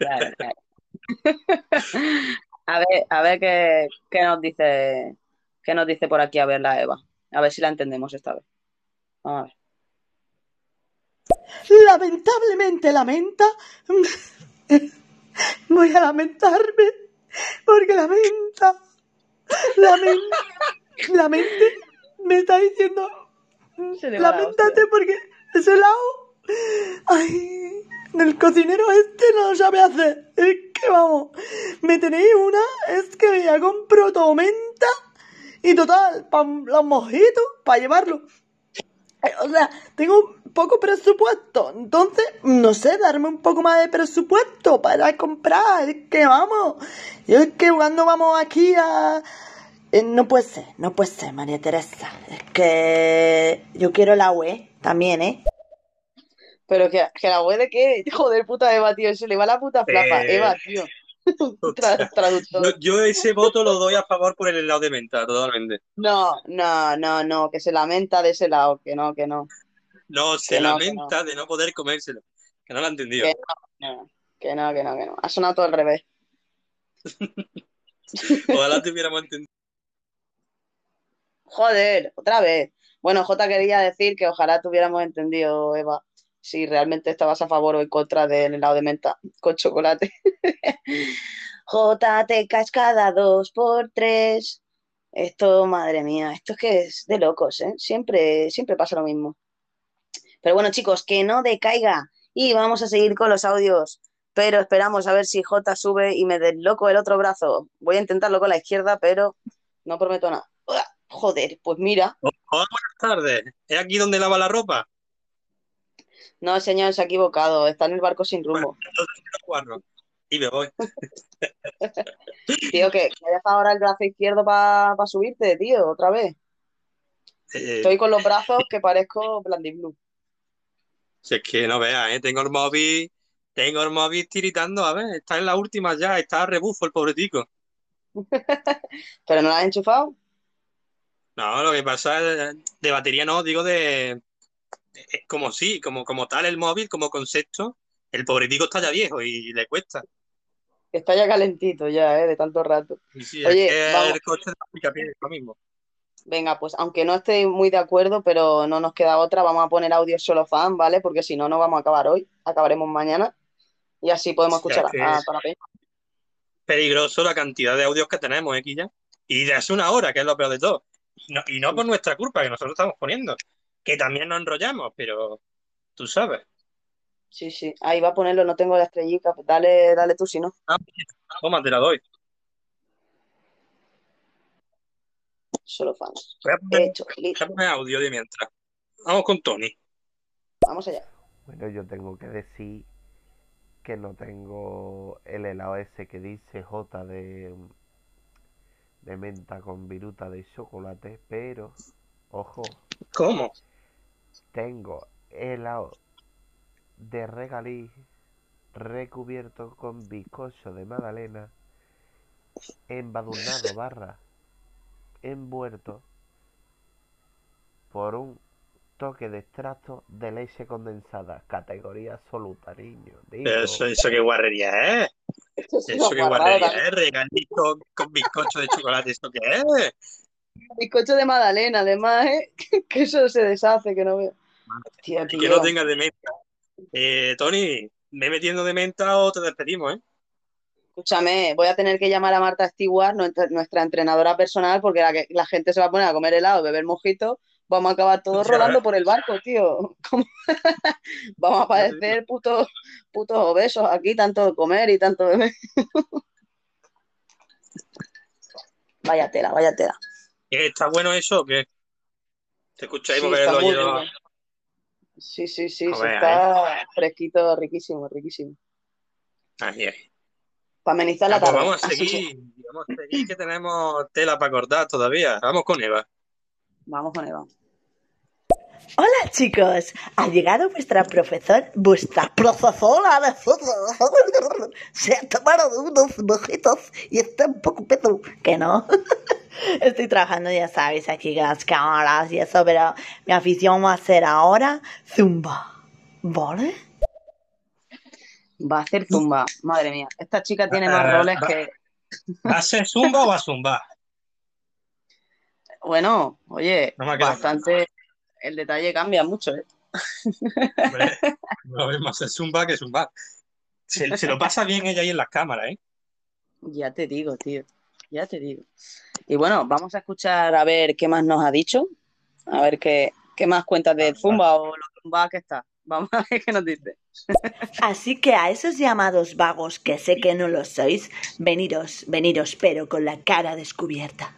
A ver qué nos dice por aquí, a ver la Eva. A ver si la entendemos esta vez. Vamos a ver. Lamentablemente lamenta. Voy a lamentarme porque la mente me está diciendo lamentate porque ese helado, ay, el cocinero este no lo sabe hacer. Es que vamos, me tenéis una, es que me ya compro tormenta y total, para los mojitos, para llevarlo. O sea, tengo poco presupuesto, entonces, no sé, darme un poco más de presupuesto para comprar, es que vamos, es que cuando vamos aquí a... no puede ser, María Teresa, es que yo quiero la UE también, ¿eh? Pero que la web de qué, joder, puta Eva, tío, se le va la puta flapa. Eva, tío. Traductor. Yo ese voto lo doy a favor por el helado de menta, totalmente. No, que se lamenta de ese lado, que no. No, se lamenta de no poder comérselo. Que no lo ha entendido. Que no. Ha sonado todo al revés. Ojalá te hubiéramos entendido. Joder, otra vez. Bueno, Jota quería decir que ojalá tuviéramos entendido, Eva, si realmente estabas a favor o en contra del helado de menta con chocolate. Jota, te caes cada 2 por 3. Esto, madre mía, esto es que es de locos, ¿eh? Siempre pasa lo mismo. Pero bueno, chicos, que no decaiga. Y vamos a seguir con los audios. Pero esperamos a ver si Jota sube y me desloco el otro brazo. Voy a intentarlo con la izquierda, pero no prometo nada. Joder, pues mira. Hola, buenas tardes. ¿Es aquí donde lava la ropa? No, señor, se ha equivocado. Está en el barco sin rumbo. Y me voy. Tío, que me deja ahora el brazo izquierdo para subirte, tío, otra vez. Estoy con los brazos que parezco Blandiblu. Si es que no veas, tengo el móvil tiritando, a ver, está en la última ya, está a rebufo el pobretico. ¿Pero no la has enchufado? No, lo que pasa es de batería no, digo como sí, como tal el móvil, como concepto, el pobretico está ya viejo y le cuesta. Está ya calentito ya, de tanto rato. Y sí, es Oye, que vamos, el coche de picapiedra es lo mismo. venga, pues aunque no esté muy de acuerdo, pero no nos queda otra, vamos a poner audio solo fan, ¿vale? Porque si no, no vamos a acabar hoy, acabaremos mañana y así podemos Sí, es escuchar que a es toda la peña. peligroso la cantidad de audios que tenemos, ya. Y de hace una hora, que es lo peor de todo. Y no por nuestra culpa, que nosotros estamos poniendo. Que también nos enrollamos, pero tú sabes. Sí, sí, ahí va a ponerlo, no tengo la estrellita, pues dale, dale tú si no. Ah, toma, te la doy. Solo fans. Voy Hecho, a listo. poner audio de mientras. Vamos con Tony. Vamos allá. Bueno, yo tengo que decir que no tengo el helado ese que dice J de menta con viruta de chocolate, pero, ojo, ¿Cómo? tengo helado de regaliz recubierto con bizcocho de magdalena, embadurnado barra envuelto por un toque de extracto de leche condensada, categoría absoluta, niño. Digo, Eso qué guarrería es. Esto es una Eso qué guarrada guarrería también. es. Regalito con bizcocho de chocolate. ¿Esto qué es? Bizcocho de magdalena, además, ¿eh? Que eso se deshace, que no veo. Tío, Y que no tío. tenga de menta. Tony, me metiendo de menta o te despedimos, ¿eh? Escúchame, voy a tener que llamar a Marta Stewart, nuestra entrenadora personal, porque la gente se va a poner a comer helado, beber mojito, vamos a acabar todos Ya ves. rodando por el barco, tío. Vamos a parecer putos obesos aquí, tanto de comer y tanto de beber. Vaya tela, vaya tela. ¿Está bueno eso o qué? ¿Te escucháis Sí, mover está el muy oído? bueno. Sí, sí, sí, A se ver, ahí. está fresquito, riquísimo, riquísimo. Ahí, ahí. Para amenizar la Pues tarde. vamos a Así que seguir que tenemos tela para cortar todavía. Vamos con Eva. vamos con Eva. Hola chicos, ha llegado vuestra profesora de fútbol. Se ha tomado unos mojitos y está un poco pedo, que no. Estoy trabajando, ya sabéis, aquí con las cámaras y eso, pero mi afición va a ser ahora zumba, ¿vale? Va a hacer zumba, madre mía. Esta chica tiene más roles que... ¿Va a ser zumba o va a zumbar? Bueno, oye, No me ha quedado claro. bastante... El detalle cambia mucho, ¿eh? Hombre, no es más ser zumba que zumbar. Se lo pasa bien ella ahí en las cámaras, ¿eh? Ya te digo, tío. Ya te digo. Y bueno, vamos a escuchar a ver qué más nos ha dicho. A ver qué más cuentas de zumba o lo zumba que está. Vamos a ver qué nos dice. Así que a esos llamados vagos, que sé que no lo sois, veniros, pero con la cara descubierta.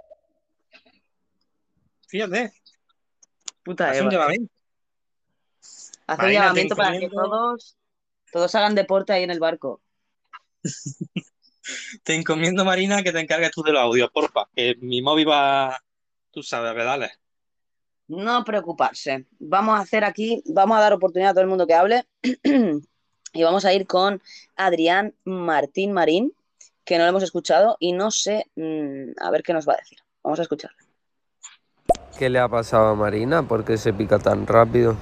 Fíjate. Puta Hace un Eva. llamamiento. Hace un Marina, llamamiento para que todos hagan deporte ahí en el barco. Te encomiendo, Marina, que te encargues tú de los audios, porfa. Que mi móvil va, tú sabes, a pedales. No preocuparse. Vamos a hacer aquí, vamos a dar oportunidad a todo el mundo que hable. Y vamos a ir con Adrián Martín Marín, que no lo hemos escuchado y no sé, a ver qué nos va a decir. Vamos a escucharlo. ¿Qué le ha pasado a Marina? ¿Por qué se pica tan rápido?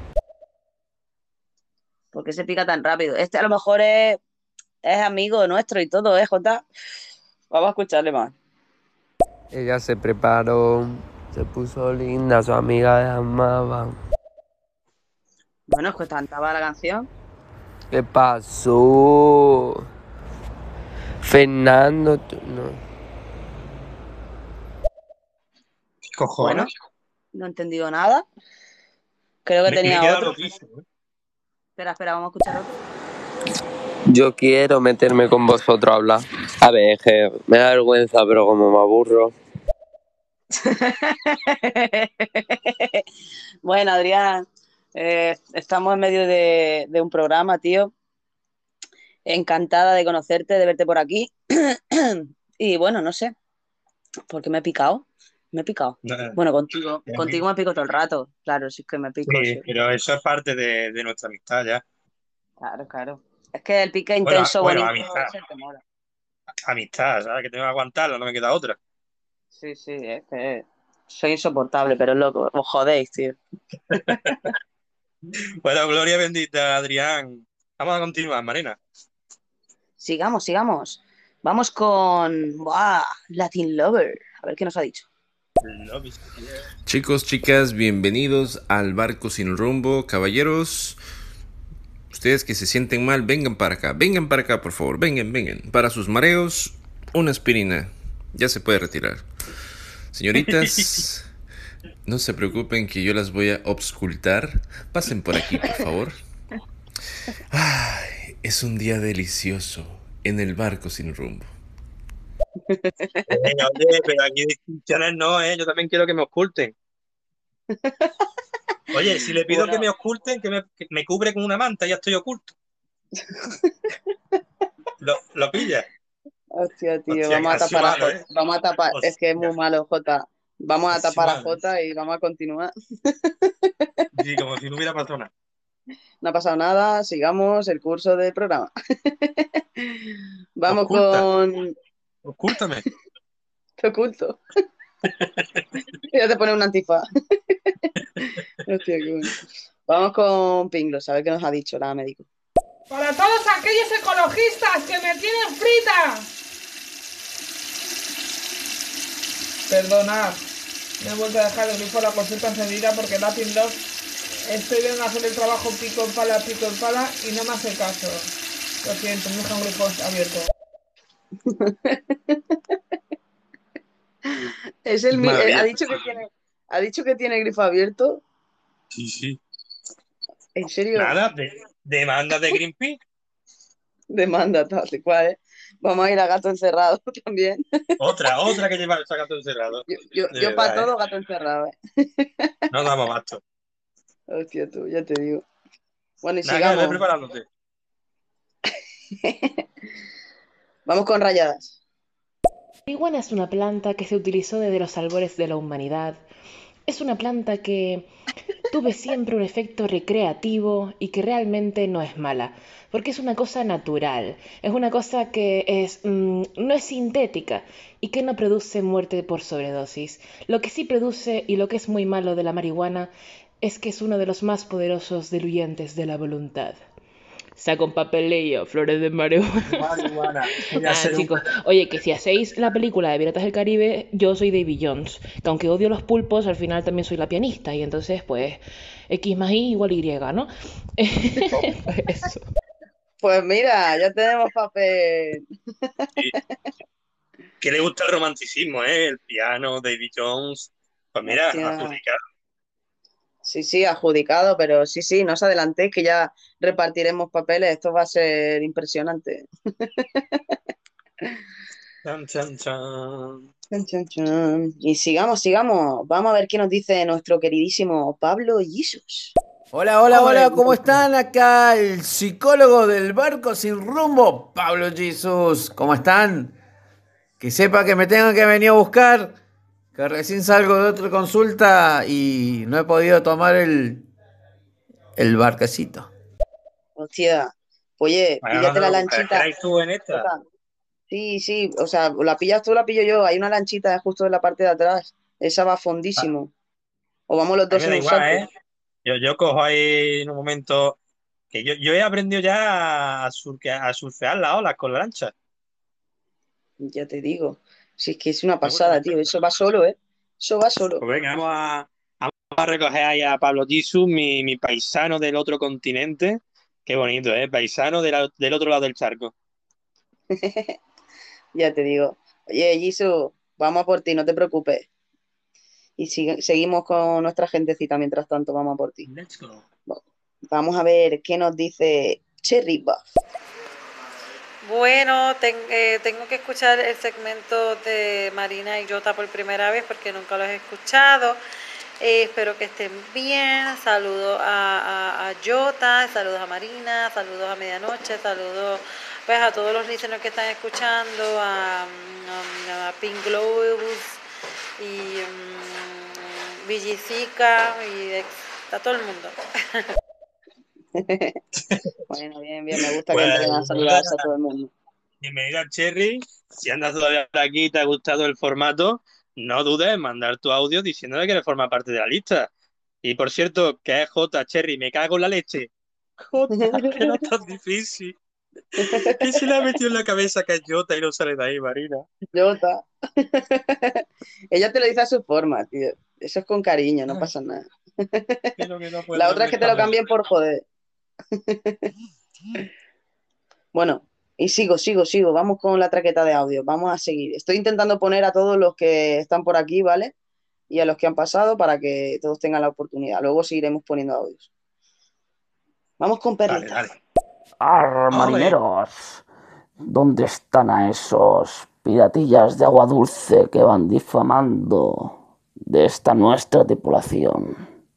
¿Por qué se pica tan rápido? Este a lo mejor es amigo nuestro y todo, ¿eh, Jota? Vamos a escucharle más. Ella se preparó, se puso linda, su amiga la amaba. Bueno, es que cantaba la canción. ¿Qué pasó? Fernando, no. ¿Qué cojones? Bueno, no he entendido nada. Creo que Me he tenía quedado otro. loquísimo, ¿eh? Espera, vamos a escuchar otro. Yo quiero meterme con vosotros a hablar. A ver, es que me da vergüenza, pero como me aburro. Bueno, Adrián, estamos en medio de un programa, tío. Encantada de conocerte, de verte por aquí. Y bueno, no sé, porque me he picado. Me he picado. Bueno, contigo me pico todo el rato. Claro, sí que me pico. Sí, Sí. pero eso es parte de nuestra amistad ya. Claro. Es que el pique Bueno, intenso, bueno, bonito, amistad. es el que mola. amistad, ¿sabes? Que tengo que aguantarla, no me queda otra. Sí, sí, es que soy insoportable, pero es loco, os jodéis, tío. Bueno, gloria bendita, Adrián. Vamos a continuar, Marina. Sigamos, sigamos. Vamos con ¡buah! Latin Lover. A ver qué nos ha dicho. Chicos, chicas, bienvenidos al Barco Sin Rumbo. Caballeros, ustedes que se sienten mal, vengan para acá, por favor, vengan. Para sus mareos, una aspirina, ya se puede retirar. Señoritas, no se preocupen que yo las voy a auscultar. Pasen por aquí, por favor. Ay, es un día delicioso en el Barco Sin Rumbo. Oye, pero aquí distinciones no, ¿eh? Yo también quiero que me oculten. Oye, si le pido Bueno. que me oculten, que me cubre con una manta, ya estoy oculto. ¿Lo pillas? Hostia, tío, Hostia, vamos a casi tapar a malo, Jota. ¿eh? Vamos a tapar, es que es muy malo, Jota. Vamos a Casi tapar a malo. Jota y vamos a continuar. Sí, como si no hubiera pasado nada. No ha pasado nada, sigamos el curso del programa. Vamos Oculta. con... Ocúltame. Te oculto. Ya te pone un antifaz. Hostia, qué bueno. Vamos con Pinglos, a ver qué nos ha dicho la médico. Para todos aquellos ecologistas que me tienen frita. Perdonad, me he vuelto a dejar el grifo de la consulta encendida porque Latin Love estoy viendo hacer el trabajo pico en pala y no me hace caso. Lo siento, me deja un grifo abierto. Es el Madre mía. ha dicho que tiene grifo abierto. Sí. ¿En serio? Nada, demanda de Greenpeace. Demanda, tal y cual, ¿eh? Vamos a ir a gato encerrado también. Otra que lleva el gato encerrado. Yo De para verdad, todo gato encerrado, ¿eh? No damos abasto. Hostia, tú, ya te digo. Bueno, y Nada, que ve sigamos. preparándote. Vamos con rayadas. La marihuana es una planta que se utilizó desde los albores de la humanidad. Es una planta que tuve siempre un efecto recreativo y que realmente no es mala, porque es una cosa natural, es una cosa que no es sintética y que no produce muerte por sobredosis. Lo que sí produce y lo que es muy malo de la marihuana es que es uno de los más poderosos diluyentes de la voluntad. Saco un papelillo, flores de marihuana. Chicos, oye, que si hacéis la película de Piratas del Caribe, yo soy Davy Jones, que aunque odio los pulpos, al final también soy la pianista, y entonces, pues, X más Y igual Y, ¿no? Pues eso. Pues mira, ya tenemos papel. Que le gusta el romanticismo, ¿eh? El piano, David Jones. Pues mira, Hostia. adjudicado. Sí, adjudicado, pero sí, no os adelantéis que ya repartiremos papeles. Esto va a ser impresionante. Chan, chan, chan. Chan, chan, chan. Y sigamos. Vamos a ver qué nos dice nuestro queridísimo Pablo Jesus. Hola, ¿cómo están? Acá el psicólogo del Barco Sin Rumbo, Pablo Jesus. ¿Cómo están? Que sepa que me tengan que venir a buscar, que recién salgo de otra consulta y no he podido tomar el barquecito. Hostia, oye, píllate la lanchita. ¿Eres tú en esta? Sí, o sea, la pillas tú, la pillo yo. Hay una lanchita justo en la parte de atrás. Esa va fondísimo. O vamos los A mí dos me en da un igual, salto. ¿eh? Yo cojo ahí en un momento que yo he aprendido ya a surfear las olas con la lancha. Ya te digo. Si es que es una pasada, tío. Eso va solo, ¿eh? Eso va solo. Pues venga, vamos a recoger ahí a Pablo Jesus, mi paisano del otro continente. Qué bonito, ¿eh? Paisano del otro lado del charco. Ya te digo. Oye, Jisoo, vamos a por ti, no te preocupes. Y seguimos con nuestra gentecita mientras tanto, vamos a por ti. Let's go. Vamos a ver qué nos dice Cherry Buff. Bueno, tengo que escuchar el segmento de Marina y Jota por primera vez porque nunca los he escuchado. Espero que estén bien. Saludos a Jota, saludos a Marina, saludos a Medianoche, saludos pues a todos los listeners que están escuchando, a Pink Globus y Villicica y a todo el mundo. Bueno, bien, me gusta que entren a saludarse a todo el mundo. bienvenida Cherry. Si andas todavía por aquí y te ha gustado el formato, no dudes en mandar tu audio diciéndole que eres forma parte de la lista. Y por cierto, que es J, Cherry, me cago en la leche. J, que no es tan difícil. ¿Qué se le ha metido en la cabeza que es Jota y no sale de ahí, Marina? Jota. Ella te lo dice a su forma, tío. Eso es con cariño, no pasa nada. La otra es que te lo cambien por joder. Bueno, y sigo. Vamos con la traqueta de audio. Vamos a seguir. Estoy intentando poner a todos los que están por aquí, ¿vale? Y a los que han pasado para que todos tengan la oportunidad. Luego seguiremos poniendo audios. Vamos con Perlita. Dale. ¡Arr, marineros! ¿Dónde están a esos piratillas de agua dulce que van difamando de esta nuestra tripulación?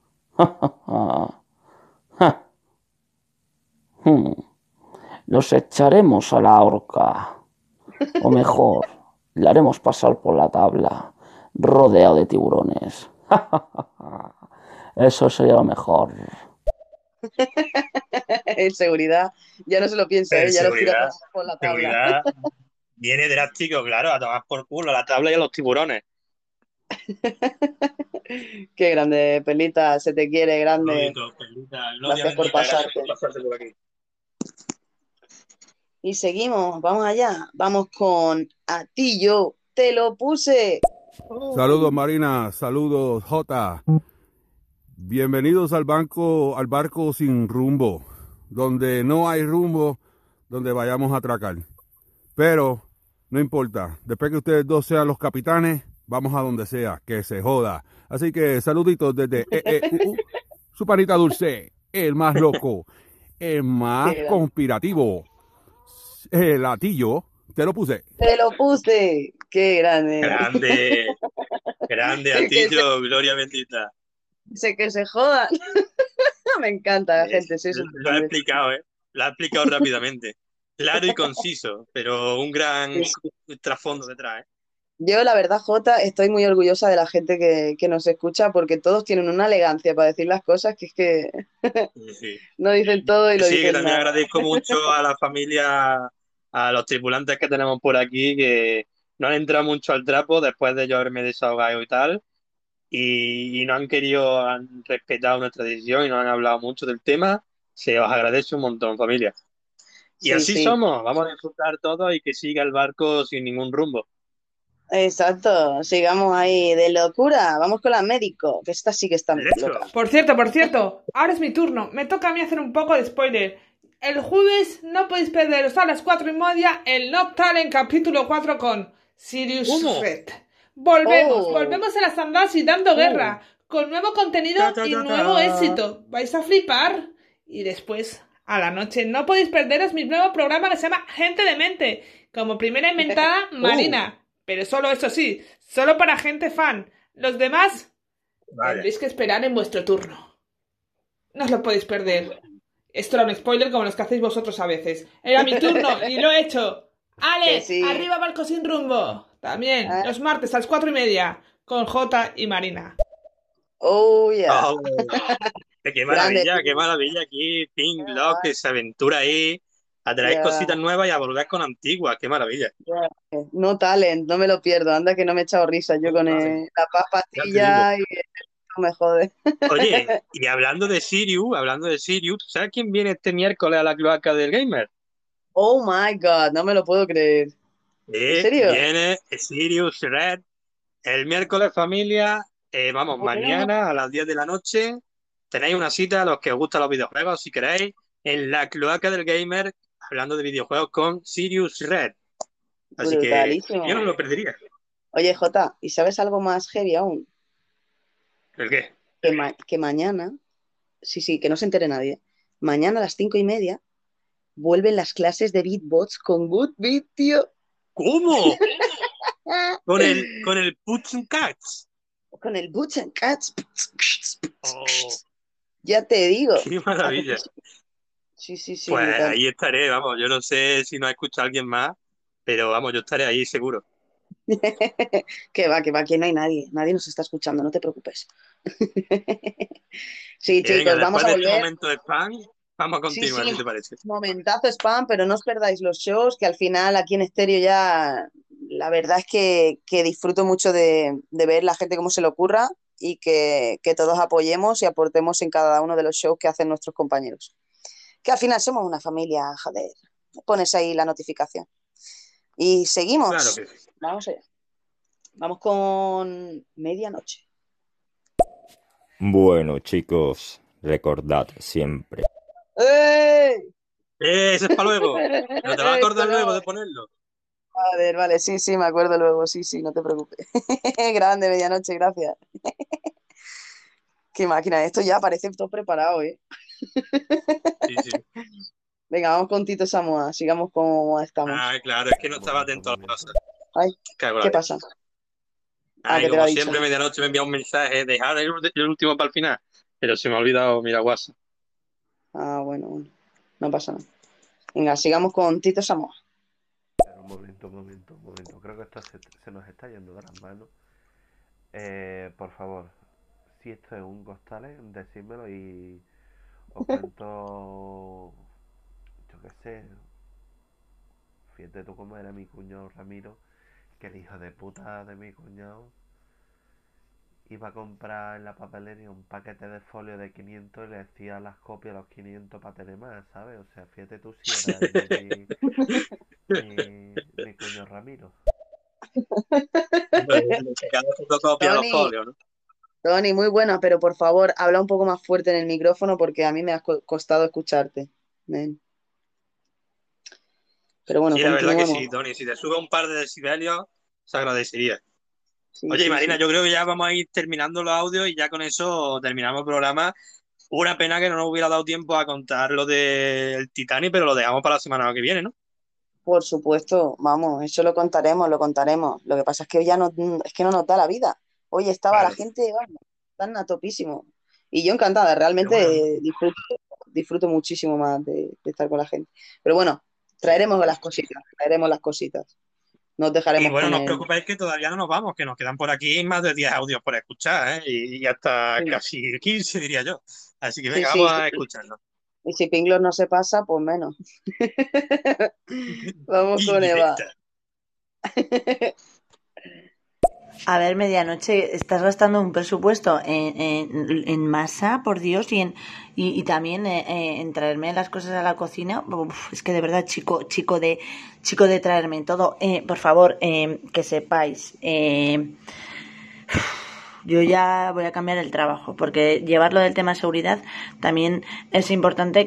Los echaremos a la horca, o mejor, le haremos pasar por la tabla, rodeado de tiburones. Eso sería lo mejor. En seguridad, ya no se lo piensa, ya lo tira por la tabla. Seguridad viene drástico, claro, a tomar por culo a la tabla y a los tiburones. Qué grande, Pelita, se te quiere, grande. Gracias por pasarte. Por aquí. Y seguimos, vamos allá, vamos con A ti yo te lo puse. Saludos Marina, saludos Jota. Bienvenidos al barco sin rumbo, donde no hay rumbo, donde vayamos a atracar. Pero no importa, después que ustedes dos sean los capitanes, vamos a donde sea, que se joda. Así que saluditos desde su panita dulce, el más loco, el más conspirativo, el Atillo, te lo puse. Te lo puse, qué grande. Grande Atillo, gloria bendita. Sé que se joda. Me encanta, gente. Lo ha explicado, Lo ha explicado rápidamente. Claro y conciso, pero un gran trasfondo detrás, Yo, la verdad, Jota, estoy muy orgullosa de la gente que nos escucha porque todos tienen una elegancia para decir las cosas que es que Sí. no dicen todo y lo Sí, dicen que también nada. agradezco mucho a la familia, a los tripulantes que tenemos por aquí, que no han entrado mucho al trapo después de yo haberme desahogado y tal, y no han querido, han respetado nuestra decisión y no han hablado mucho del tema. Se os agradece un montón, familia. Y Sí, así sí. somos, vamos a disfrutar todos y que siga el barco sin ningún rumbo. Exacto, sigamos ahí de locura. Vamos con la médico, que esta sí que está loca. Por cierto, ahora es mi turno. Me toca a mí hacer un poco de spoiler. El jueves no podéis perderos a las 4:30 el Nocturne en capítulo 4 con Sirius Red. Volvemos a las andadas y dando guerra, con nuevo contenido y nuevo éxito. ¿Vais a flipar? Y después, a la noche, no podéis perderos mi nuevo programa que se llama Gente de Mente, como primera inventada Marina. Pero solo eso sí, solo para gente fan. Los demás tendréis que esperar en vuestro turno. No os lo podéis perder. Esto era un spoiler como los que hacéis vosotros a veces. Era mi turno y lo he hecho. ¡Ale! Sí. ¡Arriba barco sin rumbo! También, los martes a las 4:30 con Jota y Marina. Oh, yeah. Oh, qué maravilla aquí, Pink Lock, que se aventura ahí, a traer cositas nuevas y a volver con antiguas, qué maravilla. No talent, no me lo pierdo. Anda que no me he echado risa yo con la pastilla y no me jode. Oye, y hablando de Sirius, ¿sabes quién viene este miércoles a la cloaca del gamer? Oh my God, no me lo puedo creer. ¿En serio? Viene Sirius Red el miércoles, familia. Vamos, mañana a las 10 de la noche tenéis una cita a los que os gustan los videojuegos, si queréis, en la cloaca del gamer, hablando de videojuegos con Sirius Red. Así Brutalísimo. que yo no lo perdería. Oye, Jota, ¿y sabes algo más heavy aún? ¿El qué? Que mañana, sí, que no se entere nadie, mañana a las 5:30 vuelven las clases de beatbox con Good Beat, tío. ¿Cómo? ¿Con el Puts and Cats? Con el Boots and Cats. Oh, ya te digo. ¡qué maravilla! Sí. Pues brutal. ahí estaré, vamos, yo no sé si nos escucha alguien más, pero vamos, yo estaré ahí seguro. Que va, aquí no hay nadie. Nadie nos está escuchando, no te preocupes. Sí, chicos, Venga, vamos después a de volver. este momento de spam, Vamos a Sí, continuar, sí, si te parece. momentazo spam, pero no os perdáis los shows, que al final aquí en Estéreo ya la verdad es que disfruto mucho de ver la gente cómo se le ocurra y que todos apoyemos y aportemos en cada uno de los shows que hacen nuestros compañeros. Que al final somos una familia, joder. Pones ahí la notificación. Y seguimos. Claro que sí. Vamos allá. Vamos con medianoche. Bueno, chicos, recordad siempre. ¡Ey! Eso es para luego. Pero te vas a acordar Esto luego no. de ponerlo. A ver, vale, sí, sí, me acuerdo luego, sí, sí, no te preocupes. Grande, medianoche, gracias. Qué máquina, esto ya parece todo preparado, ¿eh? Sí, sí. Venga, vamos con Tito Samoa, sigamos como estamos. Ah, claro, es que no estaba atento a las cosas. Ay, Cago en la ¿qué leche. pasa? Ay, ¿qué te lo como ha dicho? siempre, medianoche me envía un mensaje, dejar el último para el final. Pero se me ha olvidado mirar WhatsApp. Ah, bueno, no pasa nada. Venga, sigamos con Tito Samoa. Un momento. Creo que esto se nos está yendo de las manos. Por favor, si esto es un Ghost Talent, decídmelo y os cuento, yo qué sé. Fíjate tú cómo era mi cuñado Ramiro, que el hijo de puta de mi cuñado iba a comprar en la papelería un paquete de folio de 500 y le decía las copias a los 500 para tener más, ¿sabes? O sea, fíjate tú si era mi cuñado Ramiro. Cada fotocopia los Tony, folios, ¿no? Tony, muy buena, pero por favor, habla un poco más fuerte en el micrófono porque a mí me ha costado escucharte. Ven. Pero bueno, Sí, la verdad que continuemos. sí, Tony. Si te sube un par de decibelios, se agradecería. Sí, Oye, sí, Marina, sí. yo creo que ya vamos a ir terminando los audios y ya con eso terminamos el programa. Una pena que no nos hubiera dado tiempo a contar lo del Titanic, pero lo dejamos para la semana que viene, ¿no? Por supuesto, vamos, eso lo contaremos, lo contaremos. Lo que pasa es que hoy ya no, es que no nos da la vida. Hoy estaba la Claro. gente, vamos, tan a topísimo. Y yo encantada, realmente Pero bueno, disfruto muchísimo más de estar con la gente. Pero bueno, traeremos las cositas. No os y dejaremos bueno, con no os él. preocupéis que todavía no nos vamos, que nos quedan por aquí más de 10 audios por escuchar, ¿eh? Y hasta Sí, casi 15, diría yo. Así que sí, venga, vamos sí. a escucharlo. Y si Pinglos no se pasa, pues menos. Vamos con Eva. Indirecta. A ver, medianoche, estás gastando un presupuesto en masa, por Dios, y también en traerme las cosas a la cocina. Uf, es que de verdad, chico de traerme todo. Por favor, que sepáis, yo ya voy a cambiar el trabajo, porque llevarlo del tema seguridad también es importante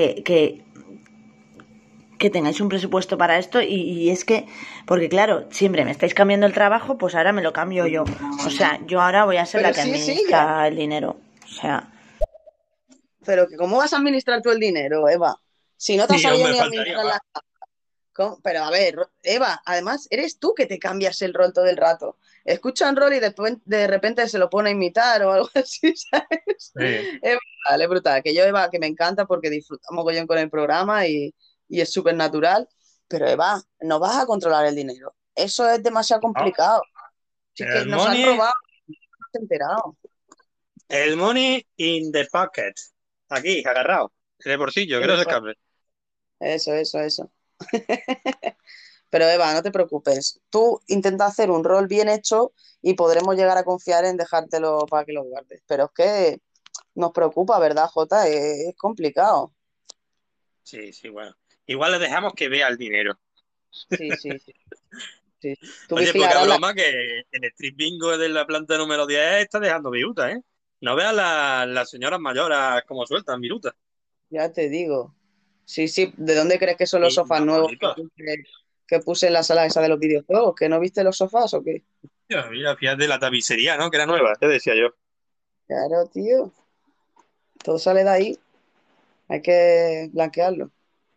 que tengáis un presupuesto para esto y es que, porque claro, siempre me estáis cambiando el trabajo, pues ahora me lo cambio yo. O sea, yo ahora voy a ser Pero la que sí, administra ya. el dinero. O sea, Pero que ¿cómo vas a administrar tú el dinero, Eva? Si no te has Sí, sabido hombre, ni faltaría administrar más. las... Pero a ver, Eva, además eres tú que te cambias el rol todo el rato. Escucha un rol y después de repente se lo pone a imitar o algo así, ¿sabes? Sí. Es brutal. Que yo, Eva, que me encanta porque disfruto mogollón con el programa y es súper natural. Pero Eva, no vas a controlar el dinero. Eso es demasiado No, complicado. Si que el nos han money, robado, no te has enterado. el money in the pocket. Aquí, agarrado. En el bolsillo, que En no el se pa- escape. Eso. Pero Eva, no te preocupes. Tú intenta hacer un rol bien hecho y podremos llegar a confiar en dejártelo para que lo guardes. Pero es que nos preocupa, ¿verdad, Jota? Es complicado. Sí, sí, bueno. Igual le dejamos que vea el dinero. Sí. Tú Oye, poca vigilarás la... broma que el street bingo de la planta número 10 está dejando virutas, ¿eh? No veas las señoras mayores como sueltan virutas. Ya te digo. Sí. ¿De dónde crees que son los Y sofás más nuevos bonitos. que puse en la sala esa de los videojuegos? ¿Que no viste los sofás o qué? Mira, fíjate la tapicería, ¿no? Que era nueva, te decía yo. Claro, tío. Todo sale de ahí. Hay que blanquearlo.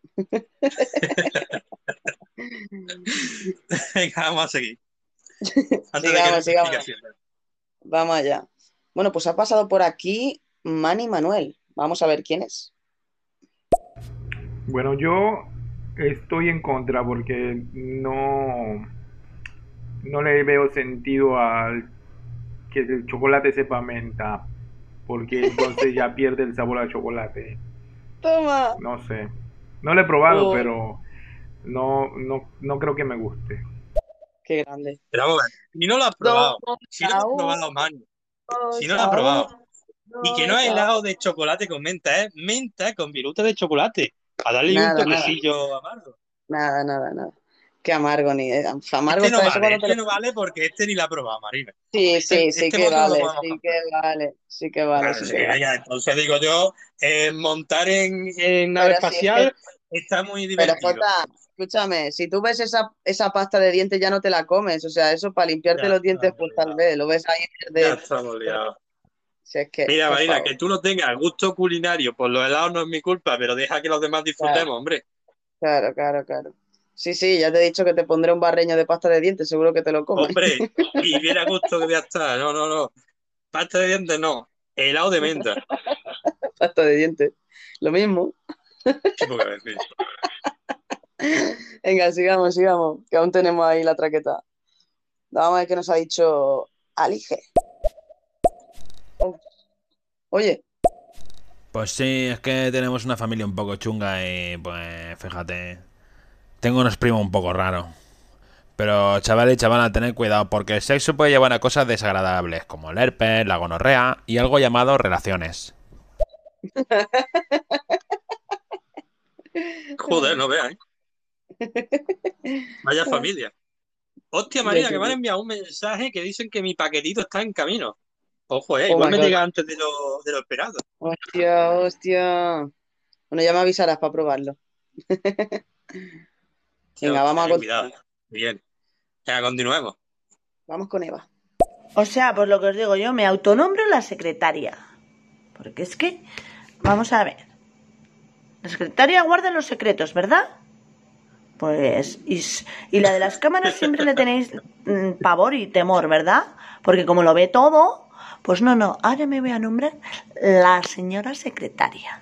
Venga, vamos a seguir. Antes de que Sigamos. nos explicaciones. Vamos allá. Bueno, pues ha pasado por aquí Manny Manuel. Vamos a ver quién es. Bueno, yo estoy en contra porque no le veo sentido al que el chocolate sepa menta, porque entonces ya pierde el sabor al chocolate. Toma. No sé. No lo he probado, Oh, pero no creo que me guste. qué grande. Pero vamos a ver, si no lo has Dos probado, si no lo has probado, Manu, si no lo a has uno, probado, y que no es helado de chocolate con menta, es menta con viruta de chocolate, para darle un Nada, nada. toquecillo amargo. Nada, nada, nada. Qué amargo ni. Amargo está eso cuando te Este lo. no vale porque este ni lo ha probado, Marina. Sí, sí, sí Este que voto no lo vale, podemos sí comprar. que vale, sí que vale, Claro, sí sí, que vale. venga, entonces digo yo, montar en nave Pero si es que. espacial está muy Pero divertido. Jota, escúchame, si tú ves esa pasta de dientes ya no te la comes, o sea, eso para limpiarte Ya los dientes, estamos pues tal liados. vez, lo ves ahí Ya de. estamos liados. Si es que, Mira, por Marina, favor. que tú no tengas gusto culinario por los helados no es mi culpa, pero deja que los demás Claro, disfrutemos, hombre. claro, claro, claro. Sí, sí, ya te he dicho que te pondré un barreño de pasta de dientes, seguro que te lo comes. Hombre, y viene a gusto que ya está. No, no, no. Pasta de dientes no. Helado de menta. Pasta de dientes. Lo mismo. Qué poca decir. Venga, sigamos, sigamos, que aún tenemos ahí la traqueta. Vamos a ver qué nos ha dicho Alige. Oh, oye, Pues sí, es que tenemos una familia un poco chunga y pues fíjate, tengo unos primos un poco raros. Pero chavales y chavalas, tened cuidado porque el sexo puede llevar a cosas desagradables como el herpes, la gonorrea y algo llamado relaciones. Joder, no veas, ¿eh? Vaya familia. Hostia, ya Marina, te que me han digo. enviado un mensaje que dicen que mi paquetito está en camino. Ojo, Oh igual my me God. llega antes de lo esperado. Hostia, hostia. Bueno, ya me avisarás para probarlo. Venga, Cuidado. Bien. Ya, continuemos. vamos con Eva. O sea, pues lo que os digo yo, me autonombro la secretaria. Porque es que, vamos a ver. La secretaria guarda los secretos, ¿verdad? Pues, y la de las cámaras siempre le tenéis pavor y temor, ¿verdad? Porque como lo ve todo, pues no, ahora me voy a nombrar la señora secretaria.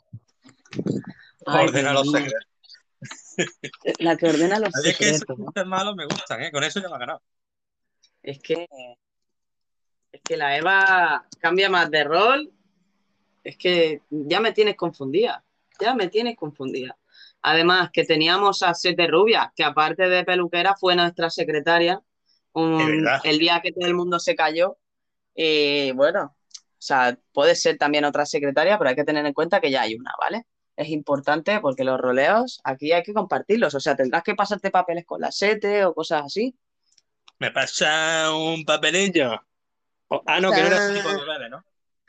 Ay, Ordena Dios los mío. secretos. La que ordena los Es que esos secretos, ¿no? chistes malos me gustan, ¿eh? Con eso ya me ha ganado. Es que la Eva cambia más de rol. Es que ya me tienes confundida. Ya me tienes confundida. Además, que teníamos a Sete Rubia, que aparte de peluquera fue nuestra secretaria Es verdad. el día que todo el mundo se cayó. Y bueno, o sea, puede ser también otra secretaria, pero hay que tener en cuenta que ya hay una, ¿vale? Es importante porque los roleos aquí hay que compartirlos. O sea, tendrás que pasarte papeles con la Sete o cosas así. Me pasa un papelillo. No, que no era ese tipo de papeles, ¿no?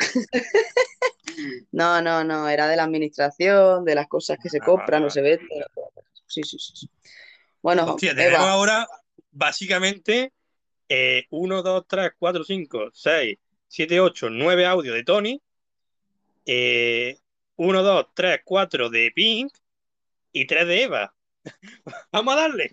No, era de la administración, de las cosas que se compran o se venden. Sí, sí, sí. Bueno, Hostia, tenemos Eva, ahora básicamente 1, 2, 3, 4, 5, 6, 7, 8, 9 audios de Tony, 1, 2, 3, 4 de Pink y 3 de Eva. Vamos a darle.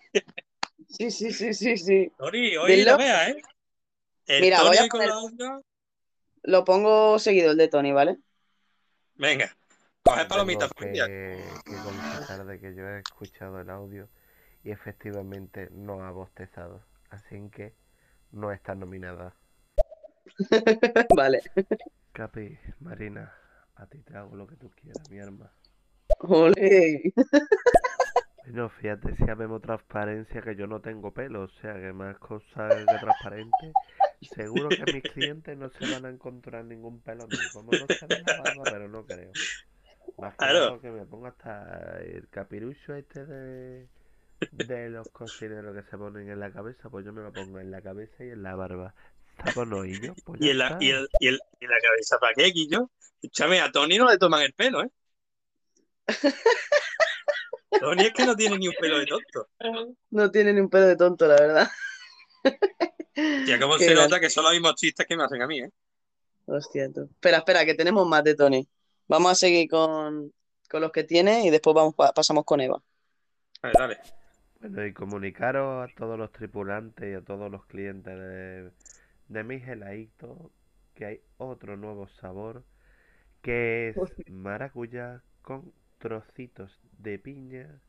sí. Tony, hoy Dilo. no veas, ¿eh? El Mira, Tony voy a hoy con poner, los audios. lo pongo seguido el de Tony, ¿vale? Venga, coge Tengo palomitas, familia. que confesar de que yo he escuchado el audio y efectivamente no ha bostezado, así que no está nominada. Vale. Capi, Marina, a ti te hago lo que tú quieras, mi arma. Ole. No, fíjate si habemos transparencia que yo no tengo pelo, o sea que más cosas que transparente. Seguro que mis clientes no se van a encontrar ningún pelo mío, como no se ve la barba, pero no creo. Más que nada porque me pongo hasta el capirucho este de los cocineros que se ponen en la cabeza, pues yo me lo pongo en la cabeza y en la barba. ¿Sabes y yo? Pues ya ¿Y en está. la cabeza para qué, Guillo? Escúchame, a Tony no le toman el pelo, ¿eh? Tony es que no tiene ni un pelo de tonto. No tiene ni un pedo de tonto, la verdad. Ya como Qué se grande. nota que son los mismos chistes que me hacen a mí, ¿eh? Hostia, tú. Espera, que tenemos más de Tony. Vamos a seguir con los que tiene y después pasamos con Eva. Vale, dale. Bueno, y comunicaros a todos los tripulantes y a todos los clientes de mis heladitos que hay otro nuevo sabor que es maracuyá con trocitos de piña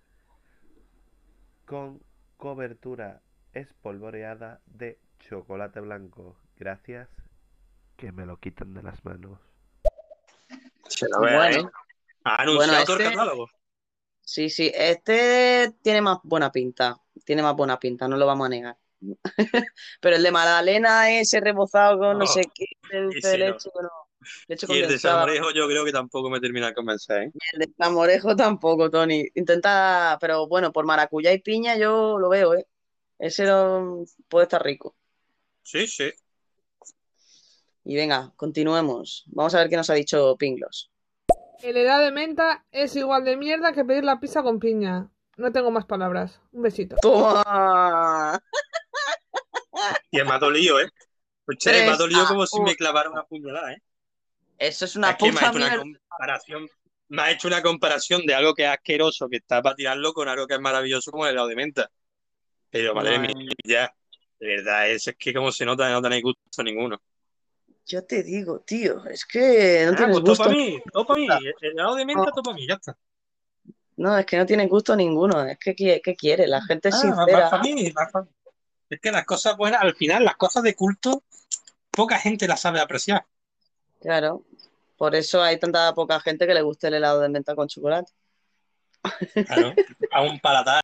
con cobertura espolvoreada de chocolate blanco. Gracias, que me lo quitan de las manos. Se lo vea, ¿eh? ¿Ha Bueno, anunciado todo el catálogo? sí, este tiene más buena pinta. Tiene más buena pinta, no lo vamos a negar. Pero el de Magdalena, ese rebozado con no sé qué, de dulce de ese no. leche, leche Y el de condensada. salmorejo yo creo que tampoco me termina de convencer, ¿eh? Y el de Zamorejo tampoco, Tony. Intenta, pero bueno, por maracuyá y piña yo lo veo, ¿eh? Ese puede estar rico. Sí, sí. Y venga, continuemos. Vamos a ver qué nos ha dicho Pinglos. El helado de menta es igual de mierda que pedir la pizza con piña. No tengo más palabras. Un besito. ¡Toma! Y me ha dolido, ¿eh? Escucha, me ha 3 dolido a como si 1. me clavara una puñalada, ¿eh? Eso es una Es que me ha puta hecho una mierda. comparación. Me ha hecho una comparación de algo que es asqueroso, que está para tirarlo, con algo que es maravilloso como el helado de menta. Pero madre Madre mía, de verdad, es que como se nota, no tenéis gusto ninguno. Yo te digo, tío, es que no tienes Pues topa gusto. a mí, topa a mí. El helado de menta topa a mí, ya está. No, es que no tienes gusto ninguno. Es que, ¿qué quiere? La gente es Más sincera. para mí, más para mí. Es que las cosas buenas, al final, las cosas de culto, poca gente las sabe apreciar. Claro. Por eso hay tanta poca gente que le gusta el helado de menta con chocolate. Claro, a un paladar.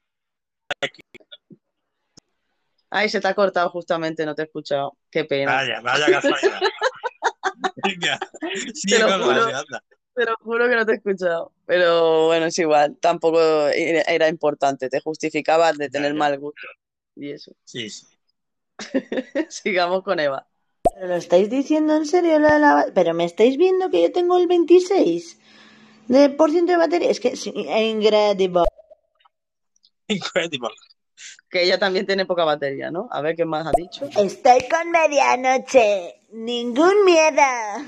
Ay, se te ha cortado justamente, no te he escuchado. Qué pena. Vaya casualidad. Venga, Te sigue lo con los juro, audios, anda. te lo juro que no te he escuchado. Pero bueno, es igual. Tampoco era importante. Te justificabas de tener mal gusto. Y eso. Sí, sí. Sigamos con Eva. ¿Pero lo estáis diciendo en serio lo de la... Pero me estáis viendo que yo tengo el 26% de batería. Es que es increíble. Incredible. Que ella también tiene poca batería, ¿no? A ver qué más ha dicho. Estoy con medianoche. Ningún miedo.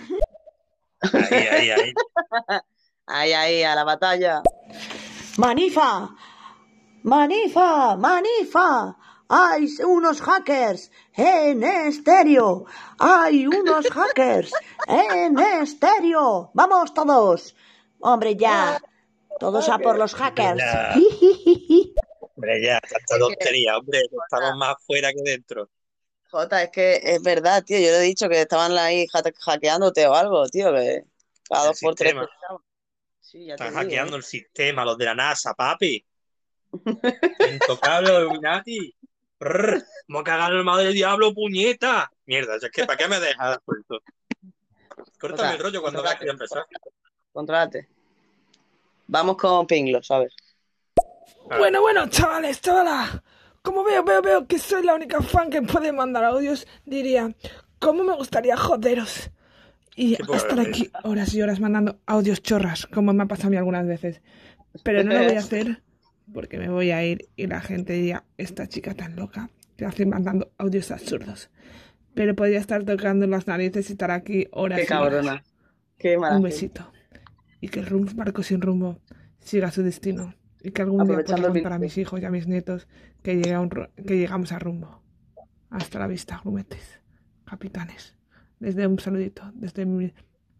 Ahí. Ahí, a la batalla. Manifa. Manifa. Manifa. Hay unos hackers en estéreo. Hay unos hackers en estéreo. Vamos todos. Hombre, ya. Todos a por los hackers. Hombre, ya, tanta tontería, hombre. Estamos más fuera que dentro. Jota, es que es verdad, tío. Yo le he dicho que estaban ahí hackeándote o algo, tío. Que cada El 2 por 3 sistema. Sí, ya Están te digo. hackeando el sistema, los de la NASA, papi. Intocable, Illuminati. Vamos a cagar el madre del diablo, puñeta. Mierda, es que ¿para qué me dejas suelto? Córtame el rollo cuando veas que ya empezar. Contrólate. Vamos con Pinglos, a ver. Bueno, chavales, chavalas. Como veo que soy la única fan que puede mandar audios, diría, ¿cómo me gustaría joderos? Y estar aquí horas y horas mandando audios chorras, como me ha pasado a mí algunas veces. Pero no lo voy a hacer porque me voy a ir y la gente diría, esta chica tan loca, que hace mandando audios absurdos. Pero podría estar tocando las narices y estar aquí horas Qué y horas. cabrona. Qué mala Un gente. besito. Y que el barco sin rumbo siga su destino. Y que algún día Aprovechando pueda el contar a mis hijos y a mis nietos que llegamos a rumbo. Hasta la vista, grumetes, capitanes. Desde un saludito, desde mi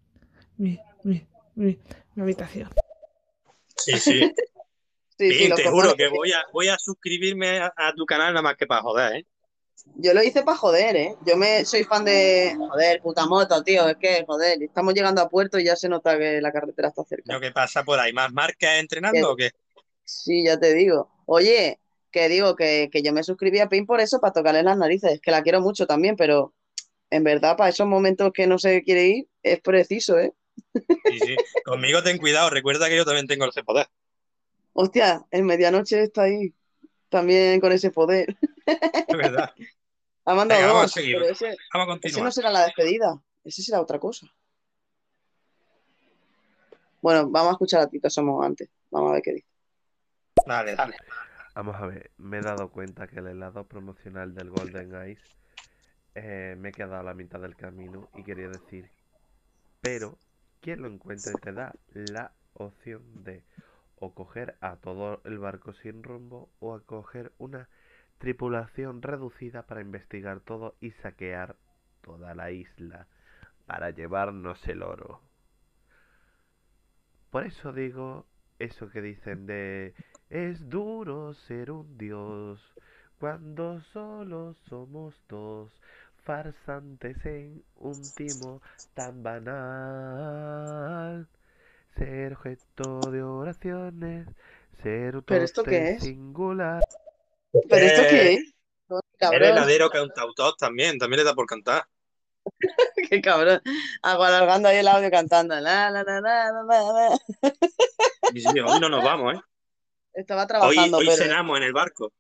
habitación. Sí. Sí, Bien, los te juro cojones. que voy a suscribirme a tu canal nada más que para joder, ¿eh? Yo lo hice para joder, ¿eh? Soy fan de... Joder, puta moto, tío. Es que, joder, estamos llegando a puerto y ya se nota que la carretera está cerca. ¿Lo que pasa por ahí? ¿Más marcas entrenando o qué? Sí, ya te digo. Oye, que digo que yo me suscribí a Pin por eso, para tocarle las narices. Que la quiero mucho también, pero en verdad, para esos momentos que no se quiere ir, es preciso, ¿eh? Sí. Conmigo ten cuidado, recuerda que yo también tengo ese poder. Hostia, en medianoche está ahí. También con ese poder. Es verdad. Ha mandado Venga, vamos a dos, seguir. pero Vamos a ese continuar. no será la despedida. Ese será otra cosa. Bueno, vamos a escuchar a Tito Somos antes. Vamos a ver qué dice. Dale. Vamos a ver, me he dado cuenta que el helado promocional del Golden Ice me he quedado a la mitad del camino y quería decir, pero quien lo encuentre te da la opción de o coger a todo el barco sin rumbo o a coger una tripulación reducida para investigar todo y saquear toda la isla para llevarnos el oro. Por eso digo eso que dicen de es duro ser un dios cuando solo somos dos farsantes en un timo tan banal. ser objeto de oraciones, ser un ¿Pero esto qué tótem es? singular. ¿Pero esto qué es? El Cabrón, heladero cantautor también le da por cantar. qué cabrón. Alargando ahí el audio cantando. La, la, la, la, la, la, la. Y sí, hoy no nos vamos, ¿eh? Estaba Hoy, trabajando, hoy pero cenamos en el barco.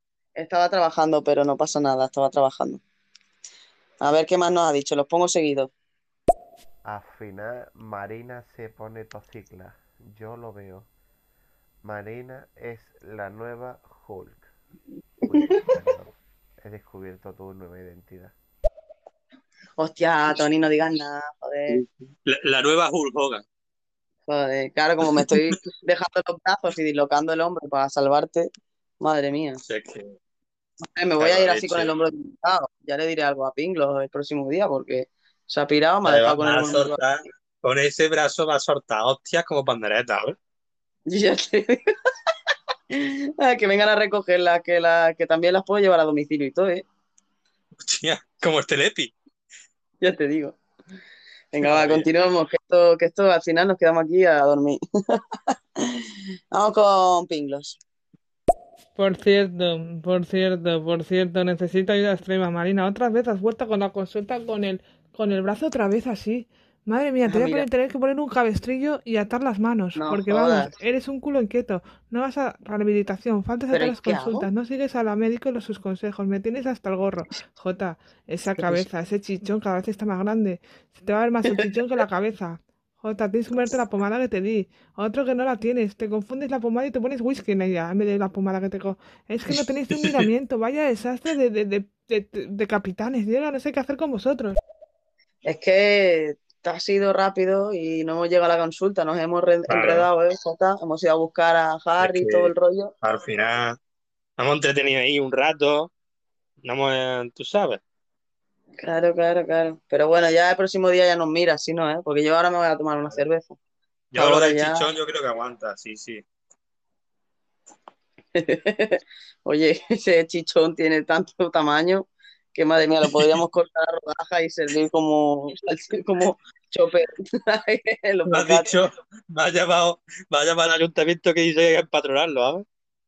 no pasa nada, estaba trabajando. A ver qué más nos ha dicho, los pongo seguidos. Al final, Marina se pone tocicla. Yo lo veo. Marina es la nueva Hulk. Uy, perdón. He descubierto tu nueva identidad. Hostia, Tony, no digas nada, joder. La nueva Hulk Hogan. Joder, claro, como me estoy dejando los brazos y dislocando el hombro para salvarte, madre mía. O sea, es que Me voy a cago ir la así con el leche. hombro dislocado. Ya le diré algo a Pinglos el próximo día porque se ha pirado, me ha Va dejado con el a hombro. soltar, con ese brazo va a soltar hostias como pandereta, ¿ves? Ya te digo. Que vengan a recogerlas, que también las puedo llevar a domicilio y todo, ¿eh? Hostia, como el Telepi. Ya te digo. Venga, va, continuamos, que esto al final nos quedamos aquí a dormir. Vamos con Pinglos. Por cierto, necesito ayuda extrema, Marina. Otra vez has vuelto con la consulta con el brazo otra vez así. Madre mía, te voy a Mira, tener que poner un cabestrillo y atar las manos, no porque vamos, jodas. eres un culo inquieto. No vas a rehabilitación, faltas a ¿Pero todas y las qué consultas, hago? no sigues a la médico y sus consejos, me tienes hasta el gorro. Jota, esa ¿Qué pasa? cabeza, ese chichón cada vez está más grande. Se te va a ver más el chichón que la cabeza. Jota, tienes que ponerte la pomada que te di. Otro que no la tienes. Te confundes la pomada y te pones whisky en ella en vez de la pomada que te... Es que no tenéis un miramiento. Vaya desastre de capitanes. Yo ya no sé qué hacer con vosotros. Es que te has ido rápido y no hemos llegado a la consulta, nos hemos Claro, enredado, ¿eh? Jota. Hemos ido a buscar a es Harry y todo que el rollo. al final nos hemos entretenido ahí un rato. No hemos, tú sabes. Claro, claro, claro. Pero bueno, ya el próximo día ya nos mira, si no, ¿eh? Porque yo ahora me voy a tomar una cerveza. Yo lo Ahora del ya. chichón yo creo que aguanta, sí, sí. Oye, ese chichón tiene tanto tamaño que madre mía, lo podríamos cortar a rodajas y servir como chopper en los Me has bocates. dicho, va a llamar al ayuntamiento que dice que hay que empatronarlo, ¿sabes?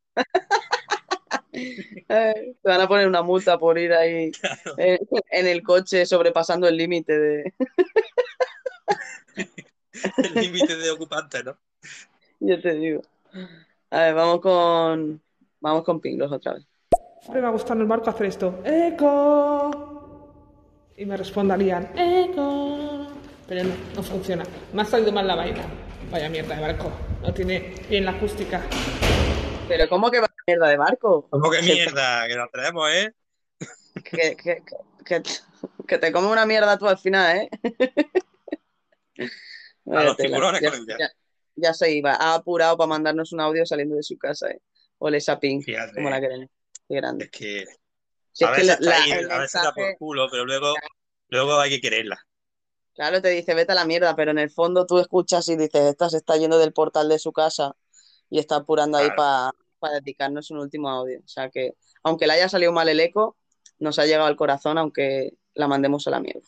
Te van a poner una multa por ir ahí en el coche sobrepasando el límite de. El límite de ocupantes, ¿no? Yo te digo. A ver, vamos con Pinglos otra vez. Siempre me ha gustado en el barco hacer esto. ¡Eco! Y me responderían, ¡Eco! Pero no funciona. Me ha salido mal la vaina. Vaya mierda de barco. No tiene bien la acústica. Pero ¿cómo que va a mierda de barco? ¿Cómo que mierda? Que nos traemos, ¿eh? Que te come una mierda tú al final, ¿eh? A Vaya los tela. tiburones con ella. Ya se iba. Ha apurado para mandarnos un audio saliendo de su casa, ¿eh? Ole esa Ping, Fíjate, como la queremos. Qué grande. es que Si a es que veces está ahí, el a veces da por mensaje, culo, pero luego hay que quererla. claro, te dice vete a la mierda, pero en el fondo tú escuchas y dices, esta se está yendo del portal de su casa y está apurando ahí Claro. para dedicarnos un último audio. O sea que, aunque le haya salido mal el eco, nos ha llegado al corazón, aunque la mandemos a la mierda.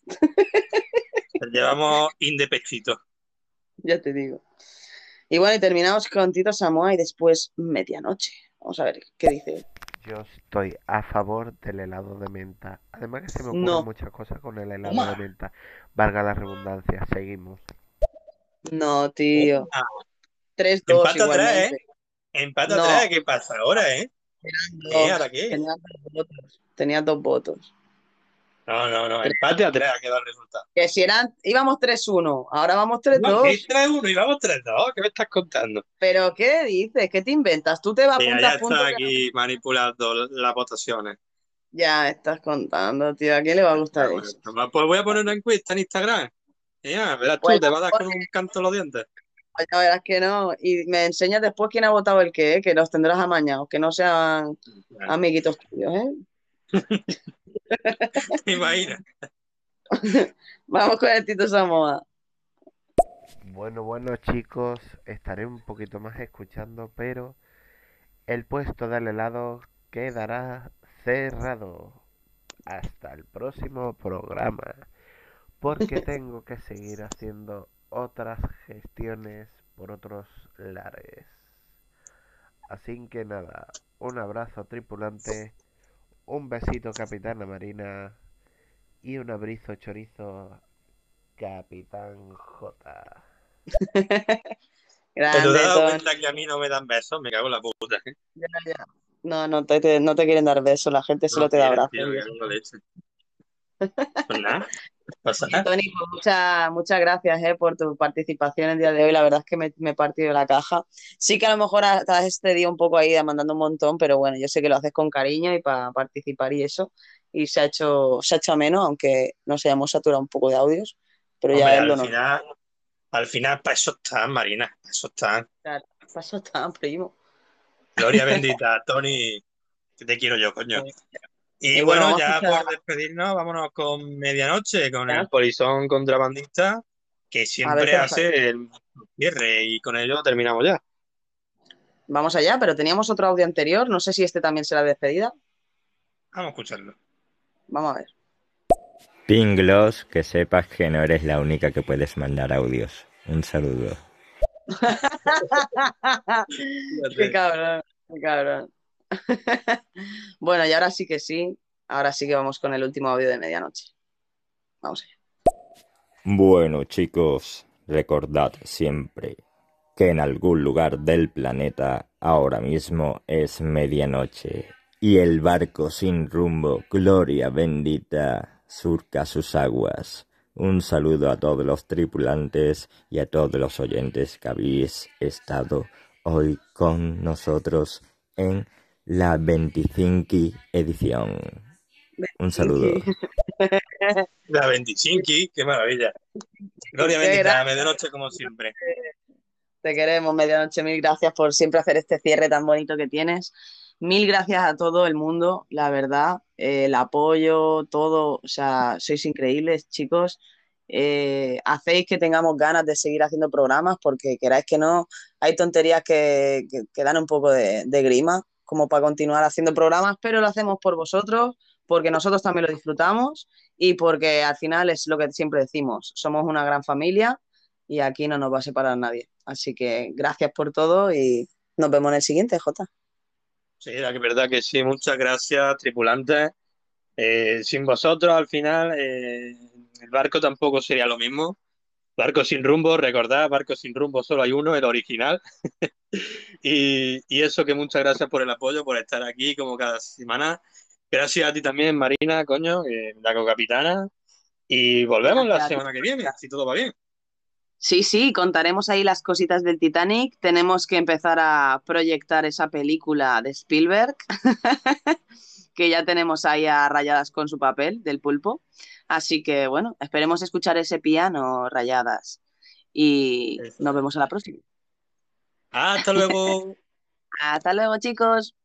Llevamos indepechito. Ya te digo. Y bueno, y terminamos con Tito Samoa y después medianoche. Vamos a ver qué dice. Yo estoy a favor del helado de menta. Además que se me ocurren No, muchas cosas con el helado de menta. Valga la redundancia, seguimos. no, tío. Ah, 3-2 empate a 3, igualmente. ¿eh? Empate a No, 3, ¿qué pasa ahora, eh? ¿Qué? ¿Ahora qué? Tenías 2 votos. No, empate a 3 ha quedado el resultado. Que si íbamos 3-1, ahora vamos No, que 3-2. es 3-1 y vamos 3-2, ¿qué me estás contando? ¿Pero qué dices? ¿Qué te inventas? Tú te vas Mira, punto ya a punto. está aquí manipulando las votaciones. Ya estás contando, tío. ¿A quién le va a gustar Bueno, eso? pues voy a poner una encuesta en Instagram. Ya, verás tú, Pues te va a dar con un canto en los dientes. ya verás que no. Y me enseñas después quién ha votado el qué, que los tendrás amañados, que no sean amiguitos tuyos, ¿eh? ¿Te imaginas? Vamos con el Tito Samoa. Bueno, chicos, estaré un poquito más escuchando, pero el puesto del helado quedará cerrado hasta el próximo programa, porque tengo que seguir haciendo otras gestiones por otros lares. Así que nada, un abrazo tripulante, un besito Capitana Marina y un abrazo chorizo Capitán J. ¿Pero te has Grande, dado Tony. cuenta que a mí no me dan besos? Me cago en la puta. Ya, ya. No, no te quieren dar besos, la gente solo No te da quieren, abrazos. tío, y que eso. no leche. Pues nada, no pasa nada. Tony, pues muchas gracias por tu participación el día de hoy. La verdad es que me he partido la caja. Sí que a lo mejor estás este día un poco ahí mandando un montón, pero bueno, yo sé que lo haces con cariño y para participar y eso. Y se ha hecho ameno, aunque nos hayamos saturado un poco de audios, pero Hombre, ya es lo normal. al final para eso están, Marina, para eso están. Claro, para eso está, primo. Gloria bendita, Tony, que te quiero yo, coño. Y Y bueno, bueno, vamos a ya escuchar por despedirnos, vámonos con Medianoche, con el Medianoche. polizón contrabandista, que A ver siempre qué nos hace el cierre y con ello terminamos ya. Vamos allá, pero teníamos otro audio anterior. No sé si este también será de despedida. Vamos a escucharlo. Vamos a ver. Pinglos, que sepas que no eres la única que puedes mandar audios. Un saludo. Qué cabrón, qué cabrón. Bueno, y ahora sí que sí. Ahora sí que vamos con el último audio de medianoche. Vamos allá. Bueno, chicos, recordad siempre que en algún lugar del planeta ahora mismo es medianoche y el barco sin rumbo, gloria bendita, surca sus aguas. Un saludo a todos los tripulantes y a todos los oyentes que habéis estado hoy con nosotros en la 25 edición. Un saludo. La 25, qué maravilla. Gloria Qué bendita, grande. medianoche como siempre. Te queremos, medianoche. Mil gracias por siempre hacer este cierre tan bonito que tienes. Mil gracias a todo el mundo, la verdad, el apoyo, todo, o sea, sois increíbles, chicos. Hacéis que tengamos ganas de seguir haciendo programas porque queráis que no, hay tonterías que dan un poco de grima como para continuar haciendo programas, pero lo hacemos por vosotros, porque nosotros también lo disfrutamos y porque al final es lo que siempre decimos, somos una gran familia y aquí no nos va a separar nadie. Así que gracias por todo y nos vemos en el siguiente, Jota. Sí, la verdad que sí, muchas gracias, tripulantes. Sin vosotros, al final, el barco tampoco sería lo mismo. Barco sin rumbo, recordad, barco sin rumbo solo hay uno, el original. Y eso, que muchas gracias por el apoyo, por estar aquí como cada semana. Gracias a ti también, Marina, coño, la co-capitana. Y volvemos la semana que viene, si todo va bien. Sí, sí, contaremos ahí las cositas del Titanic. Tenemos que empezar a proyectar esa película de Spielberg, que ya tenemos ahí a Rayadas con su papel del pulpo. Así que bueno, esperemos escuchar ese piano, Rayadas. Y nos vemos a la próxima. Hasta luego. Hasta luego, chicos.